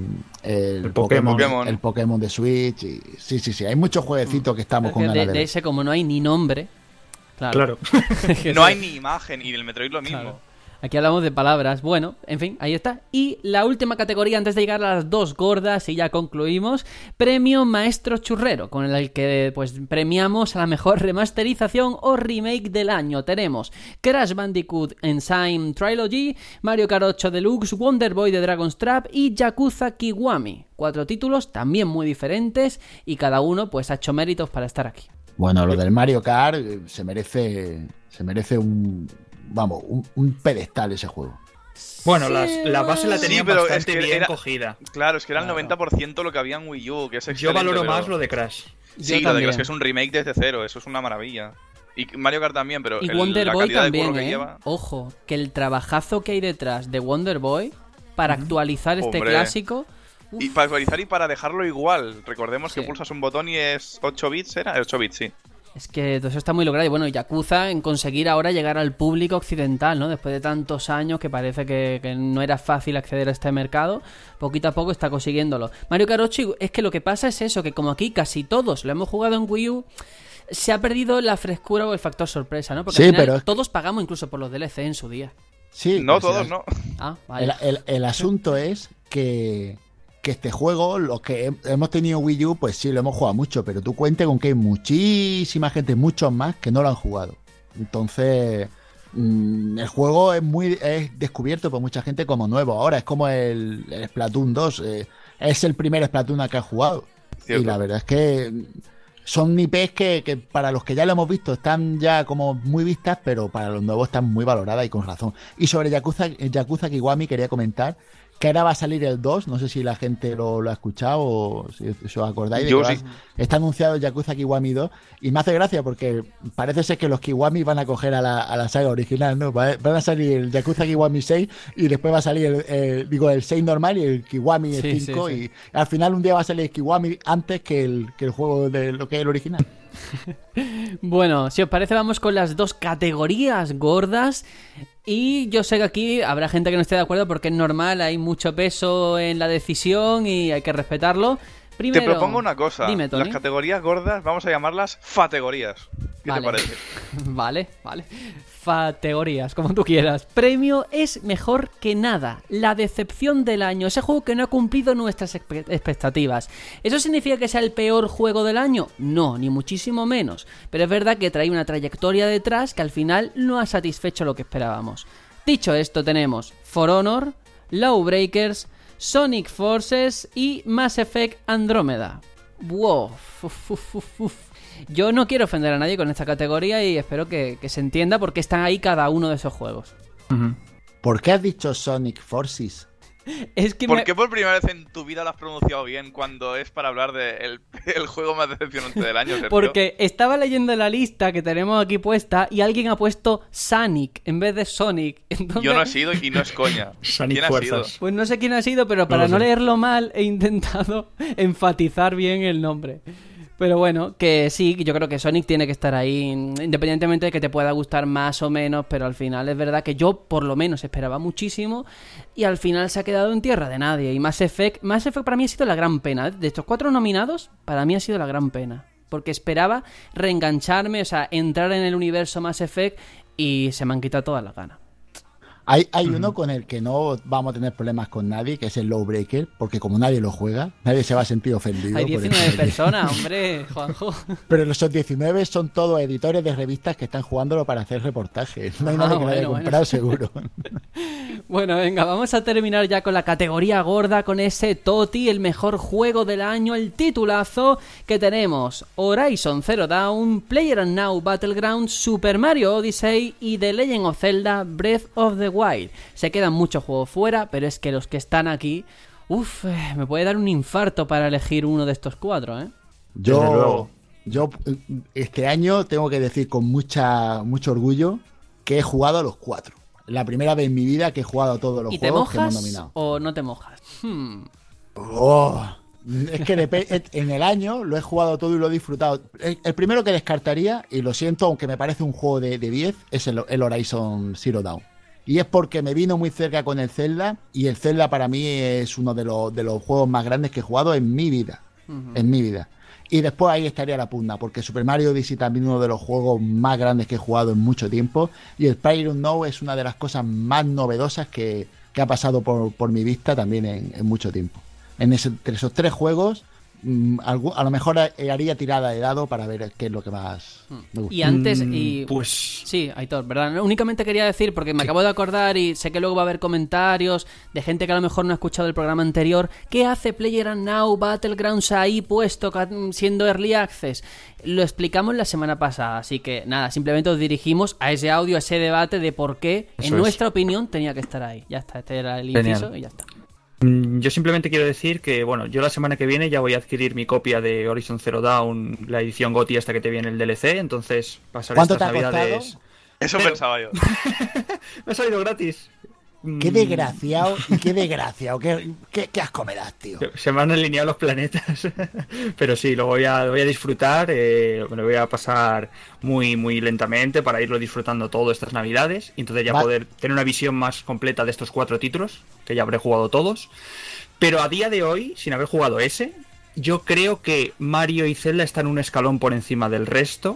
el Pokémon de Switch. Y, sí, hay muchos jueguecitos que estamos con ganas de ese, como no hay ni nombre. Claro. No hay ni imagen y del Metroid lo mismo. Claro. Aquí hablamos de palabras. Bueno, en fin, ahí está. Y la última categoría antes de llegar a las dos gordas y ya concluimos. Premio Maestro Churrero, con el que pues premiamos a la mejor remasterización o remake del año. Tenemos Crash Bandicoot Insane Trilogy, Mario Kart 8 Deluxe, Wonder Boy de Dragon's Trap y Yakuza Kiwami. 4 títulos también muy diferentes y cada uno pues ha hecho méritos para estar aquí. Bueno, lo del Mario Kart se merece un pedestal ese juego. Bueno, la base la tenía bastante es que bien cogida. Claro, es que era el 90% lo que había en Wii U, que es excelente. Yo valoro más lo de Crash. Sí, lo de Crash, que es un remake desde cero, eso es una maravilla. Y Mario Kart también, pero y Wonder Boy también, que lleva... Ojo, que el trabajazo que hay detrás de Wonder Boy para actualizar este clásico... Y para actualizar y para dejarlo igual. Recordemos que pulsas un botón y es 8 bits, ¿era? 8 bits, sí. Es que todo eso está muy logrado. Y bueno, Yakuza en conseguir ahora llegar al público occidental, ¿no? Después de tantos años que parece que no era fácil acceder a este mercado, poquito a poco está consiguiéndolo. Mario Kart 8, es que lo que pasa es eso, que como aquí casi todos lo hemos jugado en Wii U, se ha perdido la frescura o el factor sorpresa, ¿no? Porque sí, al final pero todos pagamos incluso por los DLC en su día. Sí. No, todos no. Ah, vale. El asunto es que este juego, los que hemos tenido Wii U, pues sí, lo hemos jugado mucho, pero tú cuentes con que hay muchísima gente, muchos más, que no lo han jugado. Entonces, el juego es descubierto por mucha gente como nuevo. Ahora es como el Splatoon 2, es el primer Splatoon que ha jugado. Cierto. Y la verdad es que son IPs que para los que ya lo hemos visto están ya como muy vistas, pero para los nuevos están muy valoradas y con razón. Y sobre Yakuza Kiwami quería comentar que ahora va a salir el 2, no sé si la gente lo ha escuchado o si os acordáis. Yo sí. Está anunciado el Yakuza Kiwami 2 y me hace gracia porque parece ser que los Kiwami van a coger a la saga original, ¿no? Van a salir el Yakuza Kiwami 6 y después va a salir el 6 normal y el Kiwami 5 y al final un día va a salir el Kiwami antes que el juego de lo que es el original. Bueno, si os parece vamos con las dos categorías gordas. Y yo sé que aquí habrá gente que no esté de acuerdo porque es normal, hay mucho peso en la decisión y hay que respetarlo. Primero, te propongo una cosa, dime, Tony. Las categorías gordas vamos a llamarlas fategorías. ¿Qué te parece? Vale. Fategorías, como tú quieras. Premio es mejor que nada. La decepción del año. Ese juego que no ha cumplido nuestras expectativas. ¿Eso significa que sea el peor juego del año? No, ni muchísimo menos. Pero es verdad que trae una trayectoria detrás que al final no ha satisfecho lo que esperábamos. Dicho esto, tenemos For Honor, Lawbreakers, Sonic Forces y Mass Effect Andrómeda. Wow. Yo no quiero ofender a nadie con esta categoría y espero que se entienda por qué están ahí cada uno de esos juegos. ¿Por qué has dicho Sonic Forces? Es que ¿Por qué por primera vez en tu vida lo has pronunciado bien cuando es para hablar del el juego más decepcionante del año, Sergio. Porque estaba leyendo la lista que tenemos aquí puesta y alguien ha puesto Sonic en vez de Sonic. Entonces, Yo no he sido y no es coña. Sonic ¿Quién ha sido? Fuerzas. pues no sé quién ha sido, pero para lo no sé. leerlo mal he intentado enfatizar bien el nombre. Pero bueno, que sí, yo creo que Sonic tiene que estar ahí, independientemente de que te pueda gustar más o menos, pero al final es verdad que yo por lo menos esperaba muchísimo y al final se ha quedado en tierra de nadie. Y Mass Effect para mí ha sido la gran pena. De estos 4 nominados, para mí ha sido la gran pena. Porque esperaba reengancharme, o sea, entrar en el universo Mass Effect y se me han quitado todas las ganas. Hay uno con el que no vamos a tener problemas con nadie, que es el Lawbreaker, porque como nadie lo juega, nadie se va a sentir ofendido. Hay por 19 el- personas, hombre, Juanjo. Pero los 19 son todos editores de revistas que están jugándolo para hacer reportajes. No hay nadie que lo haya bueno. comprado, seguro. Bueno, venga, vamos a terminar ya con la categoría gorda, con ese TOTY, el mejor juego del año, el titulazo que tenemos: Horizon Zero Dawn, PlayerUnknown's Battlegrounds, Super Mario Odyssey y The Legend of Zelda Breath of the Wild. Se quedan muchos juegos fuera, pero es que los que están aquí, me puede dar un infarto para elegir uno de estos 4, ¿eh? Desde Yo, luego. yo este año tengo que decir con mucho orgullo que he jugado a los 4. La primera vez en mi vida que he jugado a todos los ¿Y te juegos que hemos mojas nominado. o no te mojas? Es que en el año lo he jugado todo y lo he disfrutado. El primero que descartaría, y lo siento, aunque me parece un juego de 10, es el Horizon Zero Dawn. Y es porque me vino muy cerca con el Zelda, y el Zelda para mí es uno de los juegos más grandes que he jugado en mi vida. En mi vida. Y después ahí estaría la pugna, porque Super Mario Odyssey también es uno de los juegos más grandes que he jugado en mucho tiempo. Y el PlayerUnknown's es una de las cosas más novedosas que ha pasado por mi vista también en mucho tiempo. Entre esos 3 juegos, a lo mejor haría tirada de dado para ver qué es lo que más me gusta. Y antes, Pues sí, Aitor, ¿verdad? No, únicamente quería decir, porque me acabo de acordar y sé que luego va a haber comentarios de gente que a lo mejor no ha escuchado el programa anterior. ¿Qué hace PlayerUnknown's Battlegrounds ahí puesto siendo Early Access? Lo explicamos la semana pasada, así que nada, simplemente os dirigimos a ese audio, a ese debate de por qué, Eso en es. nuestra opinión, tenía que estar ahí. Ya está, este era el Genial. inciso y ya está. yo simplemente quiero decir que, bueno, yo la semana que viene ya voy a adquirir mi copia de Horizon Zero Dawn, la edición GOTY hasta que te viene el DLC, entonces pasaré ¿Cuánto estas te ha navidades. costado? Eso Pero- pensaba yo. Me ha salido gratis. Qué desgraciado y qué desgraciado. Qué asco me das, tío. Se me han alineado los planetas. Pero sí, lo voy a disfrutar. Me lo voy a pasar muy, muy lentamente para irlo disfrutando todo estas navidades. Y entonces ya poder tener una visión más completa de estos 4 títulos, que ya habré jugado todos. Pero a día de hoy, sin haber jugado ese, yo creo que Mario y Zelda están un escalón por encima del resto.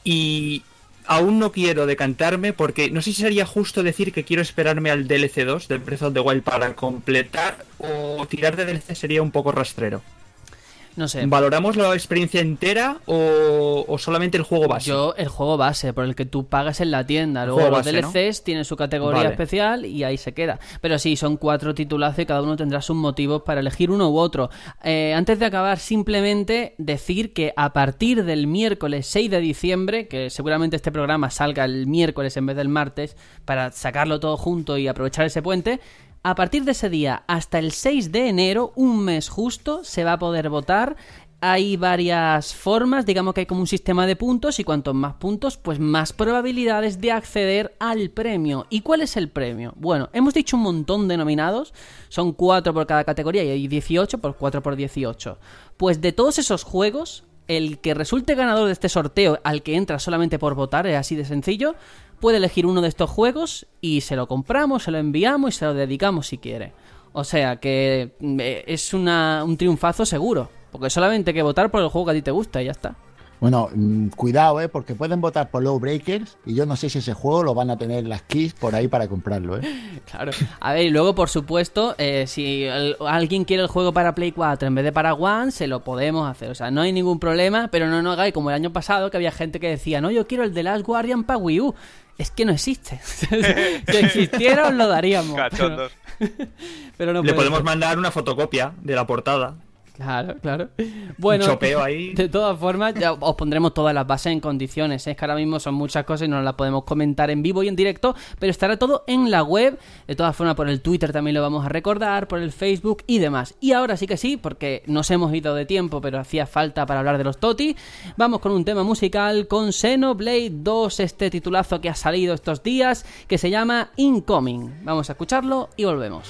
Y aún no quiero decantarme porque no sé si sería justo decir que quiero esperarme al DLC 2 del Breath of the Wild para completar, o tirar de DLC sería un poco rastrero. No sé. ¿Valoramos la experiencia entera o solamente el juego base? Yo, el juego base, por el que tú pagas en la tienda. Luego juego los base, DLCs tienen su categoría Vale. especial y ahí se queda. Pero sí, son 4 titulazos y cada uno tendrá sus motivos para elegir uno u otro. Antes de acabar, simplemente decir que a partir del miércoles 6 de diciembre, que seguramente este programa salga el miércoles en vez del martes, para sacarlo todo junto y aprovechar ese puente, a partir de ese día hasta el 6 de enero, un mes justo, se va a poder votar. Hay varias formas, digamos que hay como un sistema de puntos y cuantos más puntos, pues más probabilidades de acceder al premio. ¿Y cuál es el premio? Bueno, hemos dicho un montón de nominados, son 4 por cada categoría y hay 18 por 4 por 18. Pues de todos esos juegos, el que resulte ganador de este sorteo, al que entra solamente por votar, es así de sencillo, puede elegir uno de estos juegos y se lo compramos, se lo enviamos y se lo dedicamos si quiere. O sea que es un triunfazo seguro, porque solamente hay que votar por el juego que a ti te gusta y ya está. Bueno, cuidado, porque pueden votar por Lawbreakers y yo no sé si ese juego lo van a tener las keys por ahí para comprarlo, Claro. A ver, y luego, por supuesto, si alguien quiere el juego para Play 4 en vez de para One, se lo podemos hacer. O sea, no hay ningún problema, pero no hagáis como el año pasado, que había gente que decía, no, yo quiero el The Last Guardian para Wii U. Es que no existe. Si existiera, os lo daríamos. Cachondos. Pero no Le puede podemos ser. mandar una fotocopia de la portada. Claro. Bueno, Un chopeo ahí. De todas formas, ya os pondremos todas las bases en condiciones. Es que ahora mismo son muchas cosas y no las podemos comentar en vivo y en directo, pero estará todo en la web. De todas formas, por el Twitter también lo vamos a recordar, por el Facebook y demás. Y ahora sí que sí, porque nos hemos ido de tiempo, pero hacía falta para hablar de los TOTY. Vamos con un tema musical con Xenoblade 2, este titulazo que ha salido estos días, que se llama Incoming. Vamos a escucharlo y volvemos.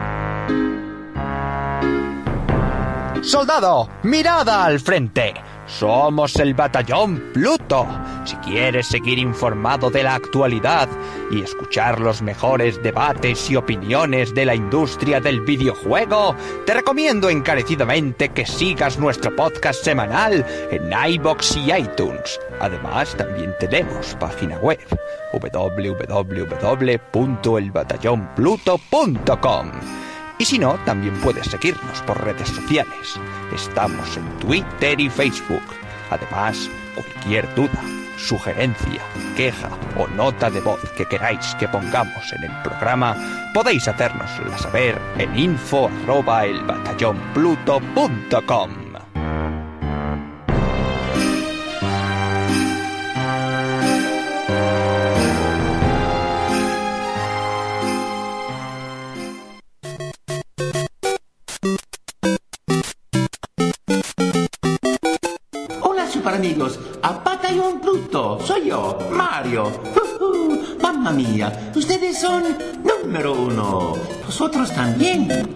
¡Soldado! ¡Mirada al frente! Somos el Batallón Pluto. Si quieres seguir informado de la actualidad y escuchar los mejores debates y opiniones de la industria del videojuego, te recomiendo encarecidamente que sigas nuestro podcast semanal en iVoox y iTunes. Además, también tenemos página web www.elbatallonpluto.com. Y si no, también puedes seguirnos por redes sociales. Estamos en Twitter y Facebook. Además, cualquier duda, sugerencia, queja o nota de voz que queráis que pongamos en el programa, podéis hacérnosla saber en info@elbatallonpluto.com. Amigos, a Batallón Pluto, soy yo, Mario. Mamma mía, ustedes son número 1. Vosotros también.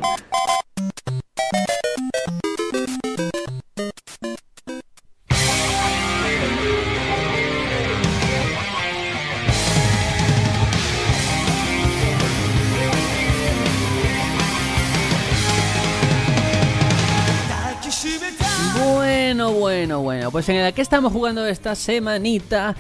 Bueno, pues en el que estamos jugando esta semanita,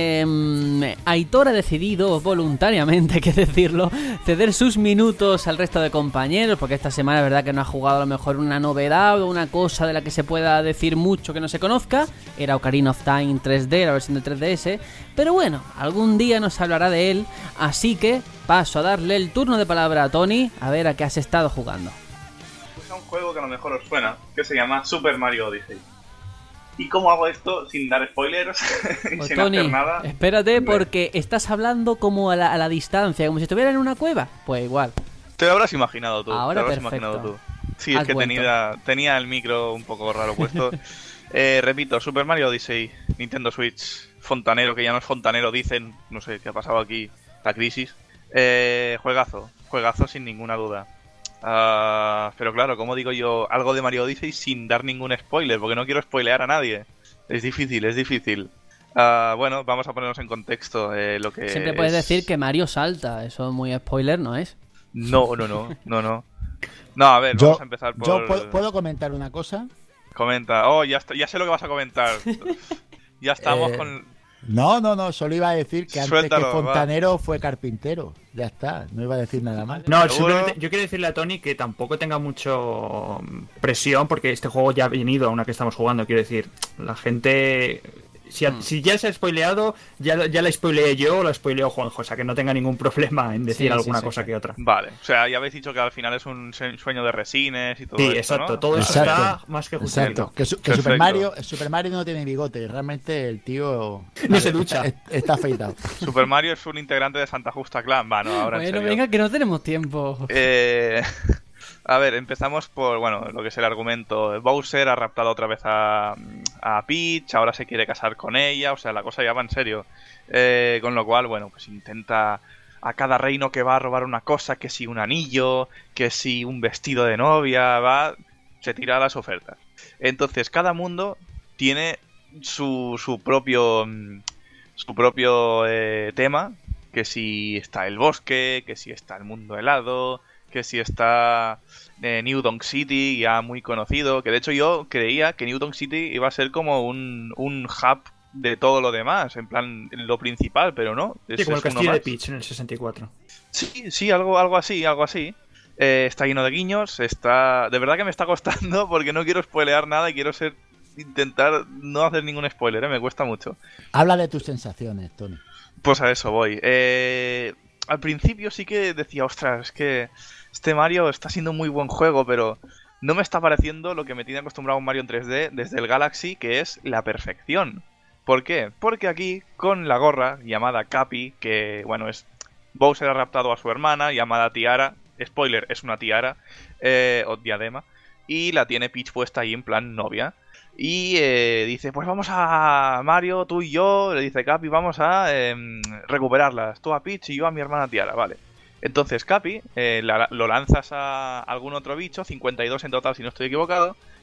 Aitor ha decidido voluntariamente, hay que decirlo, ceder sus minutos al resto de compañeros, porque esta semana es verdad que no ha jugado a lo mejor una novedad o una cosa de la que se pueda decir mucho que no se conozca. Era Ocarina of Time 3D, la versión de 3DS, pero bueno, algún día nos hablará de él, así que paso a darle el turno de palabra a Tony, a ver a qué has estado jugando. Pues a un juego que a lo mejor os suena, que se llama Super Mario Odyssey. ¿Y cómo hago esto sin dar spoilers? Y sin Tony, hacer nada? Espérate, porque estás hablando como a la distancia, como si estuviera en una cueva. Pues igual. Te lo habrás imaginado tú. Ahora te lo habrás perfecto. imaginado tú. Sí, es que tenía el micro un poco raro puesto. Repito, Super Mario Odyssey, Nintendo Switch, fontanero, que ya no es fontanero, dicen. No sé qué ha pasado aquí, la crisis. Juegazo sin ninguna duda. Pero claro, como digo yo, algo de Mario Odyssey sin dar ningún spoiler, porque no quiero spoilear a nadie. Es difícil. Bueno, vamos a ponernos en contexto lo que siempre puedes decir que Mario salta, eso es muy spoiler, ¿no es? No, a ver, vamos a empezar por... Yo ¿puedo comentar una cosa? Comenta. Ya sé lo que vas a comentar. Ya estamos con... No, solo iba a decir que antes Suéltalo, que fontanero fue carpintero. Ya está, no iba a decir nada más. No, simplemente yo quiero decirle a Tony que tampoco tenga mucho presión, porque este juego ya ha venido a una que estamos jugando. Quiero decir, la gente... Si ya se ha spoileado, ya la spoileé yo o la spoileó Juanjo. O sea, que no tenga ningún problema en decir alguna cosa que otra. Vale, o sea, ya habéis dicho que al final es un sueño de resines y todo sí, esto, exacto, ¿no? todo eso está más que justificado. Exacto, que Super Mario no tiene bigote. Realmente el tío... No se ducha. Está afeitado. Super Mario es un integrante de Santa Justa Clan. Ahora bueno, en serio. venga, que no tenemos tiempo. A ver, empezamos por, lo que es el argumento. Bowser ha raptado otra vez a Peach, ahora se quiere casar con ella, o sea, la cosa ya va en serio. Con lo cual, pues intenta a cada reino que va a robar una cosa, que si un anillo, que si un vestido de novia, se tira a las ofertas. Entonces, cada mundo tiene su propio tema, que si está el bosque, que si está el mundo helado, que si está New Donk City, ya muy conocido, que de hecho yo creía que New Donk City iba a ser como un hub de todo lo demás, en plan lo principal, pero no. Sí, como el castillo de Peach en el 64. Sí, algo así. Está lleno de guiños, de verdad que me está costando porque no quiero spoilear nada y quiero intentar no hacer ningún spoiler, me cuesta mucho. Habla de tus sensaciones, Tony. Pues a eso voy. Al principio sí que decía, ostras, es que este Mario está siendo un muy buen juego, pero no me está pareciendo lo que me tiene acostumbrado un Mario en 3D desde el Galaxy, que es la perfección. ¿Por qué? Porque aquí, con la gorra llamada Cappy, que, es Bowser ha raptado a su hermana, llamada Tiara, spoiler, es una tiara, o diadema, y la tiene Peach puesta ahí en plan novia. Y dice, pues vamos a Mario, tú y yo, le dice Cappy, vamos a recuperarlas, tú a Peach y yo a mi hermana Tiara, vale. Entonces Cappy lo lanzas a algún otro bicho, 52 en total si no estoy equivocado,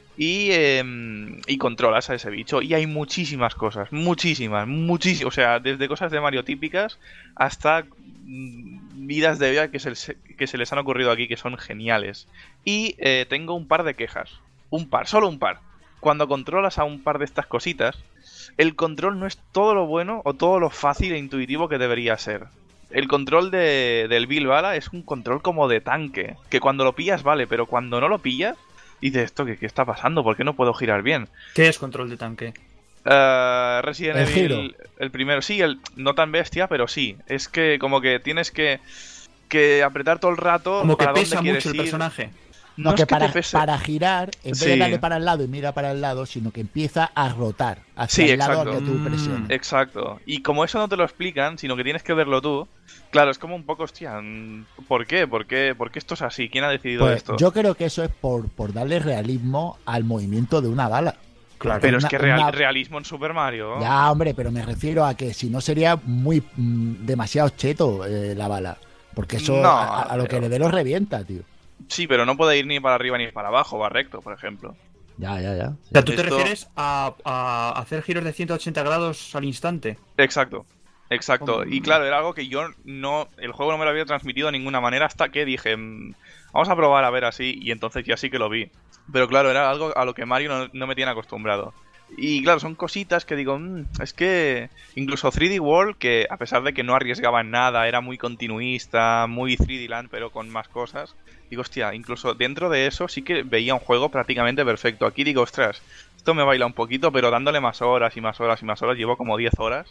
y controlas a ese bicho. Y hay muchísimas cosas, muchísimas. O sea, desde cosas de Mario típicas hasta vidas de vida que se les han ocurrido aquí, que son geniales. Y tengo un par de quejas. Solo un par. Cuando controlas a un par de estas cositas, el control no es todo lo bueno o todo lo fácil e intuitivo que debería ser. El control del Bill Bala es un control como de tanque, que cuando lo pillas vale, pero cuando no lo pillas, dices, ¿esto qué está pasando? ¿Por qué no puedo girar bien? ¿Qué es control de tanque? Resident El Evil, giro. el primero, sí, no tan bestia, pero sí. Es que como que tienes que apretar todo el rato Como que para dónde pesa quieres mucho el ir. personaje. No, es que te para, pese. para girar, en vez Sí. de darle para el lado y mira para el lado, sino que empieza a rotar hacia Sí, el lado exacto. que tú presiones. Exacto. Y como eso no te lo explican, sino que tienes que verlo tú, claro, es como un poco, hostia, ¿por qué? ¿Por qué esto es así? ¿Quién ha decidido Pues esto? yo creo que eso es por darle realismo al movimiento de una bala. Claro. Pero Una- es que una- realismo en Super Mario. Ya, hombre, pero me refiero a que si no sería muy demasiado cheto la bala. Porque eso No, a lo que pero- le dé lo revienta, tío. Sí, pero no puede ir ni para arriba ni para abajo, va recto, por ejemplo. Ya. O sea, ¿tú te Esto- refieres a hacer giros de 180 grados al instante? Exacto. Y claro, era algo que yo no. El juego no me lo había transmitido de ninguna manera hasta que dije, vamos a probar a ver así, y entonces ya sí que lo vi. Pero claro, era algo a lo que Mario no me tiene acostumbrado. Y claro, son cositas que digo, es que incluso 3D World, que a pesar de que no arriesgaba en nada, era muy continuista, muy 3D Land, pero con más cosas, digo, hostia, incluso dentro de eso sí que veía un juego prácticamente perfecto. Aquí digo, ostras, esto me baila un poquito, pero dándole más horas y más horas y más horas, llevo como 10 horas.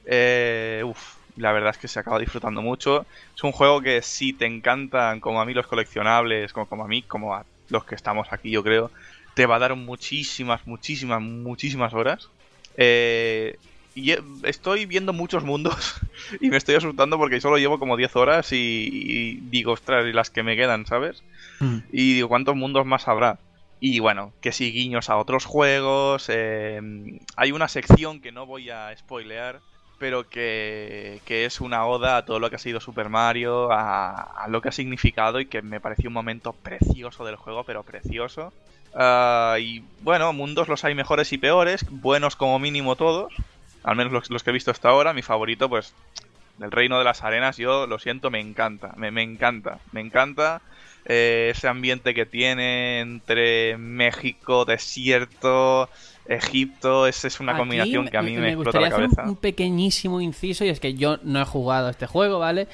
La verdad es que se acaba disfrutando mucho. Es un juego que si te encantan, como a mí los coleccionables, como a mí, como a los que estamos aquí, yo creo, te va a dar muchísimas horas. Y estoy viendo muchos mundos y me estoy asustando porque solo llevo como 10 horas y digo, ostras, y las que me quedan, ¿sabes? Y digo, ¿cuántos mundos más habrá? Y bueno, que sí, guiños a otros juegos. Hay una sección que no voy a spoilear, pero que es una oda a todo lo que ha sido Super Mario, a lo que ha significado, y que me pareció un momento precioso del juego, pero precioso. Y bueno, mundos los hay mejores y peores, buenos como mínimo todos, al menos los que he visto hasta ahora. Mi favorito, pues, el Reino de las Arenas, yo lo siento, me encanta, me encanta. Ese ambiente que tiene entre México, desierto, Egipto, es una Aquí combinación que a mí me explota la gustaría cabeza. hacer un pequeñísimo inciso, y es que yo no he jugado a este juego, ¿vale?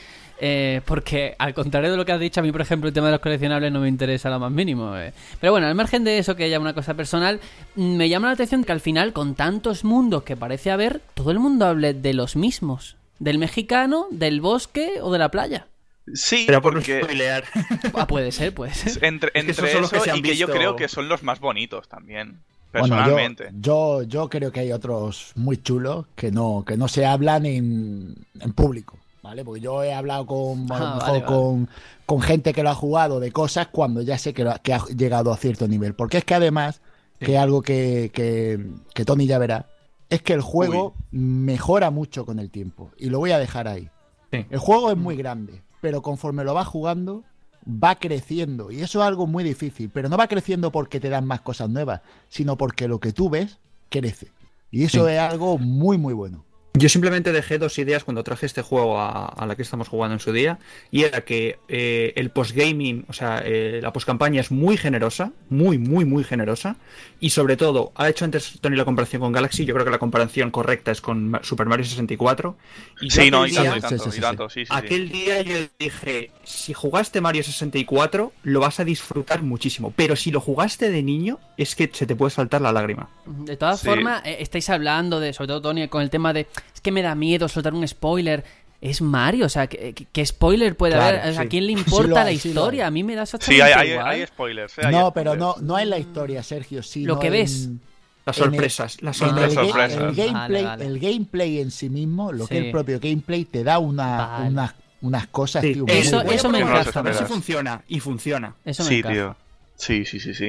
Porque al contrario de lo que has dicho, a mí, por ejemplo, el tema de los coleccionables no me interesa lo más mínimo. Pero bueno, al margen de eso, que ya una cosa personal, me llama la atención que al final, con tantos mundos que parece haber, todo el mundo hable de los mismos. Del mexicano, del bosque o de la playa. Sí, Pero por porque spoilear. Puede ser. entre esos son los que eso se han y que yo visto- creo que son los más bonitos también, Bueno, personalmente. yo creo que hay otros muy chulos que no se hablan en público, ¿vale? Porque yo he hablado a lo mejor con gente que lo ha jugado de cosas cuando ya sé que ha llegado a cierto nivel. Porque es que además, que algo que Tony ya verá, es que el juego mejora mucho con el tiempo. Y lo voy a dejar ahí. Sí. El juego es muy grande, pero conforme lo vas jugando, va creciendo. Y eso es algo muy difícil. Pero no va creciendo porque te dan más cosas nuevas, sino porque lo que tú ves crece. Y eso es algo muy, muy bueno. Yo simplemente dejé dos ideas cuando traje este juego a la que estamos jugando en su día, y era que el postgaming, o sea, la postcampaña es muy generosa, muy generosa, y sobre todo, ha hecho antes Tony la comparación con Galaxy, yo creo que la comparación correcta es con Super Mario 64. Y yo Sí, no, aquel y día- tanto, sí. Aquel día yo dije, si jugaste Mario 64, lo vas a disfrutar muchísimo, pero si lo jugaste de niño, es que se te puede saltar la lágrima. De todas Sí. formas, estáis hablando de, sobre todo Tony, con el tema de, es que me da miedo soltar un spoiler. Es Mario, o sea, ¿qué spoiler puede Claro, haber? O sea, ¿a sí. quién le Sí importa lo la hay, sí lo historia? hay. A mí me da Sí, exactamente igual. hay spoilers. No, pero no en la historia, Sergio, sino Lo que ves. Las En el- sorpresas, las en el, sorpresas. sorpresas. el gameplay, Vale. el gameplay en sí mismo, lo que Sí. es el propio gameplay, te da Vale. unas cosas, Sí, tío, muy eso buenas. me No encaja. las A ver si esperas. funciona, y funciona. Eso me Sí, encaja. tío. Sí.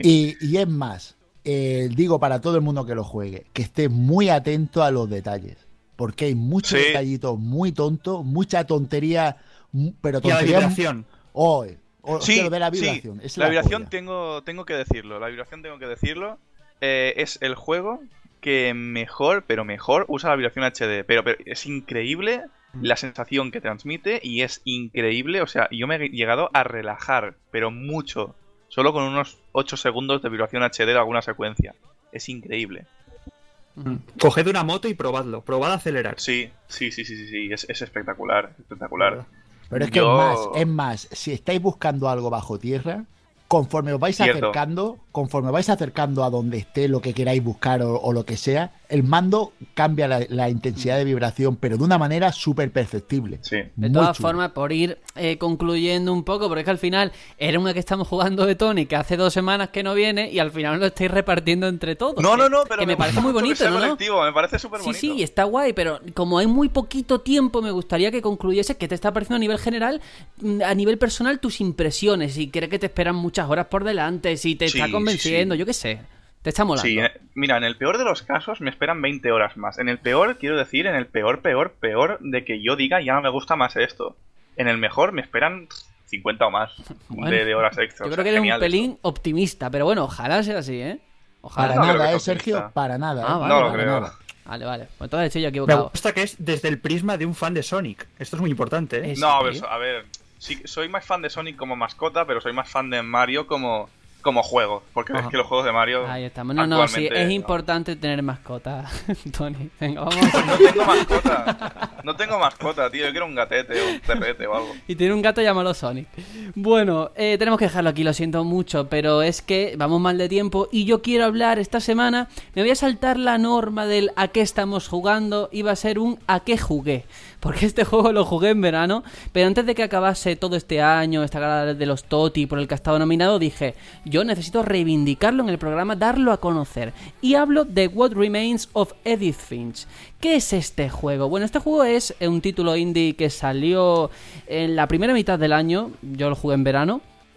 Y es más, digo para todo el mundo que lo juegue, que esté muy atento a los detalles. Porque hay muchos Sí. detallitos muy tontos, mucha tontería, pero Y a la tontería. vibración. Hostia, lo de la vibración. Es la vibración polla. tengo que decirlo. La vibración tengo que decirlo. es el juego que mejor usa la vibración HD. Pero es increíble la sensación que transmite y es increíble. O sea, yo me he llegado a relajar, pero mucho. Solo con unos 8 segundos de vibración HD de alguna secuencia. Es increíble. Coged una moto y probadlo. Probad a acelerar. Sí. Es espectacular. Espectacular. Pero es que es más, si estáis buscando algo bajo tierra, conforme os vais acercando a donde esté lo que queráis buscar o lo que sea, el mando cambia la intensidad de vibración, pero de una manera súper perceptible. Sí. De todas formas, por ir concluyendo un poco, porque es que al final era una que estamos jugando de Tony, que hace 2 semanas que no viene, y al final lo estáis repartiendo entre todos. No, pero que me parece muy bonito, ¿no? Colectivo, me parece súper bonito. Sí, está guay, pero como hay muy poquito tiempo, me gustaría que concluyese qué te está pareciendo a nivel general, a nivel personal, tus impresiones, si crees que te esperan muchas horas por delante, si te está convenciendo, yo qué sé. Te está molando. Sí, mira, en el peor de los casos me esperan 20 horas más. En el peor, quiero decir, en el peor de que yo diga ya no me gusta más esto. En el mejor me esperan 50 o más de horas extras. Yo creo que eres un pelín optimista, pero bueno, ojalá sea así, ¿eh? Ojalá. Para nada, Sergio, para nada. Vale, no lo creo. Nada. Vale. Pues entonces estoy yo equivocado. Me gusta que es desde el prisma de un fan de Sonic. Esto es muy importante, ¿eh? No, a ver, sí, soy más fan de Sonic como mascota, pero soy más fan de Mario como juego, porque es que los juegos de Mario ahí estamos. No, sí, es importante tener mascota, Tony. Venga, vamos. No tengo mascota, tío. Yo quiero un gatete o un perrete o algo. Y tiene un gato llamado Sonic. Bueno, tenemos que dejarlo aquí, lo siento mucho, pero es que vamos mal de tiempo y yo quiero hablar esta semana. Me voy a saltar la norma del a qué estamos jugando y va a ser un a qué jugué. Porque este juego lo jugué en verano, pero antes de que acabase todo este año, esta gala de los TOTY por el que ha estado nominado, dije, yo necesito reivindicarlo en el programa, darlo a conocer. Y hablo de What Remains of Edith Finch. ¿Qué es este juego? Bueno, este juego es un título indie que salió en la primera mitad del año, yo lo jugué en verano.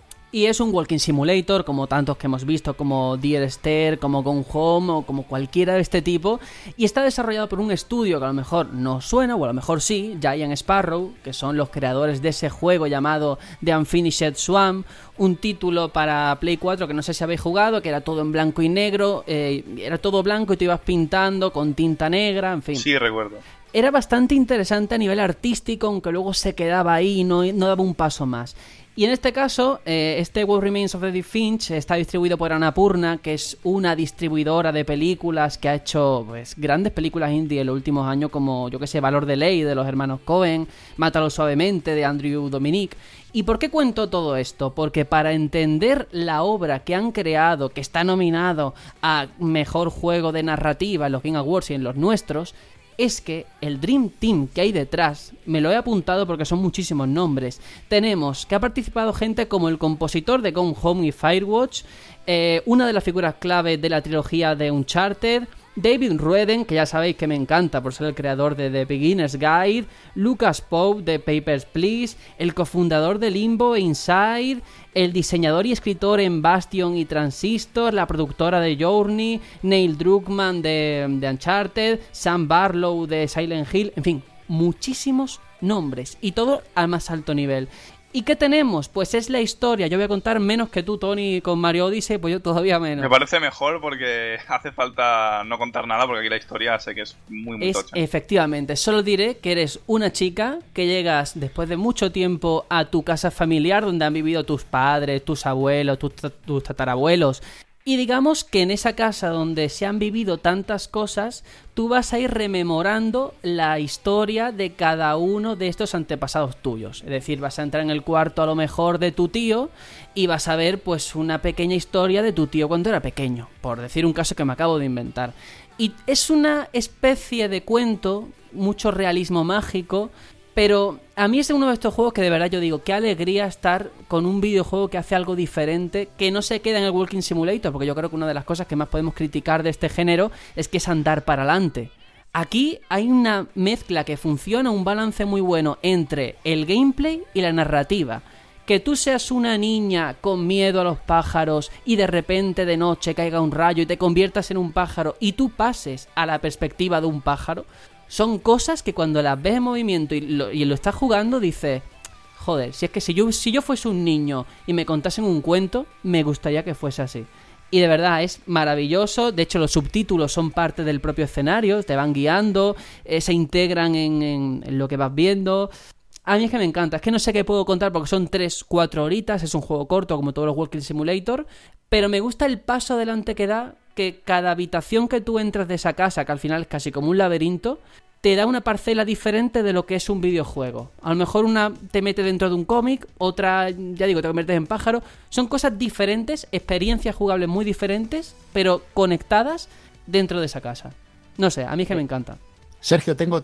Y es un walking simulator, como tantos que hemos visto, como Dear Esther, como Gone Home o como cualquiera de este tipo. Y está desarrollado por un estudio que a lo mejor no suena, o a lo mejor sí, Giant Sparrow, que son los creadores de ese juego llamado The Unfinished Swan, un título para Play 4 que no sé si habéis jugado, que era todo en blanco y negro, era todo blanco y te ibas pintando con tinta negra, en fin. Sí, recuerdo. Era bastante interesante a nivel artístico, aunque luego se quedaba ahí y no daba un paso más. Y en este caso, este What Remains of Edith Finch está distribuido por Annapurna, que es una distribuidora de películas que ha hecho pues grandes películas indie en los últimos años, como, yo que sé, Valor de Ley, de los hermanos Coen, Mátalo Suavemente, de Andrew Dominic. ¿Y por qué cuento todo esto? Porque para entender la obra que han creado, que está nominado a Mejor Juego de Narrativa en los Game Awards y en los nuestros, es que el Dream Team que hay detrás, me lo he apuntado porque son muchísimos nombres. Tenemos que ha participado gente como el compositor de Gone Home y Firewatch, una de las figuras clave de la trilogía de Uncharted, David Rueden, que ya sabéis que me encanta por ser el creador de The Beginner's Guide, Lucas Pope de Papers, Please, el cofundador de Limbo e Inside, el diseñador y escritor en Bastion y Transistor, la productora de Journey, Neil Druckmann de Uncharted, Sam Barlow de Silent Hill, en fin, muchísimos nombres y todo al más alto nivel. ¿Y qué tenemos? Pues es la historia. Yo voy a contar menos que tú, Tony, con Mario Odyssey, pues yo todavía menos. Me parece mejor porque hace falta no contar nada, porque aquí la historia sé que es muy tocha. Efectivamente, solo diré que eres una chica que llegas después de mucho tiempo a tu casa familiar donde han vivido tus padres, tus abuelos, tus tatarabuelos. Y digamos que en esa casa donde se han vivido tantas cosas, tú vas a ir rememorando la historia de cada uno de estos antepasados tuyos. Es decir, vas a entrar en el cuarto a lo mejor de tu tío y vas a ver pues una pequeña historia de tu tío cuando era pequeño, por decir un caso que me acabo de inventar. Y es una especie de cuento, mucho realismo mágico, pero a mí es uno de estos juegos que de verdad yo digo, qué alegría estar con un videojuego que hace algo diferente, que no se queda en el Walking Simulator, porque yo creo que una de las cosas que más podemos criticar de este género es que es andar para adelante. Aquí hay una mezcla que funciona, un balance muy bueno entre el gameplay y la narrativa. Que tú seas una niña con miedo a los pájaros y de repente de noche caiga un rayo y te conviertas en un pájaro y tú pases a la perspectiva de un pájaro, son cosas que cuando las ves en movimiento y lo estás jugando dices, joder, si es que si yo fuese un niño y me contasen un cuento, me gustaría que fuese así. Y de verdad es maravilloso. De hecho, los subtítulos son parte del propio escenario, te van guiando, se integran en lo que vas viendo. A mí es que me encanta. Es que no sé qué puedo contar porque son 3-4 horitas. Es un juego corto como todos los Walking Simulator. Pero me gusta el paso adelante que da, que cada habitación que tú entras de esa casa, que al final es casi como un laberinto, te da una parcela diferente de lo que es un videojuego. A lo mejor una te mete dentro de un cómic, otra, ya digo, te conviertes en pájaro. Son cosas diferentes, experiencias jugables muy diferentes, pero conectadas dentro de esa casa. No sé, a mí es que me encanta. Sergio, tengo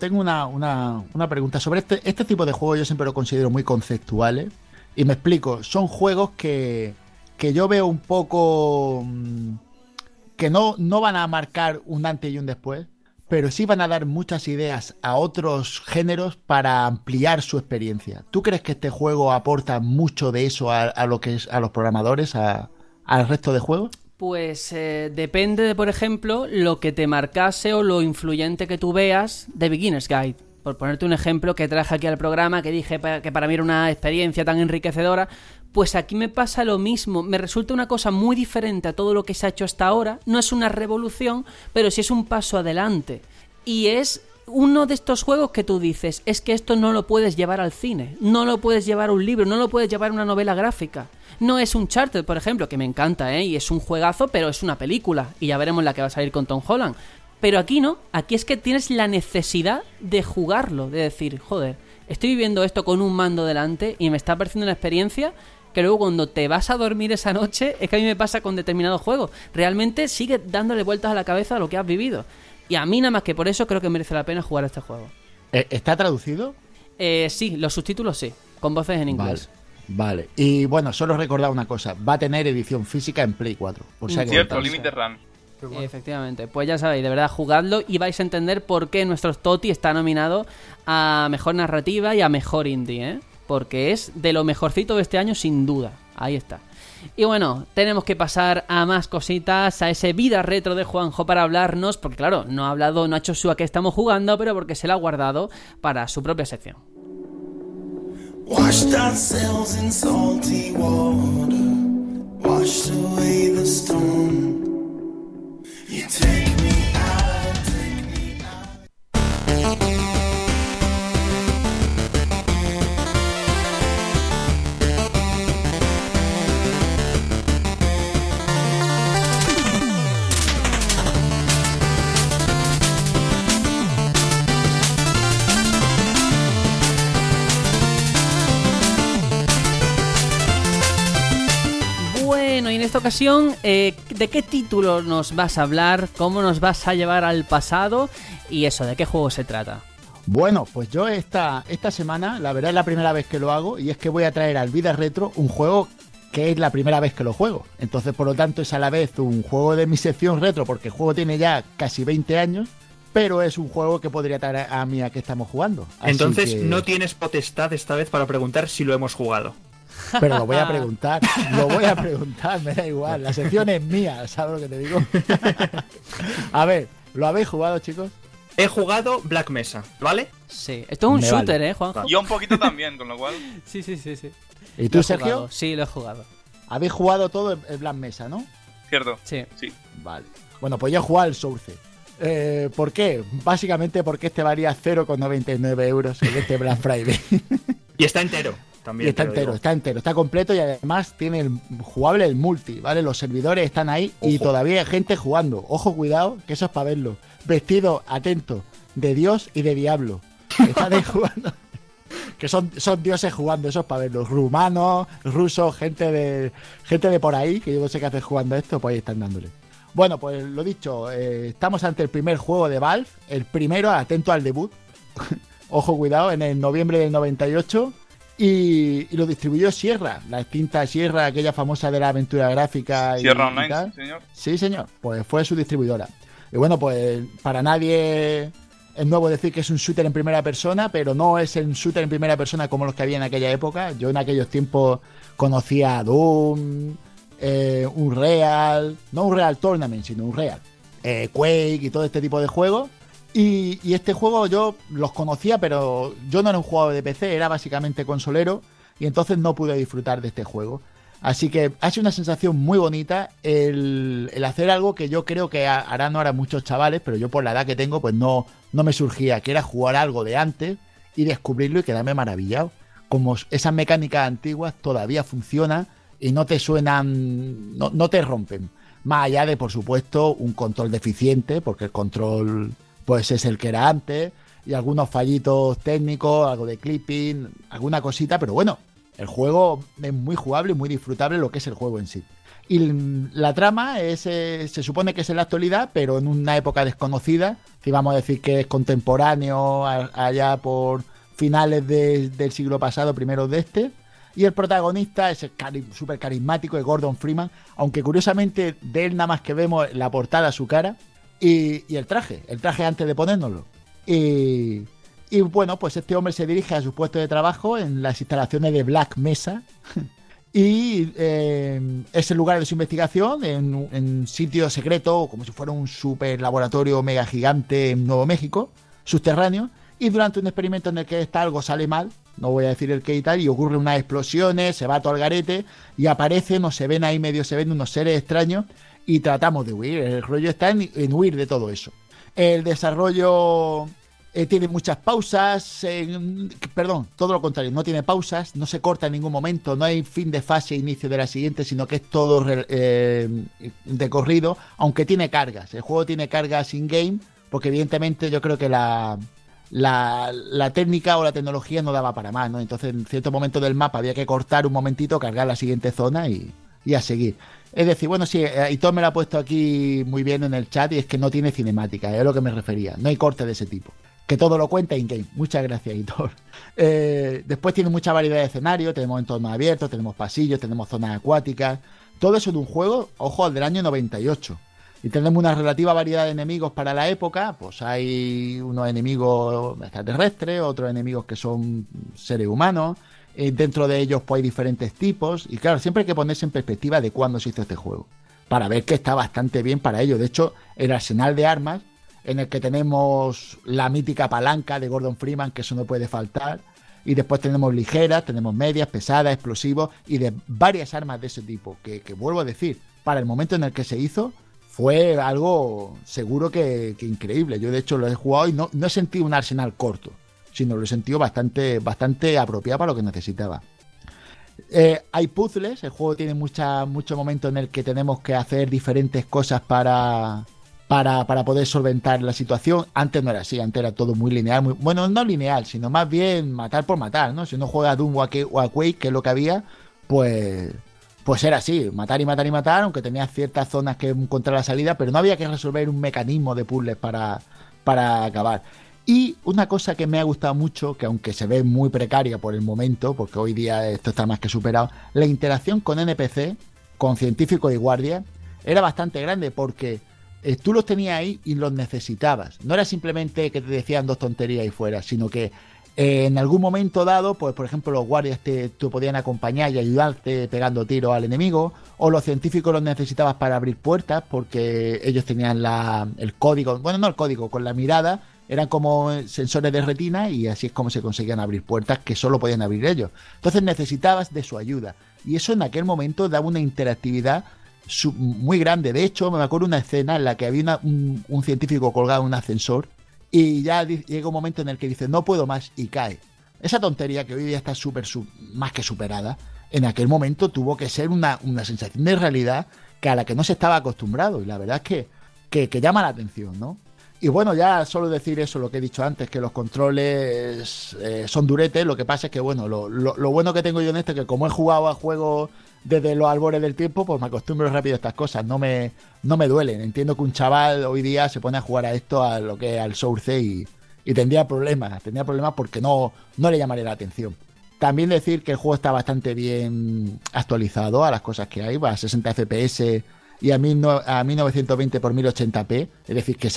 una pregunta sobre este tipo de juegos. Yo siempre lo considero muy conceptuales. Y me explico, son juegos que yo veo un poco que no van a marcar un antes y un después, pero sí van a dar muchas ideas a otros géneros para ampliar su experiencia. ¿Tú crees que este juego aporta mucho de eso a lo que es a los programadores, al resto de juegos? Pues depende de, por ejemplo, lo que te marcase o lo influyente que tú veas de Beginner's Guide. Por ponerte un ejemplo que traje aquí al programa, que dije que para mí era una experiencia tan enriquecedora, pues aquí me pasa lo mismo. Me resulta una cosa muy diferente a todo lo que se ha hecho hasta ahora. No es una revolución, pero sí es un paso adelante. Y es uno de estos juegos que tú dices, es que esto no lo puedes llevar al cine, no lo puedes llevar a un libro, no lo puedes llevar a una novela gráfica. No es Uncharted, por ejemplo, que me encanta, y es un juegazo, pero es una película. Y ya veremos la que va a salir con Tom Holland. Pero aquí no, aquí es que tienes la necesidad de jugarlo, de decir, joder, estoy viviendo esto con un mando delante y me está pareciendo una experiencia que luego cuando te vas a dormir esa noche, es que a mí me pasa con determinados juegos, realmente sigue dándole vueltas a la cabeza a lo que has vivido. Y a mí nada más que por eso creo que merece la pena jugar a este juego. ¿Está traducido? Sí, los subtítulos sí, con voces en inglés. Vale. Y bueno, solo recordar una cosa, va a tener edición física en Play 4. Por si hay que Cierto, contarse. Limited Run. Efectivamente, pues ya sabéis, de verdad, jugadlo y vais a entender por qué nuestro TOTY está nominado a Mejor Narrativa y a Mejor Indie, ¿eh? Porque es de lo mejorcito de este año sin duda, ahí está. Y bueno, tenemos que pasar a más cositas, a ese vida retro de Juanjo para hablarnos, porque claro, no ha hecho su a qué estamos jugando, pero porque se la ha guardado para su propia sección. Washed ourselves in salty water, washed away the storm. You take me out, take me out. Bueno, y en esta ocasión, ¿de qué título nos vas a hablar? ¿Cómo nos vas a llevar al pasado? Y eso, ¿de qué juego se trata? Bueno, pues yo esta semana, la verdad es la primera vez que lo hago, y es que voy a traer al Vida Retro un juego que es la primera vez que lo juego. Entonces, por lo tanto, es a la vez un juego de mi sección retro, porque el juego tiene ya casi 20 años, pero es un juego que podría traer a mí a que estamos jugando. Así Entonces, que... no tienes potestad esta vez para preguntar si lo hemos jugado. Pero lo voy a preguntar, me da igual. La sección es mía, ¿sabes lo que te digo? A ver, ¿lo habéis jugado, chicos? He jugado Black Mesa, ¿vale? Sí, esto es un Me shooter, vale. Juanjo? Yo un poquito también, con lo cual... Sí. ¿Y Lo tú, he Sergio? jugado, sí, lo he jugado. Habéis jugado todo el Black Mesa, ¿no? Cierto. Sí. Sí. Vale. Bueno, pues yo he jugado el Source. ¿Por qué? Básicamente porque este valía 0,99 euros en este Black Friday. Y está entero. También Y está entero, está completo y además tiene el jugable el multi, ¿vale? Los servidores están ahí y todavía hay gente jugando. Ojo, cuidado, que eso es para verlo. Vestido, atento, de Dios y de diablo. Están ahí jugando. Que son dioses jugando, eso es para verlo. Rumanos, rusos, gente de por ahí, que yo no sé qué hacen jugando esto, pues ahí están dándole. Bueno, pues lo dicho, estamos ante el primer juego de Valve, el primero, atento al debut. Ojo, cuidado, en el noviembre del 98. Y lo distribuyó Sierra, la extinta Sierra, aquella famosa de la aventura gráfica. Sierra y Online, tal. sí, señor. Sí, señor, pues fue su distribuidora. Y bueno, pues para nadie es nuevo decir que es un shooter en primera persona, pero no es un shooter en primera persona como los que había en aquella época. Yo en aquellos tiempos conocía a Doom, no un Real Tournament, sino un Real, Quake y todo este tipo de juegos. Y este juego yo los conocía, pero yo no era un jugador de PC, era básicamente consolero, y entonces no pude disfrutar de este juego. Así que ha sido una sensación muy bonita el hacer algo que yo creo que harán ahora muchos chavales, pero yo por la edad que tengo pues no me surgía, que era jugar algo de antes y descubrirlo y quedarme maravillado. Como esas mecánicas antiguas todavía funcionan y no te suenan, no te rompen. Más allá de, por supuesto, un control deficiente, porque el control pues es el que era antes, y algunos fallitos técnicos, algo de clipping, alguna cosita, pero bueno, el juego es muy jugable y muy disfrutable lo que es el juego en sí. Y la trama se supone que es en la actualidad, pero en una época desconocida, si vamos a decir que es contemporáneo allá por finales del siglo pasado, primeros de este. Y el protagonista es súper carismático, es Gordon Freeman, aunque curiosamente de él nada más que vemos la portada, su cara y el traje antes de ponérnoslo. Y bueno, pues este hombre se dirige a su puesto de trabajo en las instalaciones de Black Mesa y es el lugar de su investigación en un sitio secreto, como si fuera un super laboratorio mega gigante en Nuevo México, subterráneo, y durante un experimento en el que algo sale mal, no voy a decir el qué y tal, y ocurren unas explosiones, se va todo al garete y aparecen o se ven ahí medio, se ven unos seres extraños y tratamos de huir. El rollo está en huir de todo eso. El desarrollo tiene muchas pausas, perdón, todo lo contrario, no tiene pausas, no se corta en ningún momento, no hay fin de fase, inicio de la siguiente, sino que es todo de corrido, aunque tiene cargas. El juego tiene cargas in-game, porque evidentemente yo creo que la técnica o la tecnología no daba para más, ¿no? Entonces en cierto momento del mapa había que cortar un momentito, cargar la siguiente zona y a seguir. Es decir, bueno, sí, Hitor me lo ha puesto aquí muy bien en el chat y es que no tiene cinemática, es a lo que me refería, no hay corte de ese tipo. Que todo lo cuenta in-game. Muchas gracias, Hitor. Después tiene mucha variedad de escenarios, tenemos entornos abiertos, tenemos pasillos, tenemos zonas acuáticas, todo eso de un juego, ojo, del año 98. Y tenemos una relativa variedad de enemigos para la época, pues hay unos enemigos extraterrestres, otros enemigos que son seres humanos, dentro de ellos pues hay diferentes tipos, y claro, siempre hay que ponerse en perspectiva de cuándo se hizo este juego, para ver que está bastante bien para ello. De hecho, el arsenal de armas, en el que tenemos la mítica palanca de Gordon Freeman, que eso no puede faltar, y después tenemos ligeras, tenemos medias, pesadas, explosivos, y de varias armas de ese tipo, que vuelvo a decir, para el momento en el que se hizo, fue algo seguro que increíble. Yo de hecho lo he jugado y no he sentido un arsenal corto, sino lo he sentido bastante apropiado para lo que necesitaba. Hay puzzles, el juego tiene mucho momento en el que tenemos que hacer diferentes cosas para poder solventar la situación. Antes no era así, antes era todo muy lineal, bueno, no lineal, sino más bien matar por matar, ¿no? Si uno juega a Doom o a Quake, que es lo que había, pues era así, matar y matar y matar, aunque tenía ciertas zonas que encontrar la salida, pero no había que resolver un mecanismo de puzzles para acabar. Y una cosa que me ha gustado mucho, que aunque se ve muy precaria por el momento, porque hoy día esto está más que superado, la interacción con NPC, con científicos y guardias, era bastante grande, porque tú los tenías ahí y los necesitabas. No era simplemente que te decían dos tonterías y fuera, sino que en algún momento dado, pues por ejemplo los guardias te podían acompañar y ayudarte pegando tiros al enemigo, o los científicos los necesitabas para abrir puertas porque ellos tenían el código, bueno, no el código, con la mirada, eran como sensores de retina y así es como se conseguían abrir puertas que solo podían abrir ellos. Entonces necesitabas de su ayuda y eso en aquel momento daba una interactividad muy grande. De hecho, me acuerdo una escena en la que había un científico colgado en un ascensor y ya llega un momento en el que dice no puedo más y cae. Esa tontería que hoy día está más que superada, en aquel momento tuvo que ser una sensación de realidad que a la que no se estaba acostumbrado y la verdad es que llama la atención, ¿no? Y bueno, ya solo decir eso, lo que he dicho antes, que los controles son duretes. Lo que pasa es que bueno, lo bueno que tengo yo en esto es que como he jugado a juegos desde los albores del tiempo, pues me acostumbro rápido a estas cosas, no me duelen. Entiendo que un chaval hoy día se pone a jugar a esto, a lo que es al Source y tendría problemas porque no le llamaría la atención. También decir que el juego está bastante bien actualizado a las cosas que hay, va a 60 FPS y a 1920 x 1080p, es decir, que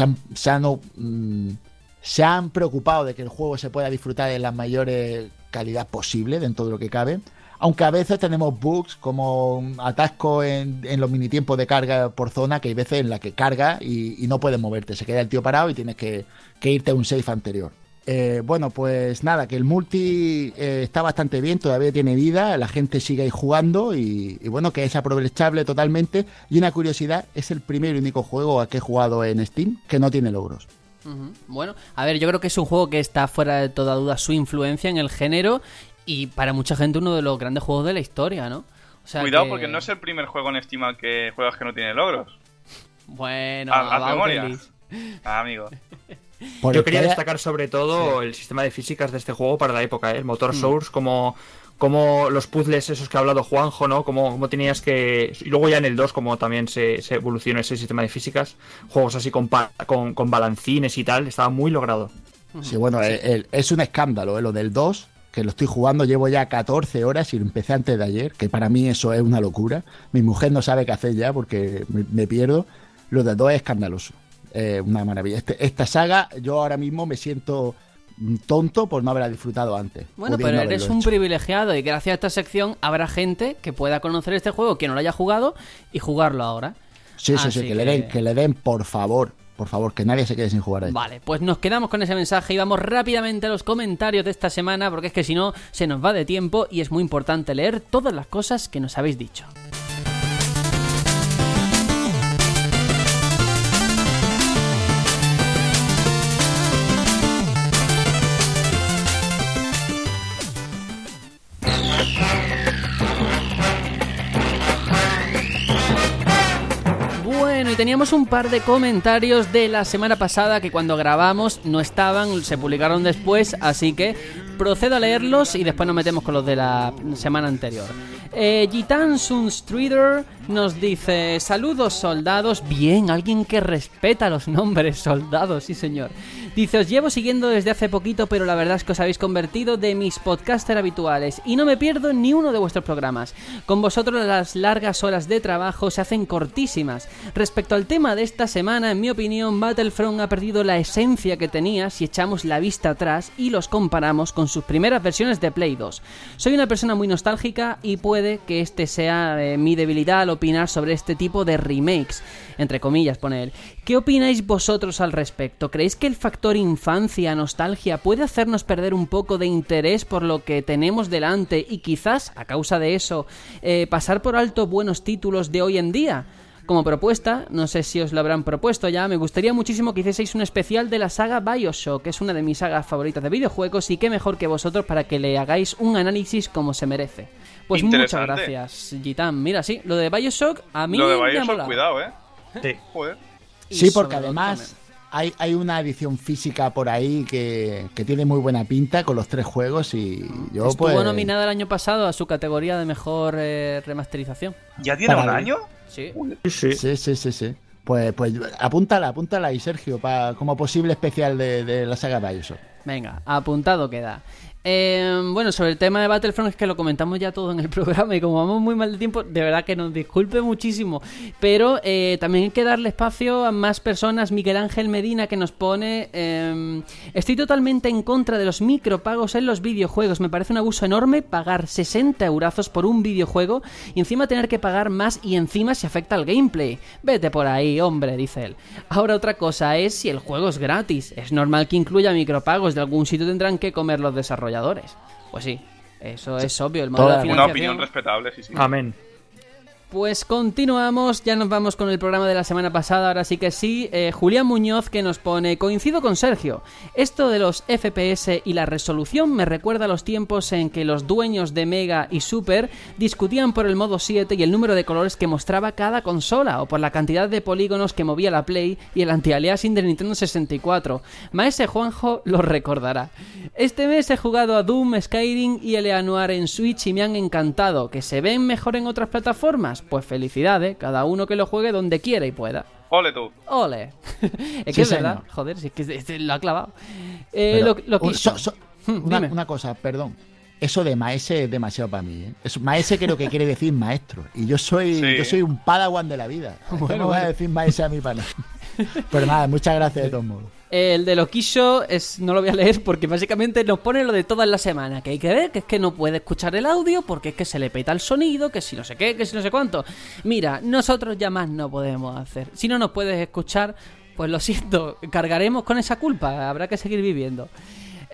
se han preocupado de que el juego se pueda disfrutar en la mayor calidad posible dentro de lo que cabe. Aunque a veces tenemos bugs como atasco en los minitiempos de carga por zona, que hay veces en la que carga y no puedes moverte, se queda el tío parado y tienes que irte a un save anterior. Bueno, pues nada, que el multi está bastante bien, todavía tiene vida, la gente sigue ahí jugando y bueno, que es aprovechable totalmente. Y una curiosidad, es el primer y único juego a que he jugado en Steam que no tiene logros. Bueno, a ver, yo creo que es un juego que está fuera de toda duda su influencia en el género y para mucha gente uno de los grandes juegos de la historia, ¿no? O sea Cuidado, que... porque no es el primer juego en Steam al que juegas que no tiene logros. Bueno, Haz memoria. Baudelis. Amigo. Yo quería destacar sobre todo el sistema de físicas de este juego para la época, el motor Source, como los puzzles esos que ha hablado Juanjo, ¿no? Como tenías que... Y luego ya en el 2 como también se evolucionó ese sistema de físicas, juegos así con balancines y tal, estaba muy logrado. Sí, bueno, es un escándalo, lo del 2, que lo estoy jugando, llevo ya 14 horas y lo empecé antes de ayer, que para mí eso es una locura. Mi mujer no sabe qué hacer ya porque me pierdo. Lo del 2 es escandaloso. Una maravilla. Esta saga, yo ahora mismo me siento tonto por no haberla disfrutado antes. Bueno, pero eres un privilegiado y gracias a esta sección habrá gente que pueda conocer este juego que no lo haya jugado y jugarlo ahora. Sí, que le den, por favor, que nadie se quede sin jugar ahí. Vale, pues nos quedamos con ese mensaje y vamos rápidamente a los comentarios de esta semana porque es que si no se nos va de tiempo y es muy importante leer todas las cosas que nos habéis dicho. Bueno, y teníamos un par de comentarios de la semana pasada que cuando grabamos no estaban, se publicaron después, así que procedo a leerlos y después nos metemos con los de la semana anterior. Gitan Sunstruder nos dice: saludos soldados. Bien, alguien que respeta los nombres, soldados, sí señor. Dice: os llevo siguiendo desde hace poquito, pero la verdad es que os habéis convertido de mis podcasters habituales y no me pierdo ni uno de vuestros programas. Con vosotros las largas horas de trabajo se hacen cortísimas. Respecto al tema de esta semana, en mi opinión, Battlefront ha perdido la esencia que tenía si echamos la vista atrás y los comparamos con sus primeras versiones de Play 2. Soy una persona muy nostálgica y puede que este sea mi debilidad al opinar sobre este tipo de remakes, entre comillas pone él. ¿Qué opináis vosotros al respecto? ¿Creéis que el factor infancia, nostalgia, puede hacernos perder un poco de interés por lo que tenemos delante y quizás, a causa de eso, pasar por alto buenos títulos de hoy en día? Como propuesta, no sé si os lo habrán propuesto ya, me gustaría muchísimo que hicieseis un especial de la saga BioShock, que es una de mis sagas favoritas de videojuegos, y qué mejor que vosotros para que le hagáis un análisis como se merece. Pues muchas gracias, Gitan. Mira, sí, lo de BioShock a mí lo de me ha BioShock, molado. cuidado, Sí. Joder. Sí, porque además hay una edición física por ahí que tiene muy buena pinta con los 3 juegos y yo estuvo nominada el año pasado a su categoría de mejor remasterización. ¿Ya tiene un año? Sí. Sí. Pues apúntala ahí, Sergio, como posible especial de la saga BioShock. Venga, apuntado queda. Bueno, sobre el tema de Battlefront es que lo comentamos ya todo en el programa y como vamos muy mal de tiempo, de verdad que nos disculpe muchísimo, pero también hay que darle espacio a más personas. Miguel Ángel Medina que nos pone: estoy totalmente en contra de los micropagos en los videojuegos, me parece un abuso enorme pagar 60 eurazos por un videojuego y encima tener que pagar más y encima se afecta al gameplay. Vete por ahí, hombre, dice él. Ahora otra cosa es si el juego es gratis, es normal que incluya micropagos, de algún sitio tendrán que comer los desarrolladores. Pues sí, eso es obvio. El modo de financiación... Una opinión respetable, sí. Amén. Pues continuamos, ya nos vamos con el programa de la semana pasada, ahora sí que sí. Julián Muñoz que nos pone: coincido con Sergio, esto de los FPS y la resolución me recuerda a los tiempos en que los dueños de Mega y Super discutían por el modo 7 y el número de colores que mostraba cada consola, o por la cantidad de polígonos que movía la Play y el anti-aliasing del Nintendo 64. Maese Juanjo lo recordará. Este mes he jugado a Doom, Skyrim y el Noir en Switch y me han encantado. ¿Que se ven mejor en otras plataformas? Pues felicidades, cada uno que lo juegue donde quiera y pueda. Ole tú. Ole. Es que Sí, es verdad, señor. joder, si es que lo ha clavado. Pero, Lo quiso. Dime. Una cosa, perdón. Eso de maese es demasiado para mí, ¿eh? Maese creo que quiere decir maestro. Y yo soy un padawan de la vida. ¿Cómo vas a decir maese a mi pana? Pero nada, muchas gracias de todos modos. El de Loquillo no lo voy a leer porque básicamente nos pone lo de todas las semanas, que hay que ver, que es que no puede escuchar el audio porque es que se le peta el sonido, que si no sé qué, que si no sé cuánto. Mira, nosotros ya más no podemos hacer. Si no nos puedes escuchar, pues lo siento, cargaremos con esa culpa, habrá que seguir viviendo.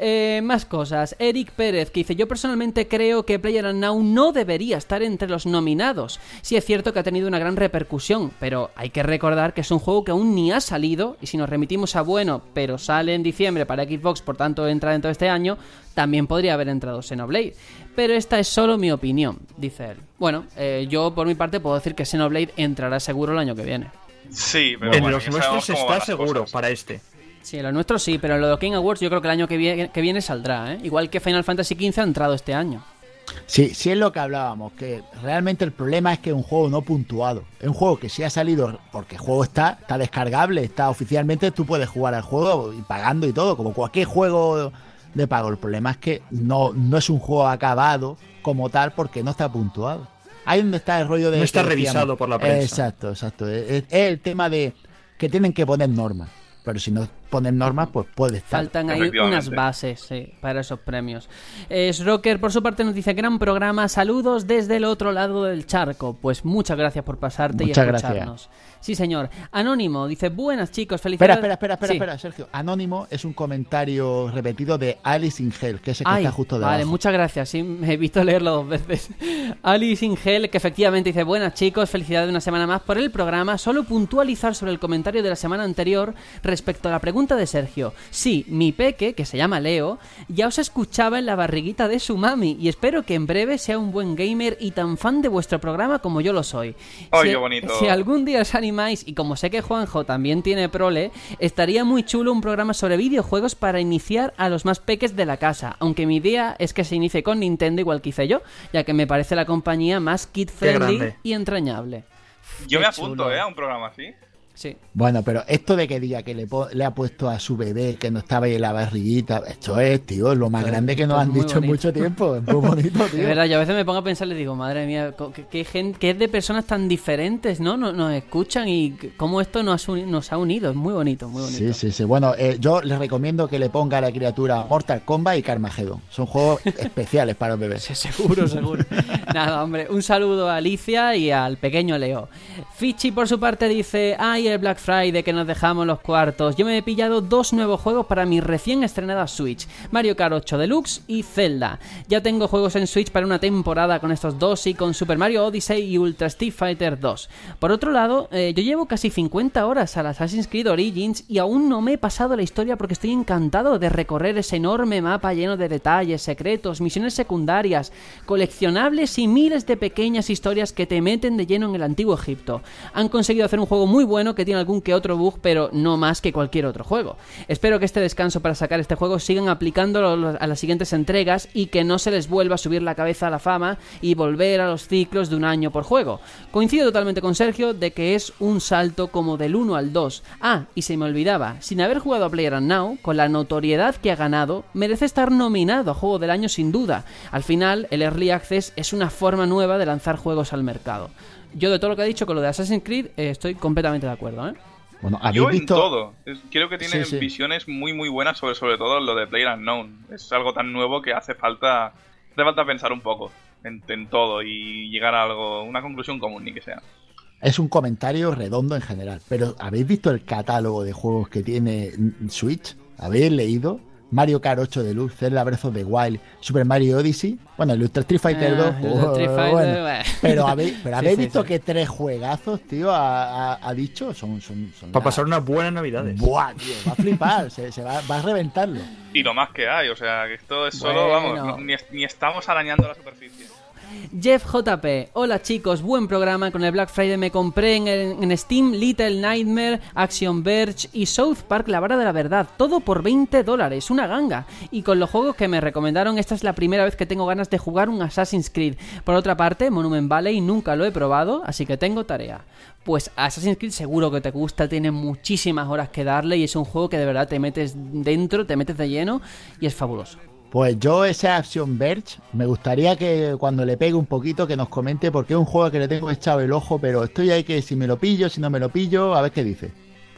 Más cosas. Eric Pérez, que dice: yo personalmente creo que PlayerUnknown's no debería estar entre los nominados. Sí es cierto que ha tenido una gran repercusión, pero hay que recordar que es un juego que aún ni ha salido, y si nos remitimos a bueno, pero sale en diciembre para Xbox, por tanto entra dentro de este año, también podría haber entrado Xenoblade. Pero esta es solo mi opinión, dice él. Bueno, yo por mi parte puedo decir que Xenoblade entrará seguro el año que viene. Sí, pero En bueno, los ya nuestros sabemos cómo van está las seguro cosas. para este. Sí, en los nuestros sí, pero en lo de Game Awards yo creo que el año que viene saldrá, ¿eh? Igual que Final Fantasy XV ha entrado este año. Sí, sí es lo que hablábamos, que realmente el problema es que es un juego no puntuado. Es un juego que sí ha salido, porque el juego está descargable, está oficialmente, tú puedes jugar al juego y pagando y todo, como cualquier juego de pago. El problema es que no es un juego acabado como tal porque no está puntuado. Ahí donde está el rollo de... No está que decíamos. revisado por la prensa. Exacto. Es el tema de que tienen que poner normas. Pero si no ponen normas, pues puede estar. Faltan ahí Efectivamente. unas bases, sí, para esos premios. Rocker, por su parte, nos dice: gran programa, saludos desde el otro lado del charco. Pues muchas gracias por pasarte Muchas y gracias. escucharnos. Sí, señor. Anónimo dice: buenas, chicos, felicidades. Espera, Sergio. Anónimo es un comentario repetido de Alice in Hell, que es el que Ay, está justo vale, debajo. muchas gracias. Sí, me he visto leerlo 2 veces. Alice in Hell, que efectivamente dice: buenas, chicos, felicidades una semana más por el programa. Solo puntualizar sobre el comentario de la semana anterior respecto a la pregunta de Sergio. Sí, mi peque, que se llama Leo, ya os escuchaba en la barriguita de su mami y espero que en breve sea un buen gamer y tan fan de vuestro programa como yo lo soy. ¡Ay, qué bonito! Si algún día os animáis, y como sé que Juanjo también tiene prole, estaría muy chulo un programa sobre videojuegos para iniciar a los más peques de la casa, aunque mi idea es que se inicie con Nintendo igual que hice yo, ya que me parece la compañía más kid-friendly grande. y entrañable. Yo Qué me apunto, chulo. a un programa así. Sí. Bueno, pero esto de que diga que le ha puesto a su bebé que no estaba ahí en la barriguita, esto es, tío, lo más grande que nos es han muy dicho en bonito. mucho tiempo. Es muy bonito, Es tío. verdad, yo a veces me pongo a pensar y le digo: madre mía, qué gente, qué es de personas tan diferentes, ¿no? Nos escuchan y cómo esto nos ha unido. Es muy bonito, muy bonito. Sí. Bueno, yo les recomiendo que le ponga a la criatura Mortal Kombat y Carmageddon. Son juegos especiales para los bebés. Sí, seguro. Nada, hombre, un saludo a Alicia y al pequeño Leo. Fichi, por su parte, dice: ay, el Black Friday que nos dejamos los cuartos. Yo me he pillado 2 nuevos juegos para mi recién estrenada Switch: Mario Kart 8 Deluxe y Zelda. Ya tengo juegos en Switch para una temporada con estos dos y con Super Mario Odyssey y Ultra Street Fighter 2. Por otro lado, yo llevo casi 50 horas al Assassin's Creed Origins y aún no me he pasado la historia porque estoy encantado de recorrer ese enorme mapa lleno de detalles, secretos, misiones secundarias, coleccionables y miles de pequeñas historias que te meten de lleno en el antiguo Egipto. Han conseguido hacer un juego muy bueno que tiene algún que otro bug, pero no más que cualquier otro juego. Espero que este descanso para sacar este juego sigan aplicándolo a las siguientes entregas y que no se les vuelva a subir la cabeza a la fama y volver a los ciclos de un año por juego. Coincido totalmente con Sergio de que es un salto como del 1 al 2. Ah, y se me olvidaba, sin haber jugado a PlayerUnknown's, con la notoriedad que ha ganado, merece estar nominado a Juego del Año sin duda. Al final, el Early Access es una forma nueva de lanzar juegos al mercado. Yo de todo lo que ha dicho con lo de Assassin's Creed estoy completamente de acuerdo, ¿eh? Bueno, Yo ¿habéis en visto? todo. Creo que tiene Sí. visiones muy muy buenas sobre todo lo de PlayerUnknown. Es algo tan nuevo que hace falta pensar un poco en todo y llegar a algo, una conclusión común ni que sea. Es un comentario redondo en general, pero ¿habéis visto el catálogo de juegos que tiene Switch? ¿Habéis leído? Mario Kart 8 Deluxe, Zelda Breath of the Wild, Super Mario Odyssey, bueno, el Ultra Street Fighter 2, el Street Fighter, bueno. Pero habéis Sí, visto sí. que 3 juegazos, tío, ha dicho, son Para pasar unas buenas navidades. Buah, tío, va a flipar, se va a reventarlo. Y lo más que hay, o sea, que esto es solo, Bueno. vamos, ni estamos arañando la superficie. Jeff JP, hola chicos, buen programa. Con el Black Friday me compré en Steam Little Nightmare, Action Verge y South Park La Vara de la Verdad, todo por $20, una ganga. Y con los juegos que me recomendaron, esta es la primera vez que tengo ganas de jugar un Assassin's Creed. Por otra parte, Monument Valley nunca lo he probado, así que tengo tarea. Pues Assassin's Creed seguro que te gusta, tiene muchísimas horas que darle y es un juego que de verdad te metes dentro, te metes de lleno y es fabuloso. Pues yo ese Action Verge, me gustaría que cuando le pegue un poquito que nos comente, porque es un juego que le tengo echado el ojo, pero estoy ahí que si me lo pillo, si no me lo pillo, a ver qué dice.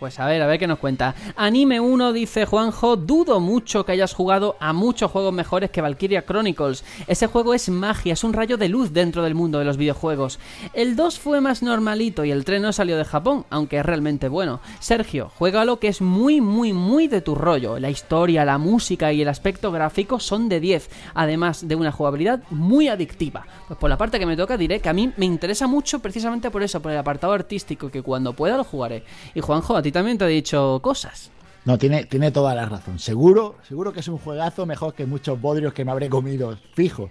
Pues a ver qué nos cuenta. Anime 1 dice Juanjo, dudo mucho que hayas jugado a muchos juegos mejores que Valkyria Chronicles. Ese juego es magia, es un rayo de luz dentro del mundo de los videojuegos. El 2 fue más normalito y el 3 no salió de Japón, aunque es realmente bueno. Sergio, juégalo que es muy, muy, muy de tu rollo. La historia, la música y el aspecto gráfico son de 10, además de una jugabilidad muy adictiva. Pues por la parte que me toca diré que a mí me interesa mucho precisamente por eso, por el apartado artístico, que cuando pueda lo jugaré. Y Juanjo, a ti también te he dicho cosas. No, tiene toda la razón. Seguro que es un juegazo mejor que muchos bodrios que me habré comido, fijo.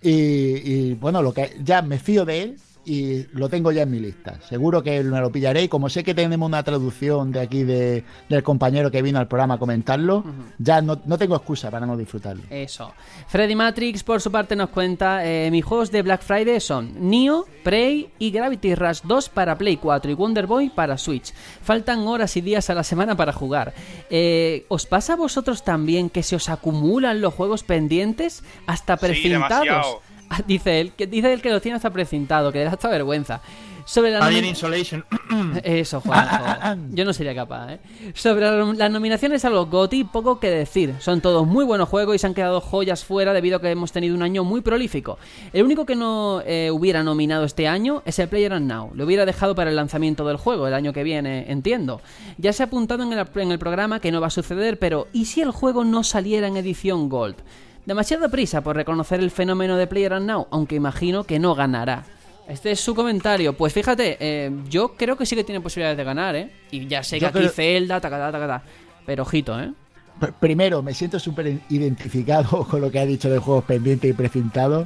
Y bueno, lo que ya me fío de él y lo tengo ya en mi lista. Seguro que me lo pillaré y como sé que tenemos una traducción de aquí del compañero que vino al programa a comentarlo, ya no tengo excusa para no disfrutarlo. Eso. Freddy Matrix por su parte nos cuenta, mis juegos de Black Friday son Nioh, Prey y Gravity Rush 2 para Play 4 y Wonder Boy para Switch. Faltan horas y días a la semana para jugar. ¿Os pasa a vosotros también que se os acumulan los juegos pendientes hasta precintados? Sí, Dice él que lo tiene hasta precintado, que le da hasta vergüenza. Sobre la Alien Isolation. Eso, Juanjo. Yo no sería capaz, ¿eh? Sobre las nominaciones a los GOTY, poco que decir. Son todos muy buenos juegos y se han quedado joyas fuera debido a que hemos tenido un año muy prolífico. El único que no hubiera nominado este año es el PlayerUnknown. Lo hubiera dejado para el lanzamiento del juego el año que viene, entiendo. Ya se ha apuntado en el programa que no va a suceder, pero ¿y si el juego no saliera en edición Gold? Demasiada prisa por reconocer el fenómeno de PlayerUnknown, aunque imagino que no ganará. Este es su comentario. Pues fíjate, yo creo que sí que tiene posibilidades de ganar, ¿eh? Y ya sé que aquí Zelda, tacatá. Pero ojito, ¿eh? Primero, me siento súper identificado con lo que ha dicho de juegos pendientes y precintados.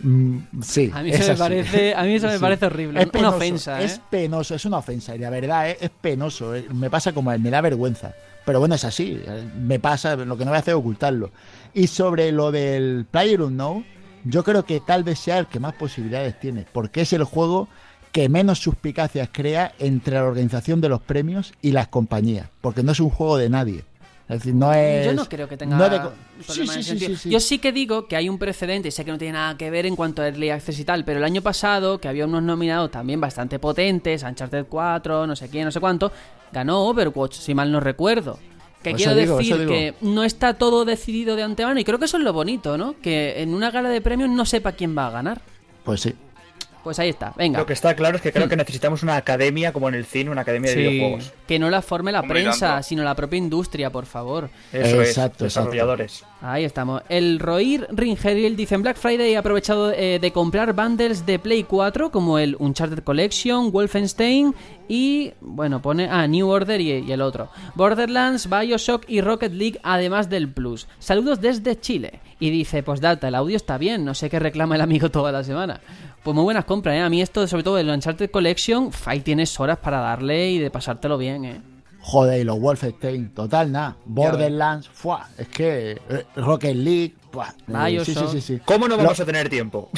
Sí, a mí eso me parece horrible. Es una ofensa, ¿eh? Es penoso, es una ofensa. Y la verdad es penoso. Me pasa como me da vergüenza. Pero bueno, es así. Me pasa, lo que no voy a hacer es ocultarlo. Y sobre lo del PlayerUnknown, yo creo que tal vez sea el que más posibilidades tiene, porque es el juego que menos suspicacias crea entre la organización de los premios y las compañías, porque no es un juego de nadie. Es decir, no es... Yo no creo que tenga problema en ese sentido. Sí. Yo sí que digo que hay un precedente, y sé que no tiene nada que ver en cuanto a Early Access y tal, pero el año pasado, que había unos nominados también bastante potentes, Uncharted 4, no sé quién, no sé cuánto, ganó Overwatch, si mal no recuerdo. Que quiero decir que no está todo decidido de antemano, y creo que eso es lo bonito, ¿no? Que en una gala de premios no sepa quién va a ganar. Pues sí. Pues ahí está, venga. Lo que está claro es que creo que necesitamos una academia como en el cine, una academia de videojuegos. Que no la forme la prensa, sino la propia industria, por favor. Eso exacto, desarrolladores. Ahí estamos. El Roir Ringeriel dice: en Black Friday he aprovechado de comprar bundles de Play 4 como el Uncharted Collection, Wolfenstein y, bueno, pone New Order y el otro, Borderlands, Bioshock y Rocket League, además del Plus. Saludos desde Chile. Y dice, postdata, el audio está bien, no sé qué reclama el amigo toda la semana. Pues muy buenas compras, ¿eh? A mí esto, sobre todo el Uncharted Collection, ahí tienes horas para darle y de pasártelo bien, ¿eh? Joder, y los Wolfenstein, total, nada. Borderlands, ¡fua! Es que Rocket League, ¡fua! Sí. ¿Cómo no vamos a tener tiempo?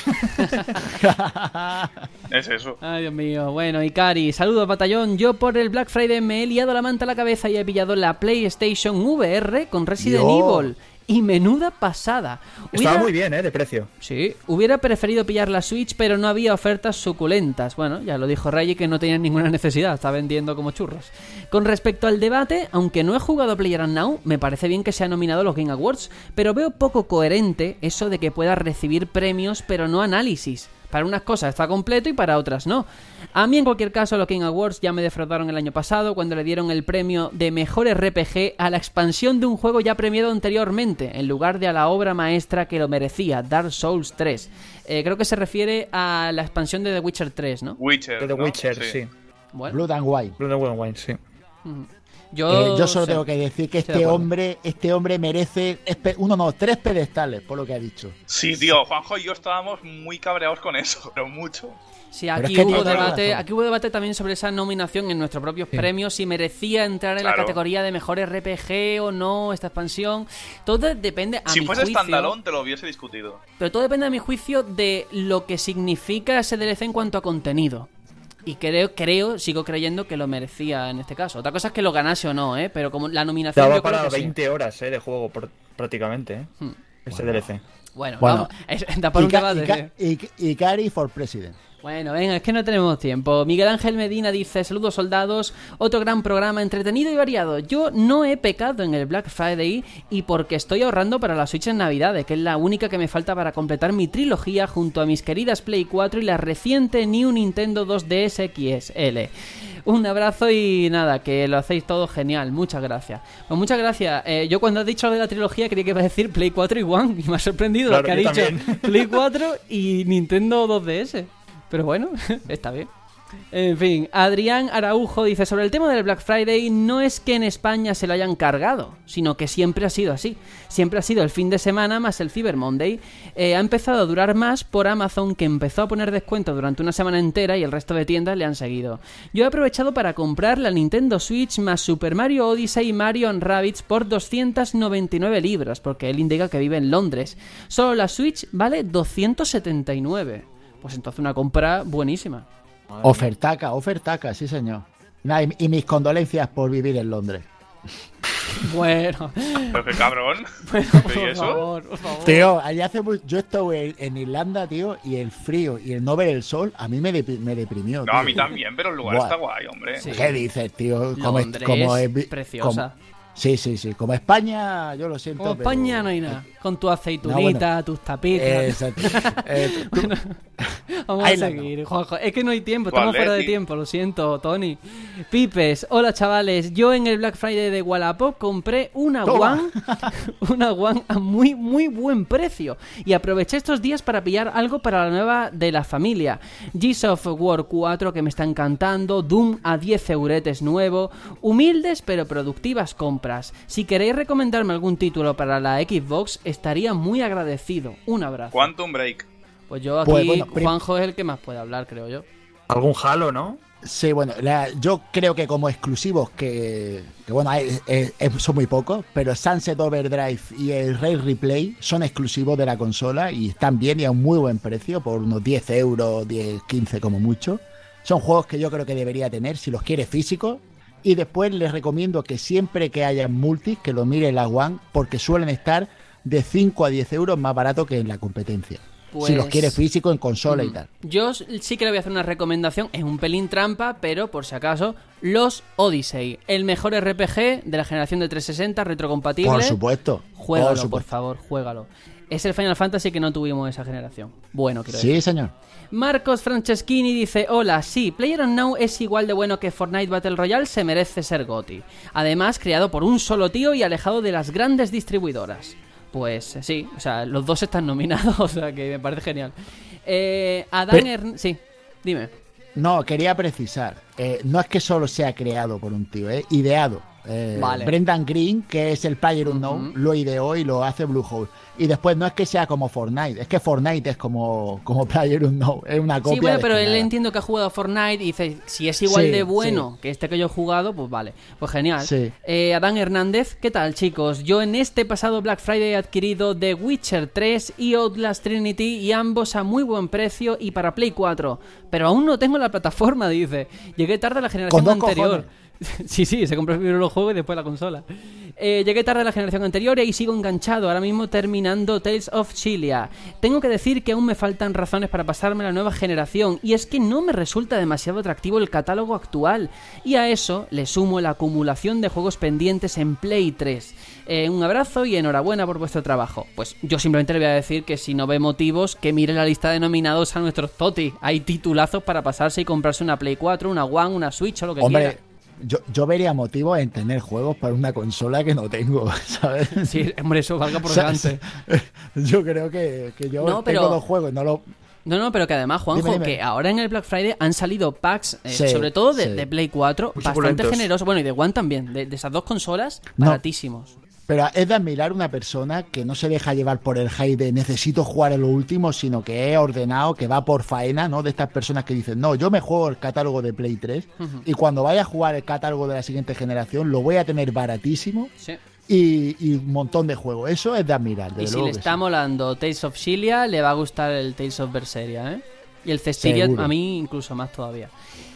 Es eso. Ay, Dios mío. Bueno, Ikari, saludos, batallón. Yo por el Black Friday me he liado la manta a la cabeza y he pillado la PlayStation VR con Resident Evil. Y menuda pasada. Estaba muy bien, de precio. Sí, hubiera preferido pillar la Switch, pero no había ofertas suculentas. Bueno, ya lo dijo Rayi que no tenían ninguna necesidad, está vendiendo como churros. Con respecto al debate, aunque no he jugado a PlayerUnknown, me parece bien que se ha nominado a los Game Awards, pero veo poco coherente eso de que pueda recibir premios, pero no análisis. Para unas cosas está completo y para otras no. A mí, en cualquier caso, los Game Awards ya me defraudaron el año pasado cuando le dieron el premio de Mejor RPG a la expansión de un juego ya premiado anteriormente, en lugar de a la obra maestra que lo merecía, Dark Souls 3. Creo que se refiere a la expansión de The Witcher 3, ¿no? The Witcher, sí. Bueno. Blood and Wine. Blood and Wine, sí. Yo solo tengo que decir que este hombre merece tres pedestales por lo que ha dicho. Sí, tío, Juanjo y yo estábamos muy cabreados con eso, pero mucho. Sí, aquí hubo debate también sobre esa nominación en nuestros propios premios, si merecía entrar en la categoría de mejor RPG o no, esta expansión. Todo depende, a mi juicio... Si fuese standalone te lo hubiese discutido. Pero todo depende, a mi juicio, de lo que significa ese DLC en cuanto a contenido. Y sigo creyendo que lo merecía en este caso. Otra cosa es que lo ganase o no, pero como la nominación... Daba para 20 horas de juego prácticamente, ese DLC. Bueno, vamos. Da por un debate. Ikari for President. Bueno, venga, es que no tenemos tiempo. Miguel Ángel Medina dice: saludos soldados, otro gran programa entretenido y variado. Yo no he pecado en el Black Friday y porque estoy ahorrando para la Switch en Navidades, que es la única que me falta para completar mi trilogía junto a mis queridas Play 4 y la reciente New Nintendo 2DS XL. Un abrazo y nada, que lo hacéis todo genial. Muchas gracias. Pues muchas gracias. Yo cuando has dicho lo de la trilogía creí que iba a decir Play 4 y One y me ha sorprendido Claro, lo que ha yo dicho también. Play 4 y Nintendo 2DS. Pero bueno, está bien. En fin, Adrián Araujo dice: sobre el tema del Black Friday, no es que en España se lo hayan cargado, sino que siempre ha sido así. Siempre ha sido el fin de semana más el Cyber Monday. Ha empezado a durar más por Amazon, que empezó a poner descuento durante una semana entera y el resto de tiendas le han seguido. Yo he aprovechado para comprar la Nintendo Switch más Super Mario Odyssey y Mario & Rabbids por 299 libras, porque él indica que vive en Londres. Solo la Switch vale 279. Pues entonces una compra buenísima. Ofertaca, sí señor. Nada, y mis condolencias por vivir en Londres. Bueno, Pero qué cabrón. ¿Y eso? por favor. Tío, allá yo estuve en Irlanda, tío, y el frío y el no ver el sol a mí me deprimió. No, tío. a mí también, pero el lugar Buah. está guay, hombre. Sí. ¿Qué dices, tío? Londres, preciosa. Sí. Como España, yo lo siento. Como pero- España no hay nada. Con tu aceitunita, tus tapitas. Exacto. Bueno, vamos Ahí a la seguir, Juanjo. Es que no hay tiempo, Tu estamos fuera de Atleti. tiempo, lo siento, Tony. Pipes, hola chavales. Yo en el Black Friday de Wallapop compré una Toma. One a muy, muy buen precio. Y aproveché estos días para pillar algo para la nueva de la familia. Gears of War 4, que me está encantando. Doom a 10 euretes nuevo. Humildes pero productivas compras. Si queréis recomendarme algún título para la Xbox, estaría muy agradecido. Un abrazo. Quantum Break. Pues yo aquí, Pues bueno, Juanjo es el que más puede hablar, creo yo. Algún Halo, ¿no? Sí, bueno, yo creo que como exclusivos, que bueno, son muy pocos, pero Sunset Overdrive y el Rail Replay son exclusivos de la consola y están bien y a un muy buen precio, por unos 10 euros, 10, 15 como mucho. Son juegos que yo creo que debería tener si los quiere físicos. Y después les recomiendo que siempre que haya multis, que lo mire en la One, porque suelen estar de 5 a 10 euros más barato que en la competencia. Pues- Si los quiere físico en consola y tal. Yo sí que le voy a hacer una recomendación, es un pelín trampa, pero por si acaso, los Odyssey, el mejor RPG de la generación de 360, retrocompatible. Por supuesto. Juégalo, por por supuesto. favor, juégalo. Es el Final Fantasy que no tuvimos esa generación. Bueno, quiero decir. Sí, señor. Marcos Franceschini dice: hola, sí, PlayerUnknown es igual de bueno que Fortnite Battle Royale, se merece ser GOTY. Además, creado por un solo tío y alejado de las grandes distribuidoras. Pues sí, o sea, los dos están nominados, o sea que me parece genial. Sí, dime. No, quería precisar. No es que solo sea creado por un tío, ideado. Vale. Brendan Green, que es el PlayerUnknown, lo ideó y lo hace Bluehole. Y después no es que sea como Fortnite, es que Fortnite es como PlayerUnknown, es una copia. Sí, bueno, pero él descarada. entiendo que ha jugado a Fortnite y dice, si es igual Sí, de bueno que este que yo he jugado, pues vale. Pues genial. Sí. Adán Hernández, ¿qué tal, chicos? Yo en este pasado Black Friday he adquirido The Witcher 3 y Outlast Trinity, y ambos a muy buen precio y para Play 4. Pero aún no tengo la plataforma, dice. Llegué tarde a la generación Con dos anterior. cojones. Sí, se compró primero los juegos y después la consola. Llegué tarde a la generación anterior y ahí sigo enganchado, ahora mismo terminando Tales of Xillia. Tengo que decir que aún me faltan razones para pasarme a la nueva generación, y es que no me resulta demasiado atractivo el catálogo actual, y a eso le sumo la acumulación de juegos pendientes en Play 3. Un abrazo y enhorabuena por vuestro trabajo. Pues yo simplemente le voy a decir que si no ve motivos, que mire la lista de nominados a nuestros TOTI. Hay titulazos para pasarse y comprarse una Play 4, una One, una Switch o lo que quiera. Hombre, yo vería motivos en tener juegos para una consola que no tengo, ¿sabes? Sí, hombre, eso valga por O sea, delante. yo creo que yo No, pero- tengo dos juegos, no lo... No, pero que además, Juanjo, Dime. que ahora en el Black Friday han salido packs, Sí, sobre todo sí. de Play 4, Muy bastante suculentos. generosos. Bueno, y de One también, de esas dos consolas, No. baratísimos. Pero es de admirar una persona que no se deja llevar por el hype de necesito jugar a lo último, sino que es ordenado, que va por faena, ¿no? De estas personas que dicen, no, yo me juego el catálogo de Play 3 y cuando vaya a jugar el catálogo de la siguiente generación lo voy a tener baratísimo Sí. y un montón de juegos. Eso es de admirar, Y desde si luego le que está sí. molando Tales of Xillia, le va a gustar el Tales of Berseria, ¿eh? Y el Cestiria Seguro. a mí incluso más todavía.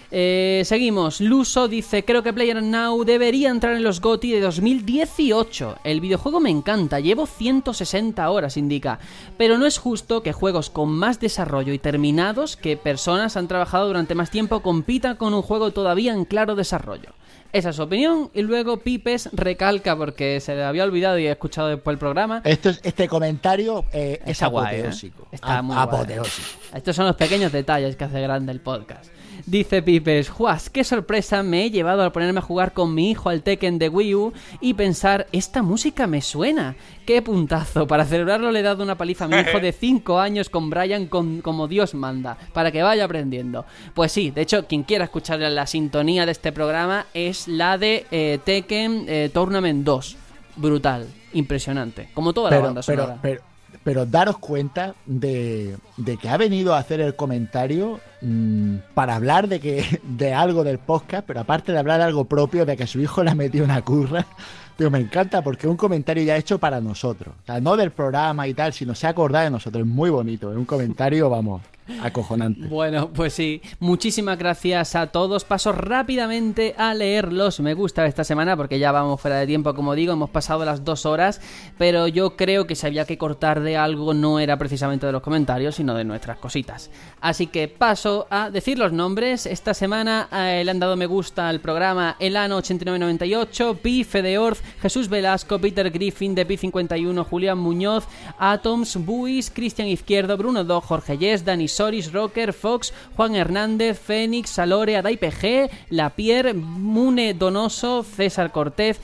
Seguimos. Luso dice: creo que PlayerUnknown debería entrar en los GOTY de 2018. El videojuego me encanta, llevo 160 horas, indica. Pero no es justo que juegos con más desarrollo y terminados, que personas han trabajado durante más tiempo, compitan con un juego todavía en claro desarrollo. Esa es su opinión. Y luego Pipes recalca, porque se le había olvidado y he escuchado después el programa. Este comentario es apoteósico. Guay, Está muy apoteósico. Guay. Estos son los pequeños detalles que hace grande el podcast. Dice Pipes: ¡juas! ¡Qué sorpresa me he llevado al ponerme a jugar con mi hijo al Tekken de Wii U y pensar, esta música me suena! ¡Qué puntazo! Para celebrarlo le he dado una paliza a mi hijo de 5 años con Brian como Dios manda, para que vaya aprendiendo. Pues sí, de hecho, quien quiera escuchar la sintonía de este programa es la de Tekken Tournament 2. Brutal, impresionante, como toda la banda sonora. Pero daros cuenta de que ha venido a hacer el comentario para hablar de algo del podcast, pero aparte de hablar de algo propio, de que su hijo le ha metido una curra. Pero me encanta porque es un comentario ya hecho para nosotros. O sea, no del programa y tal, sino se ha acordado de nosotros. Es muy bonito, es un comentario, vamos, acojonante. Bueno, pues sí, muchísimas gracias a todos. Paso rápidamente a leer los me gusta de esta semana, porque ya vamos fuera de tiempo, como digo, hemos pasado las 2 horas, pero yo creo que si había que cortar de algo no era precisamente de los comentarios, sino de nuestras cositas. Así que paso a decir los nombres. Esta semana le han dado me gusta al programa Elano8998, Pi, Fedeorz, Jesús Velasco, Peter Griffin, de Pi51, Julián Muñoz, Atoms, Buis, Cristian Izquierdo, Bruno Do, Jorge Yes, Dani Soris, Rocker, Fox, Juan Hernández, Fénix, Salore, AdaiPG, Lapierre, Mune Donoso, César Cortés,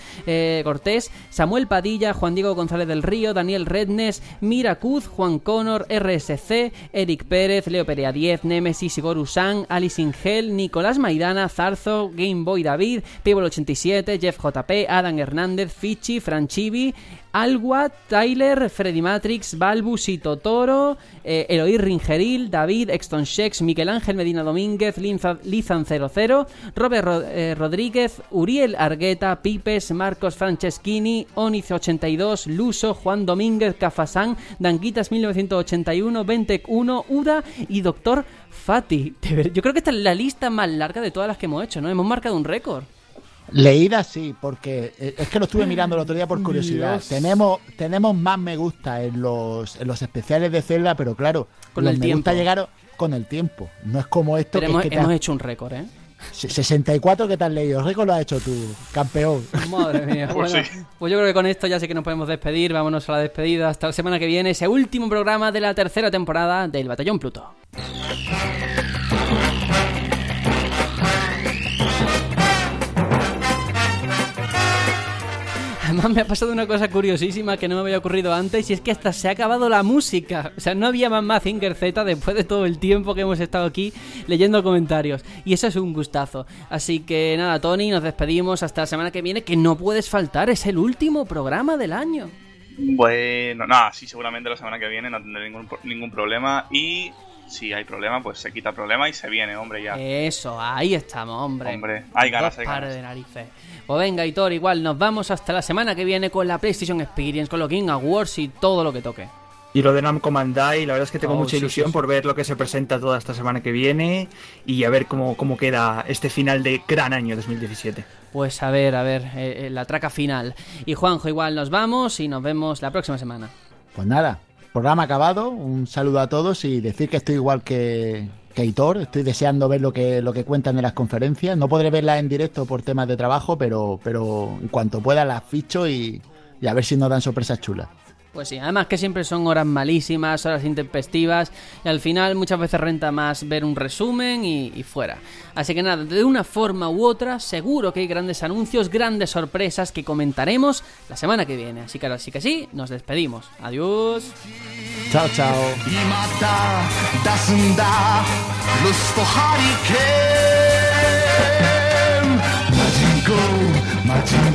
Samuel Padilla, Juan Diego González del Río, Daniel Rednes, Miracuz, Juan Connor, RSC, Eric Pérez, Leo Perea 10, Nemesis, Igor Usan, Alice Ingel, Nicolás Maidana, Zarzo, Gameboy David, Pibol87, Jeff JP, Adam Hernández, Fichi, Franchivi, Alwa, Tyler, Freddy Matrix, Balbus y Totoro, Eloy Ringeril, David, Exton Shex, Miguel Ángel Medina Domínguez, Lizan00, Robert Rodríguez, Uriel Argueta, Pipes, Marcos Franceschini, Oniz82, Luso, Juan Domínguez, Cafasán, Danguitas 1981, Ventec 1, Uda y Doctor Fati. Yo creo que esta es la lista más larga de todas las que hemos hecho, ¿no? Hemos marcado un récord. Leída sí, porque es que lo estuve mirando el otro día por curiosidad. Tenemos más me gusta en los especiales de Zelda, pero claro, con los el me tiempo. Gusta llegaron con el tiempo. No es como esto. Pero que hemos hecho un récord, ¿eh? 64 que te has leído. El récord lo has hecho tú, campeón. Madre mía. Pues Bueno, sí. pues yo creo que con esto ya sé que nos podemos despedir. Vámonos a la despedida. Hasta la semana que viene. Ese último programa de la 3ª temporada del Batallón Pluto. Además me ha pasado una cosa curiosísima que no me había ocurrido antes, y es que hasta se ha acabado la música. O sea, no había más Mazinger Z después de todo el tiempo que hemos estado aquí leyendo comentarios. Y eso es un gustazo. Así que nada, Tony, nos despedimos hasta la semana que viene, que no puedes faltar, es el último programa del año. Bueno, nada, sí, seguramente la semana que viene no tendré ningún problema. Y si hay problema, pues se quita el problema y se viene, hombre, ya. Eso, ahí estamos, hombre. Hombre, hay ganas, hay Dos pares ganas. de narices. Pues venga, Hitor, igual nos vamos hasta la semana que viene con la PlayStation Experience, con los Game Awards y todo lo que toque. Y lo de Namco Bandai, la verdad es que tengo Oh, mucha sí, ilusión sí. por ver lo que se presenta toda esta semana que viene y a ver cómo queda este final de gran año 2017. Pues a ver, la traca final. Y Juanjo, igual nos vamos y nos vemos la próxima semana. Pues nada, programa acabado. Un saludo a todos y decir que estoy igual que Hitor. Estoy deseando ver lo que cuentan en las conferencias. No podré verlas en directo por temas de trabajo, pero en cuanto pueda las ficho y a ver si nos dan sorpresas chulas. Pues sí, además que siempre son horas malísimas, horas intempestivas, y al final muchas veces renta más ver un resumen y fuera. Así que nada, de una forma u otra, seguro que hay grandes anuncios, grandes sorpresas que comentaremos la semana que viene. Así que sí, nos despedimos. Adiós. Chao, chao. また出すんだロストハリケーンマジンコ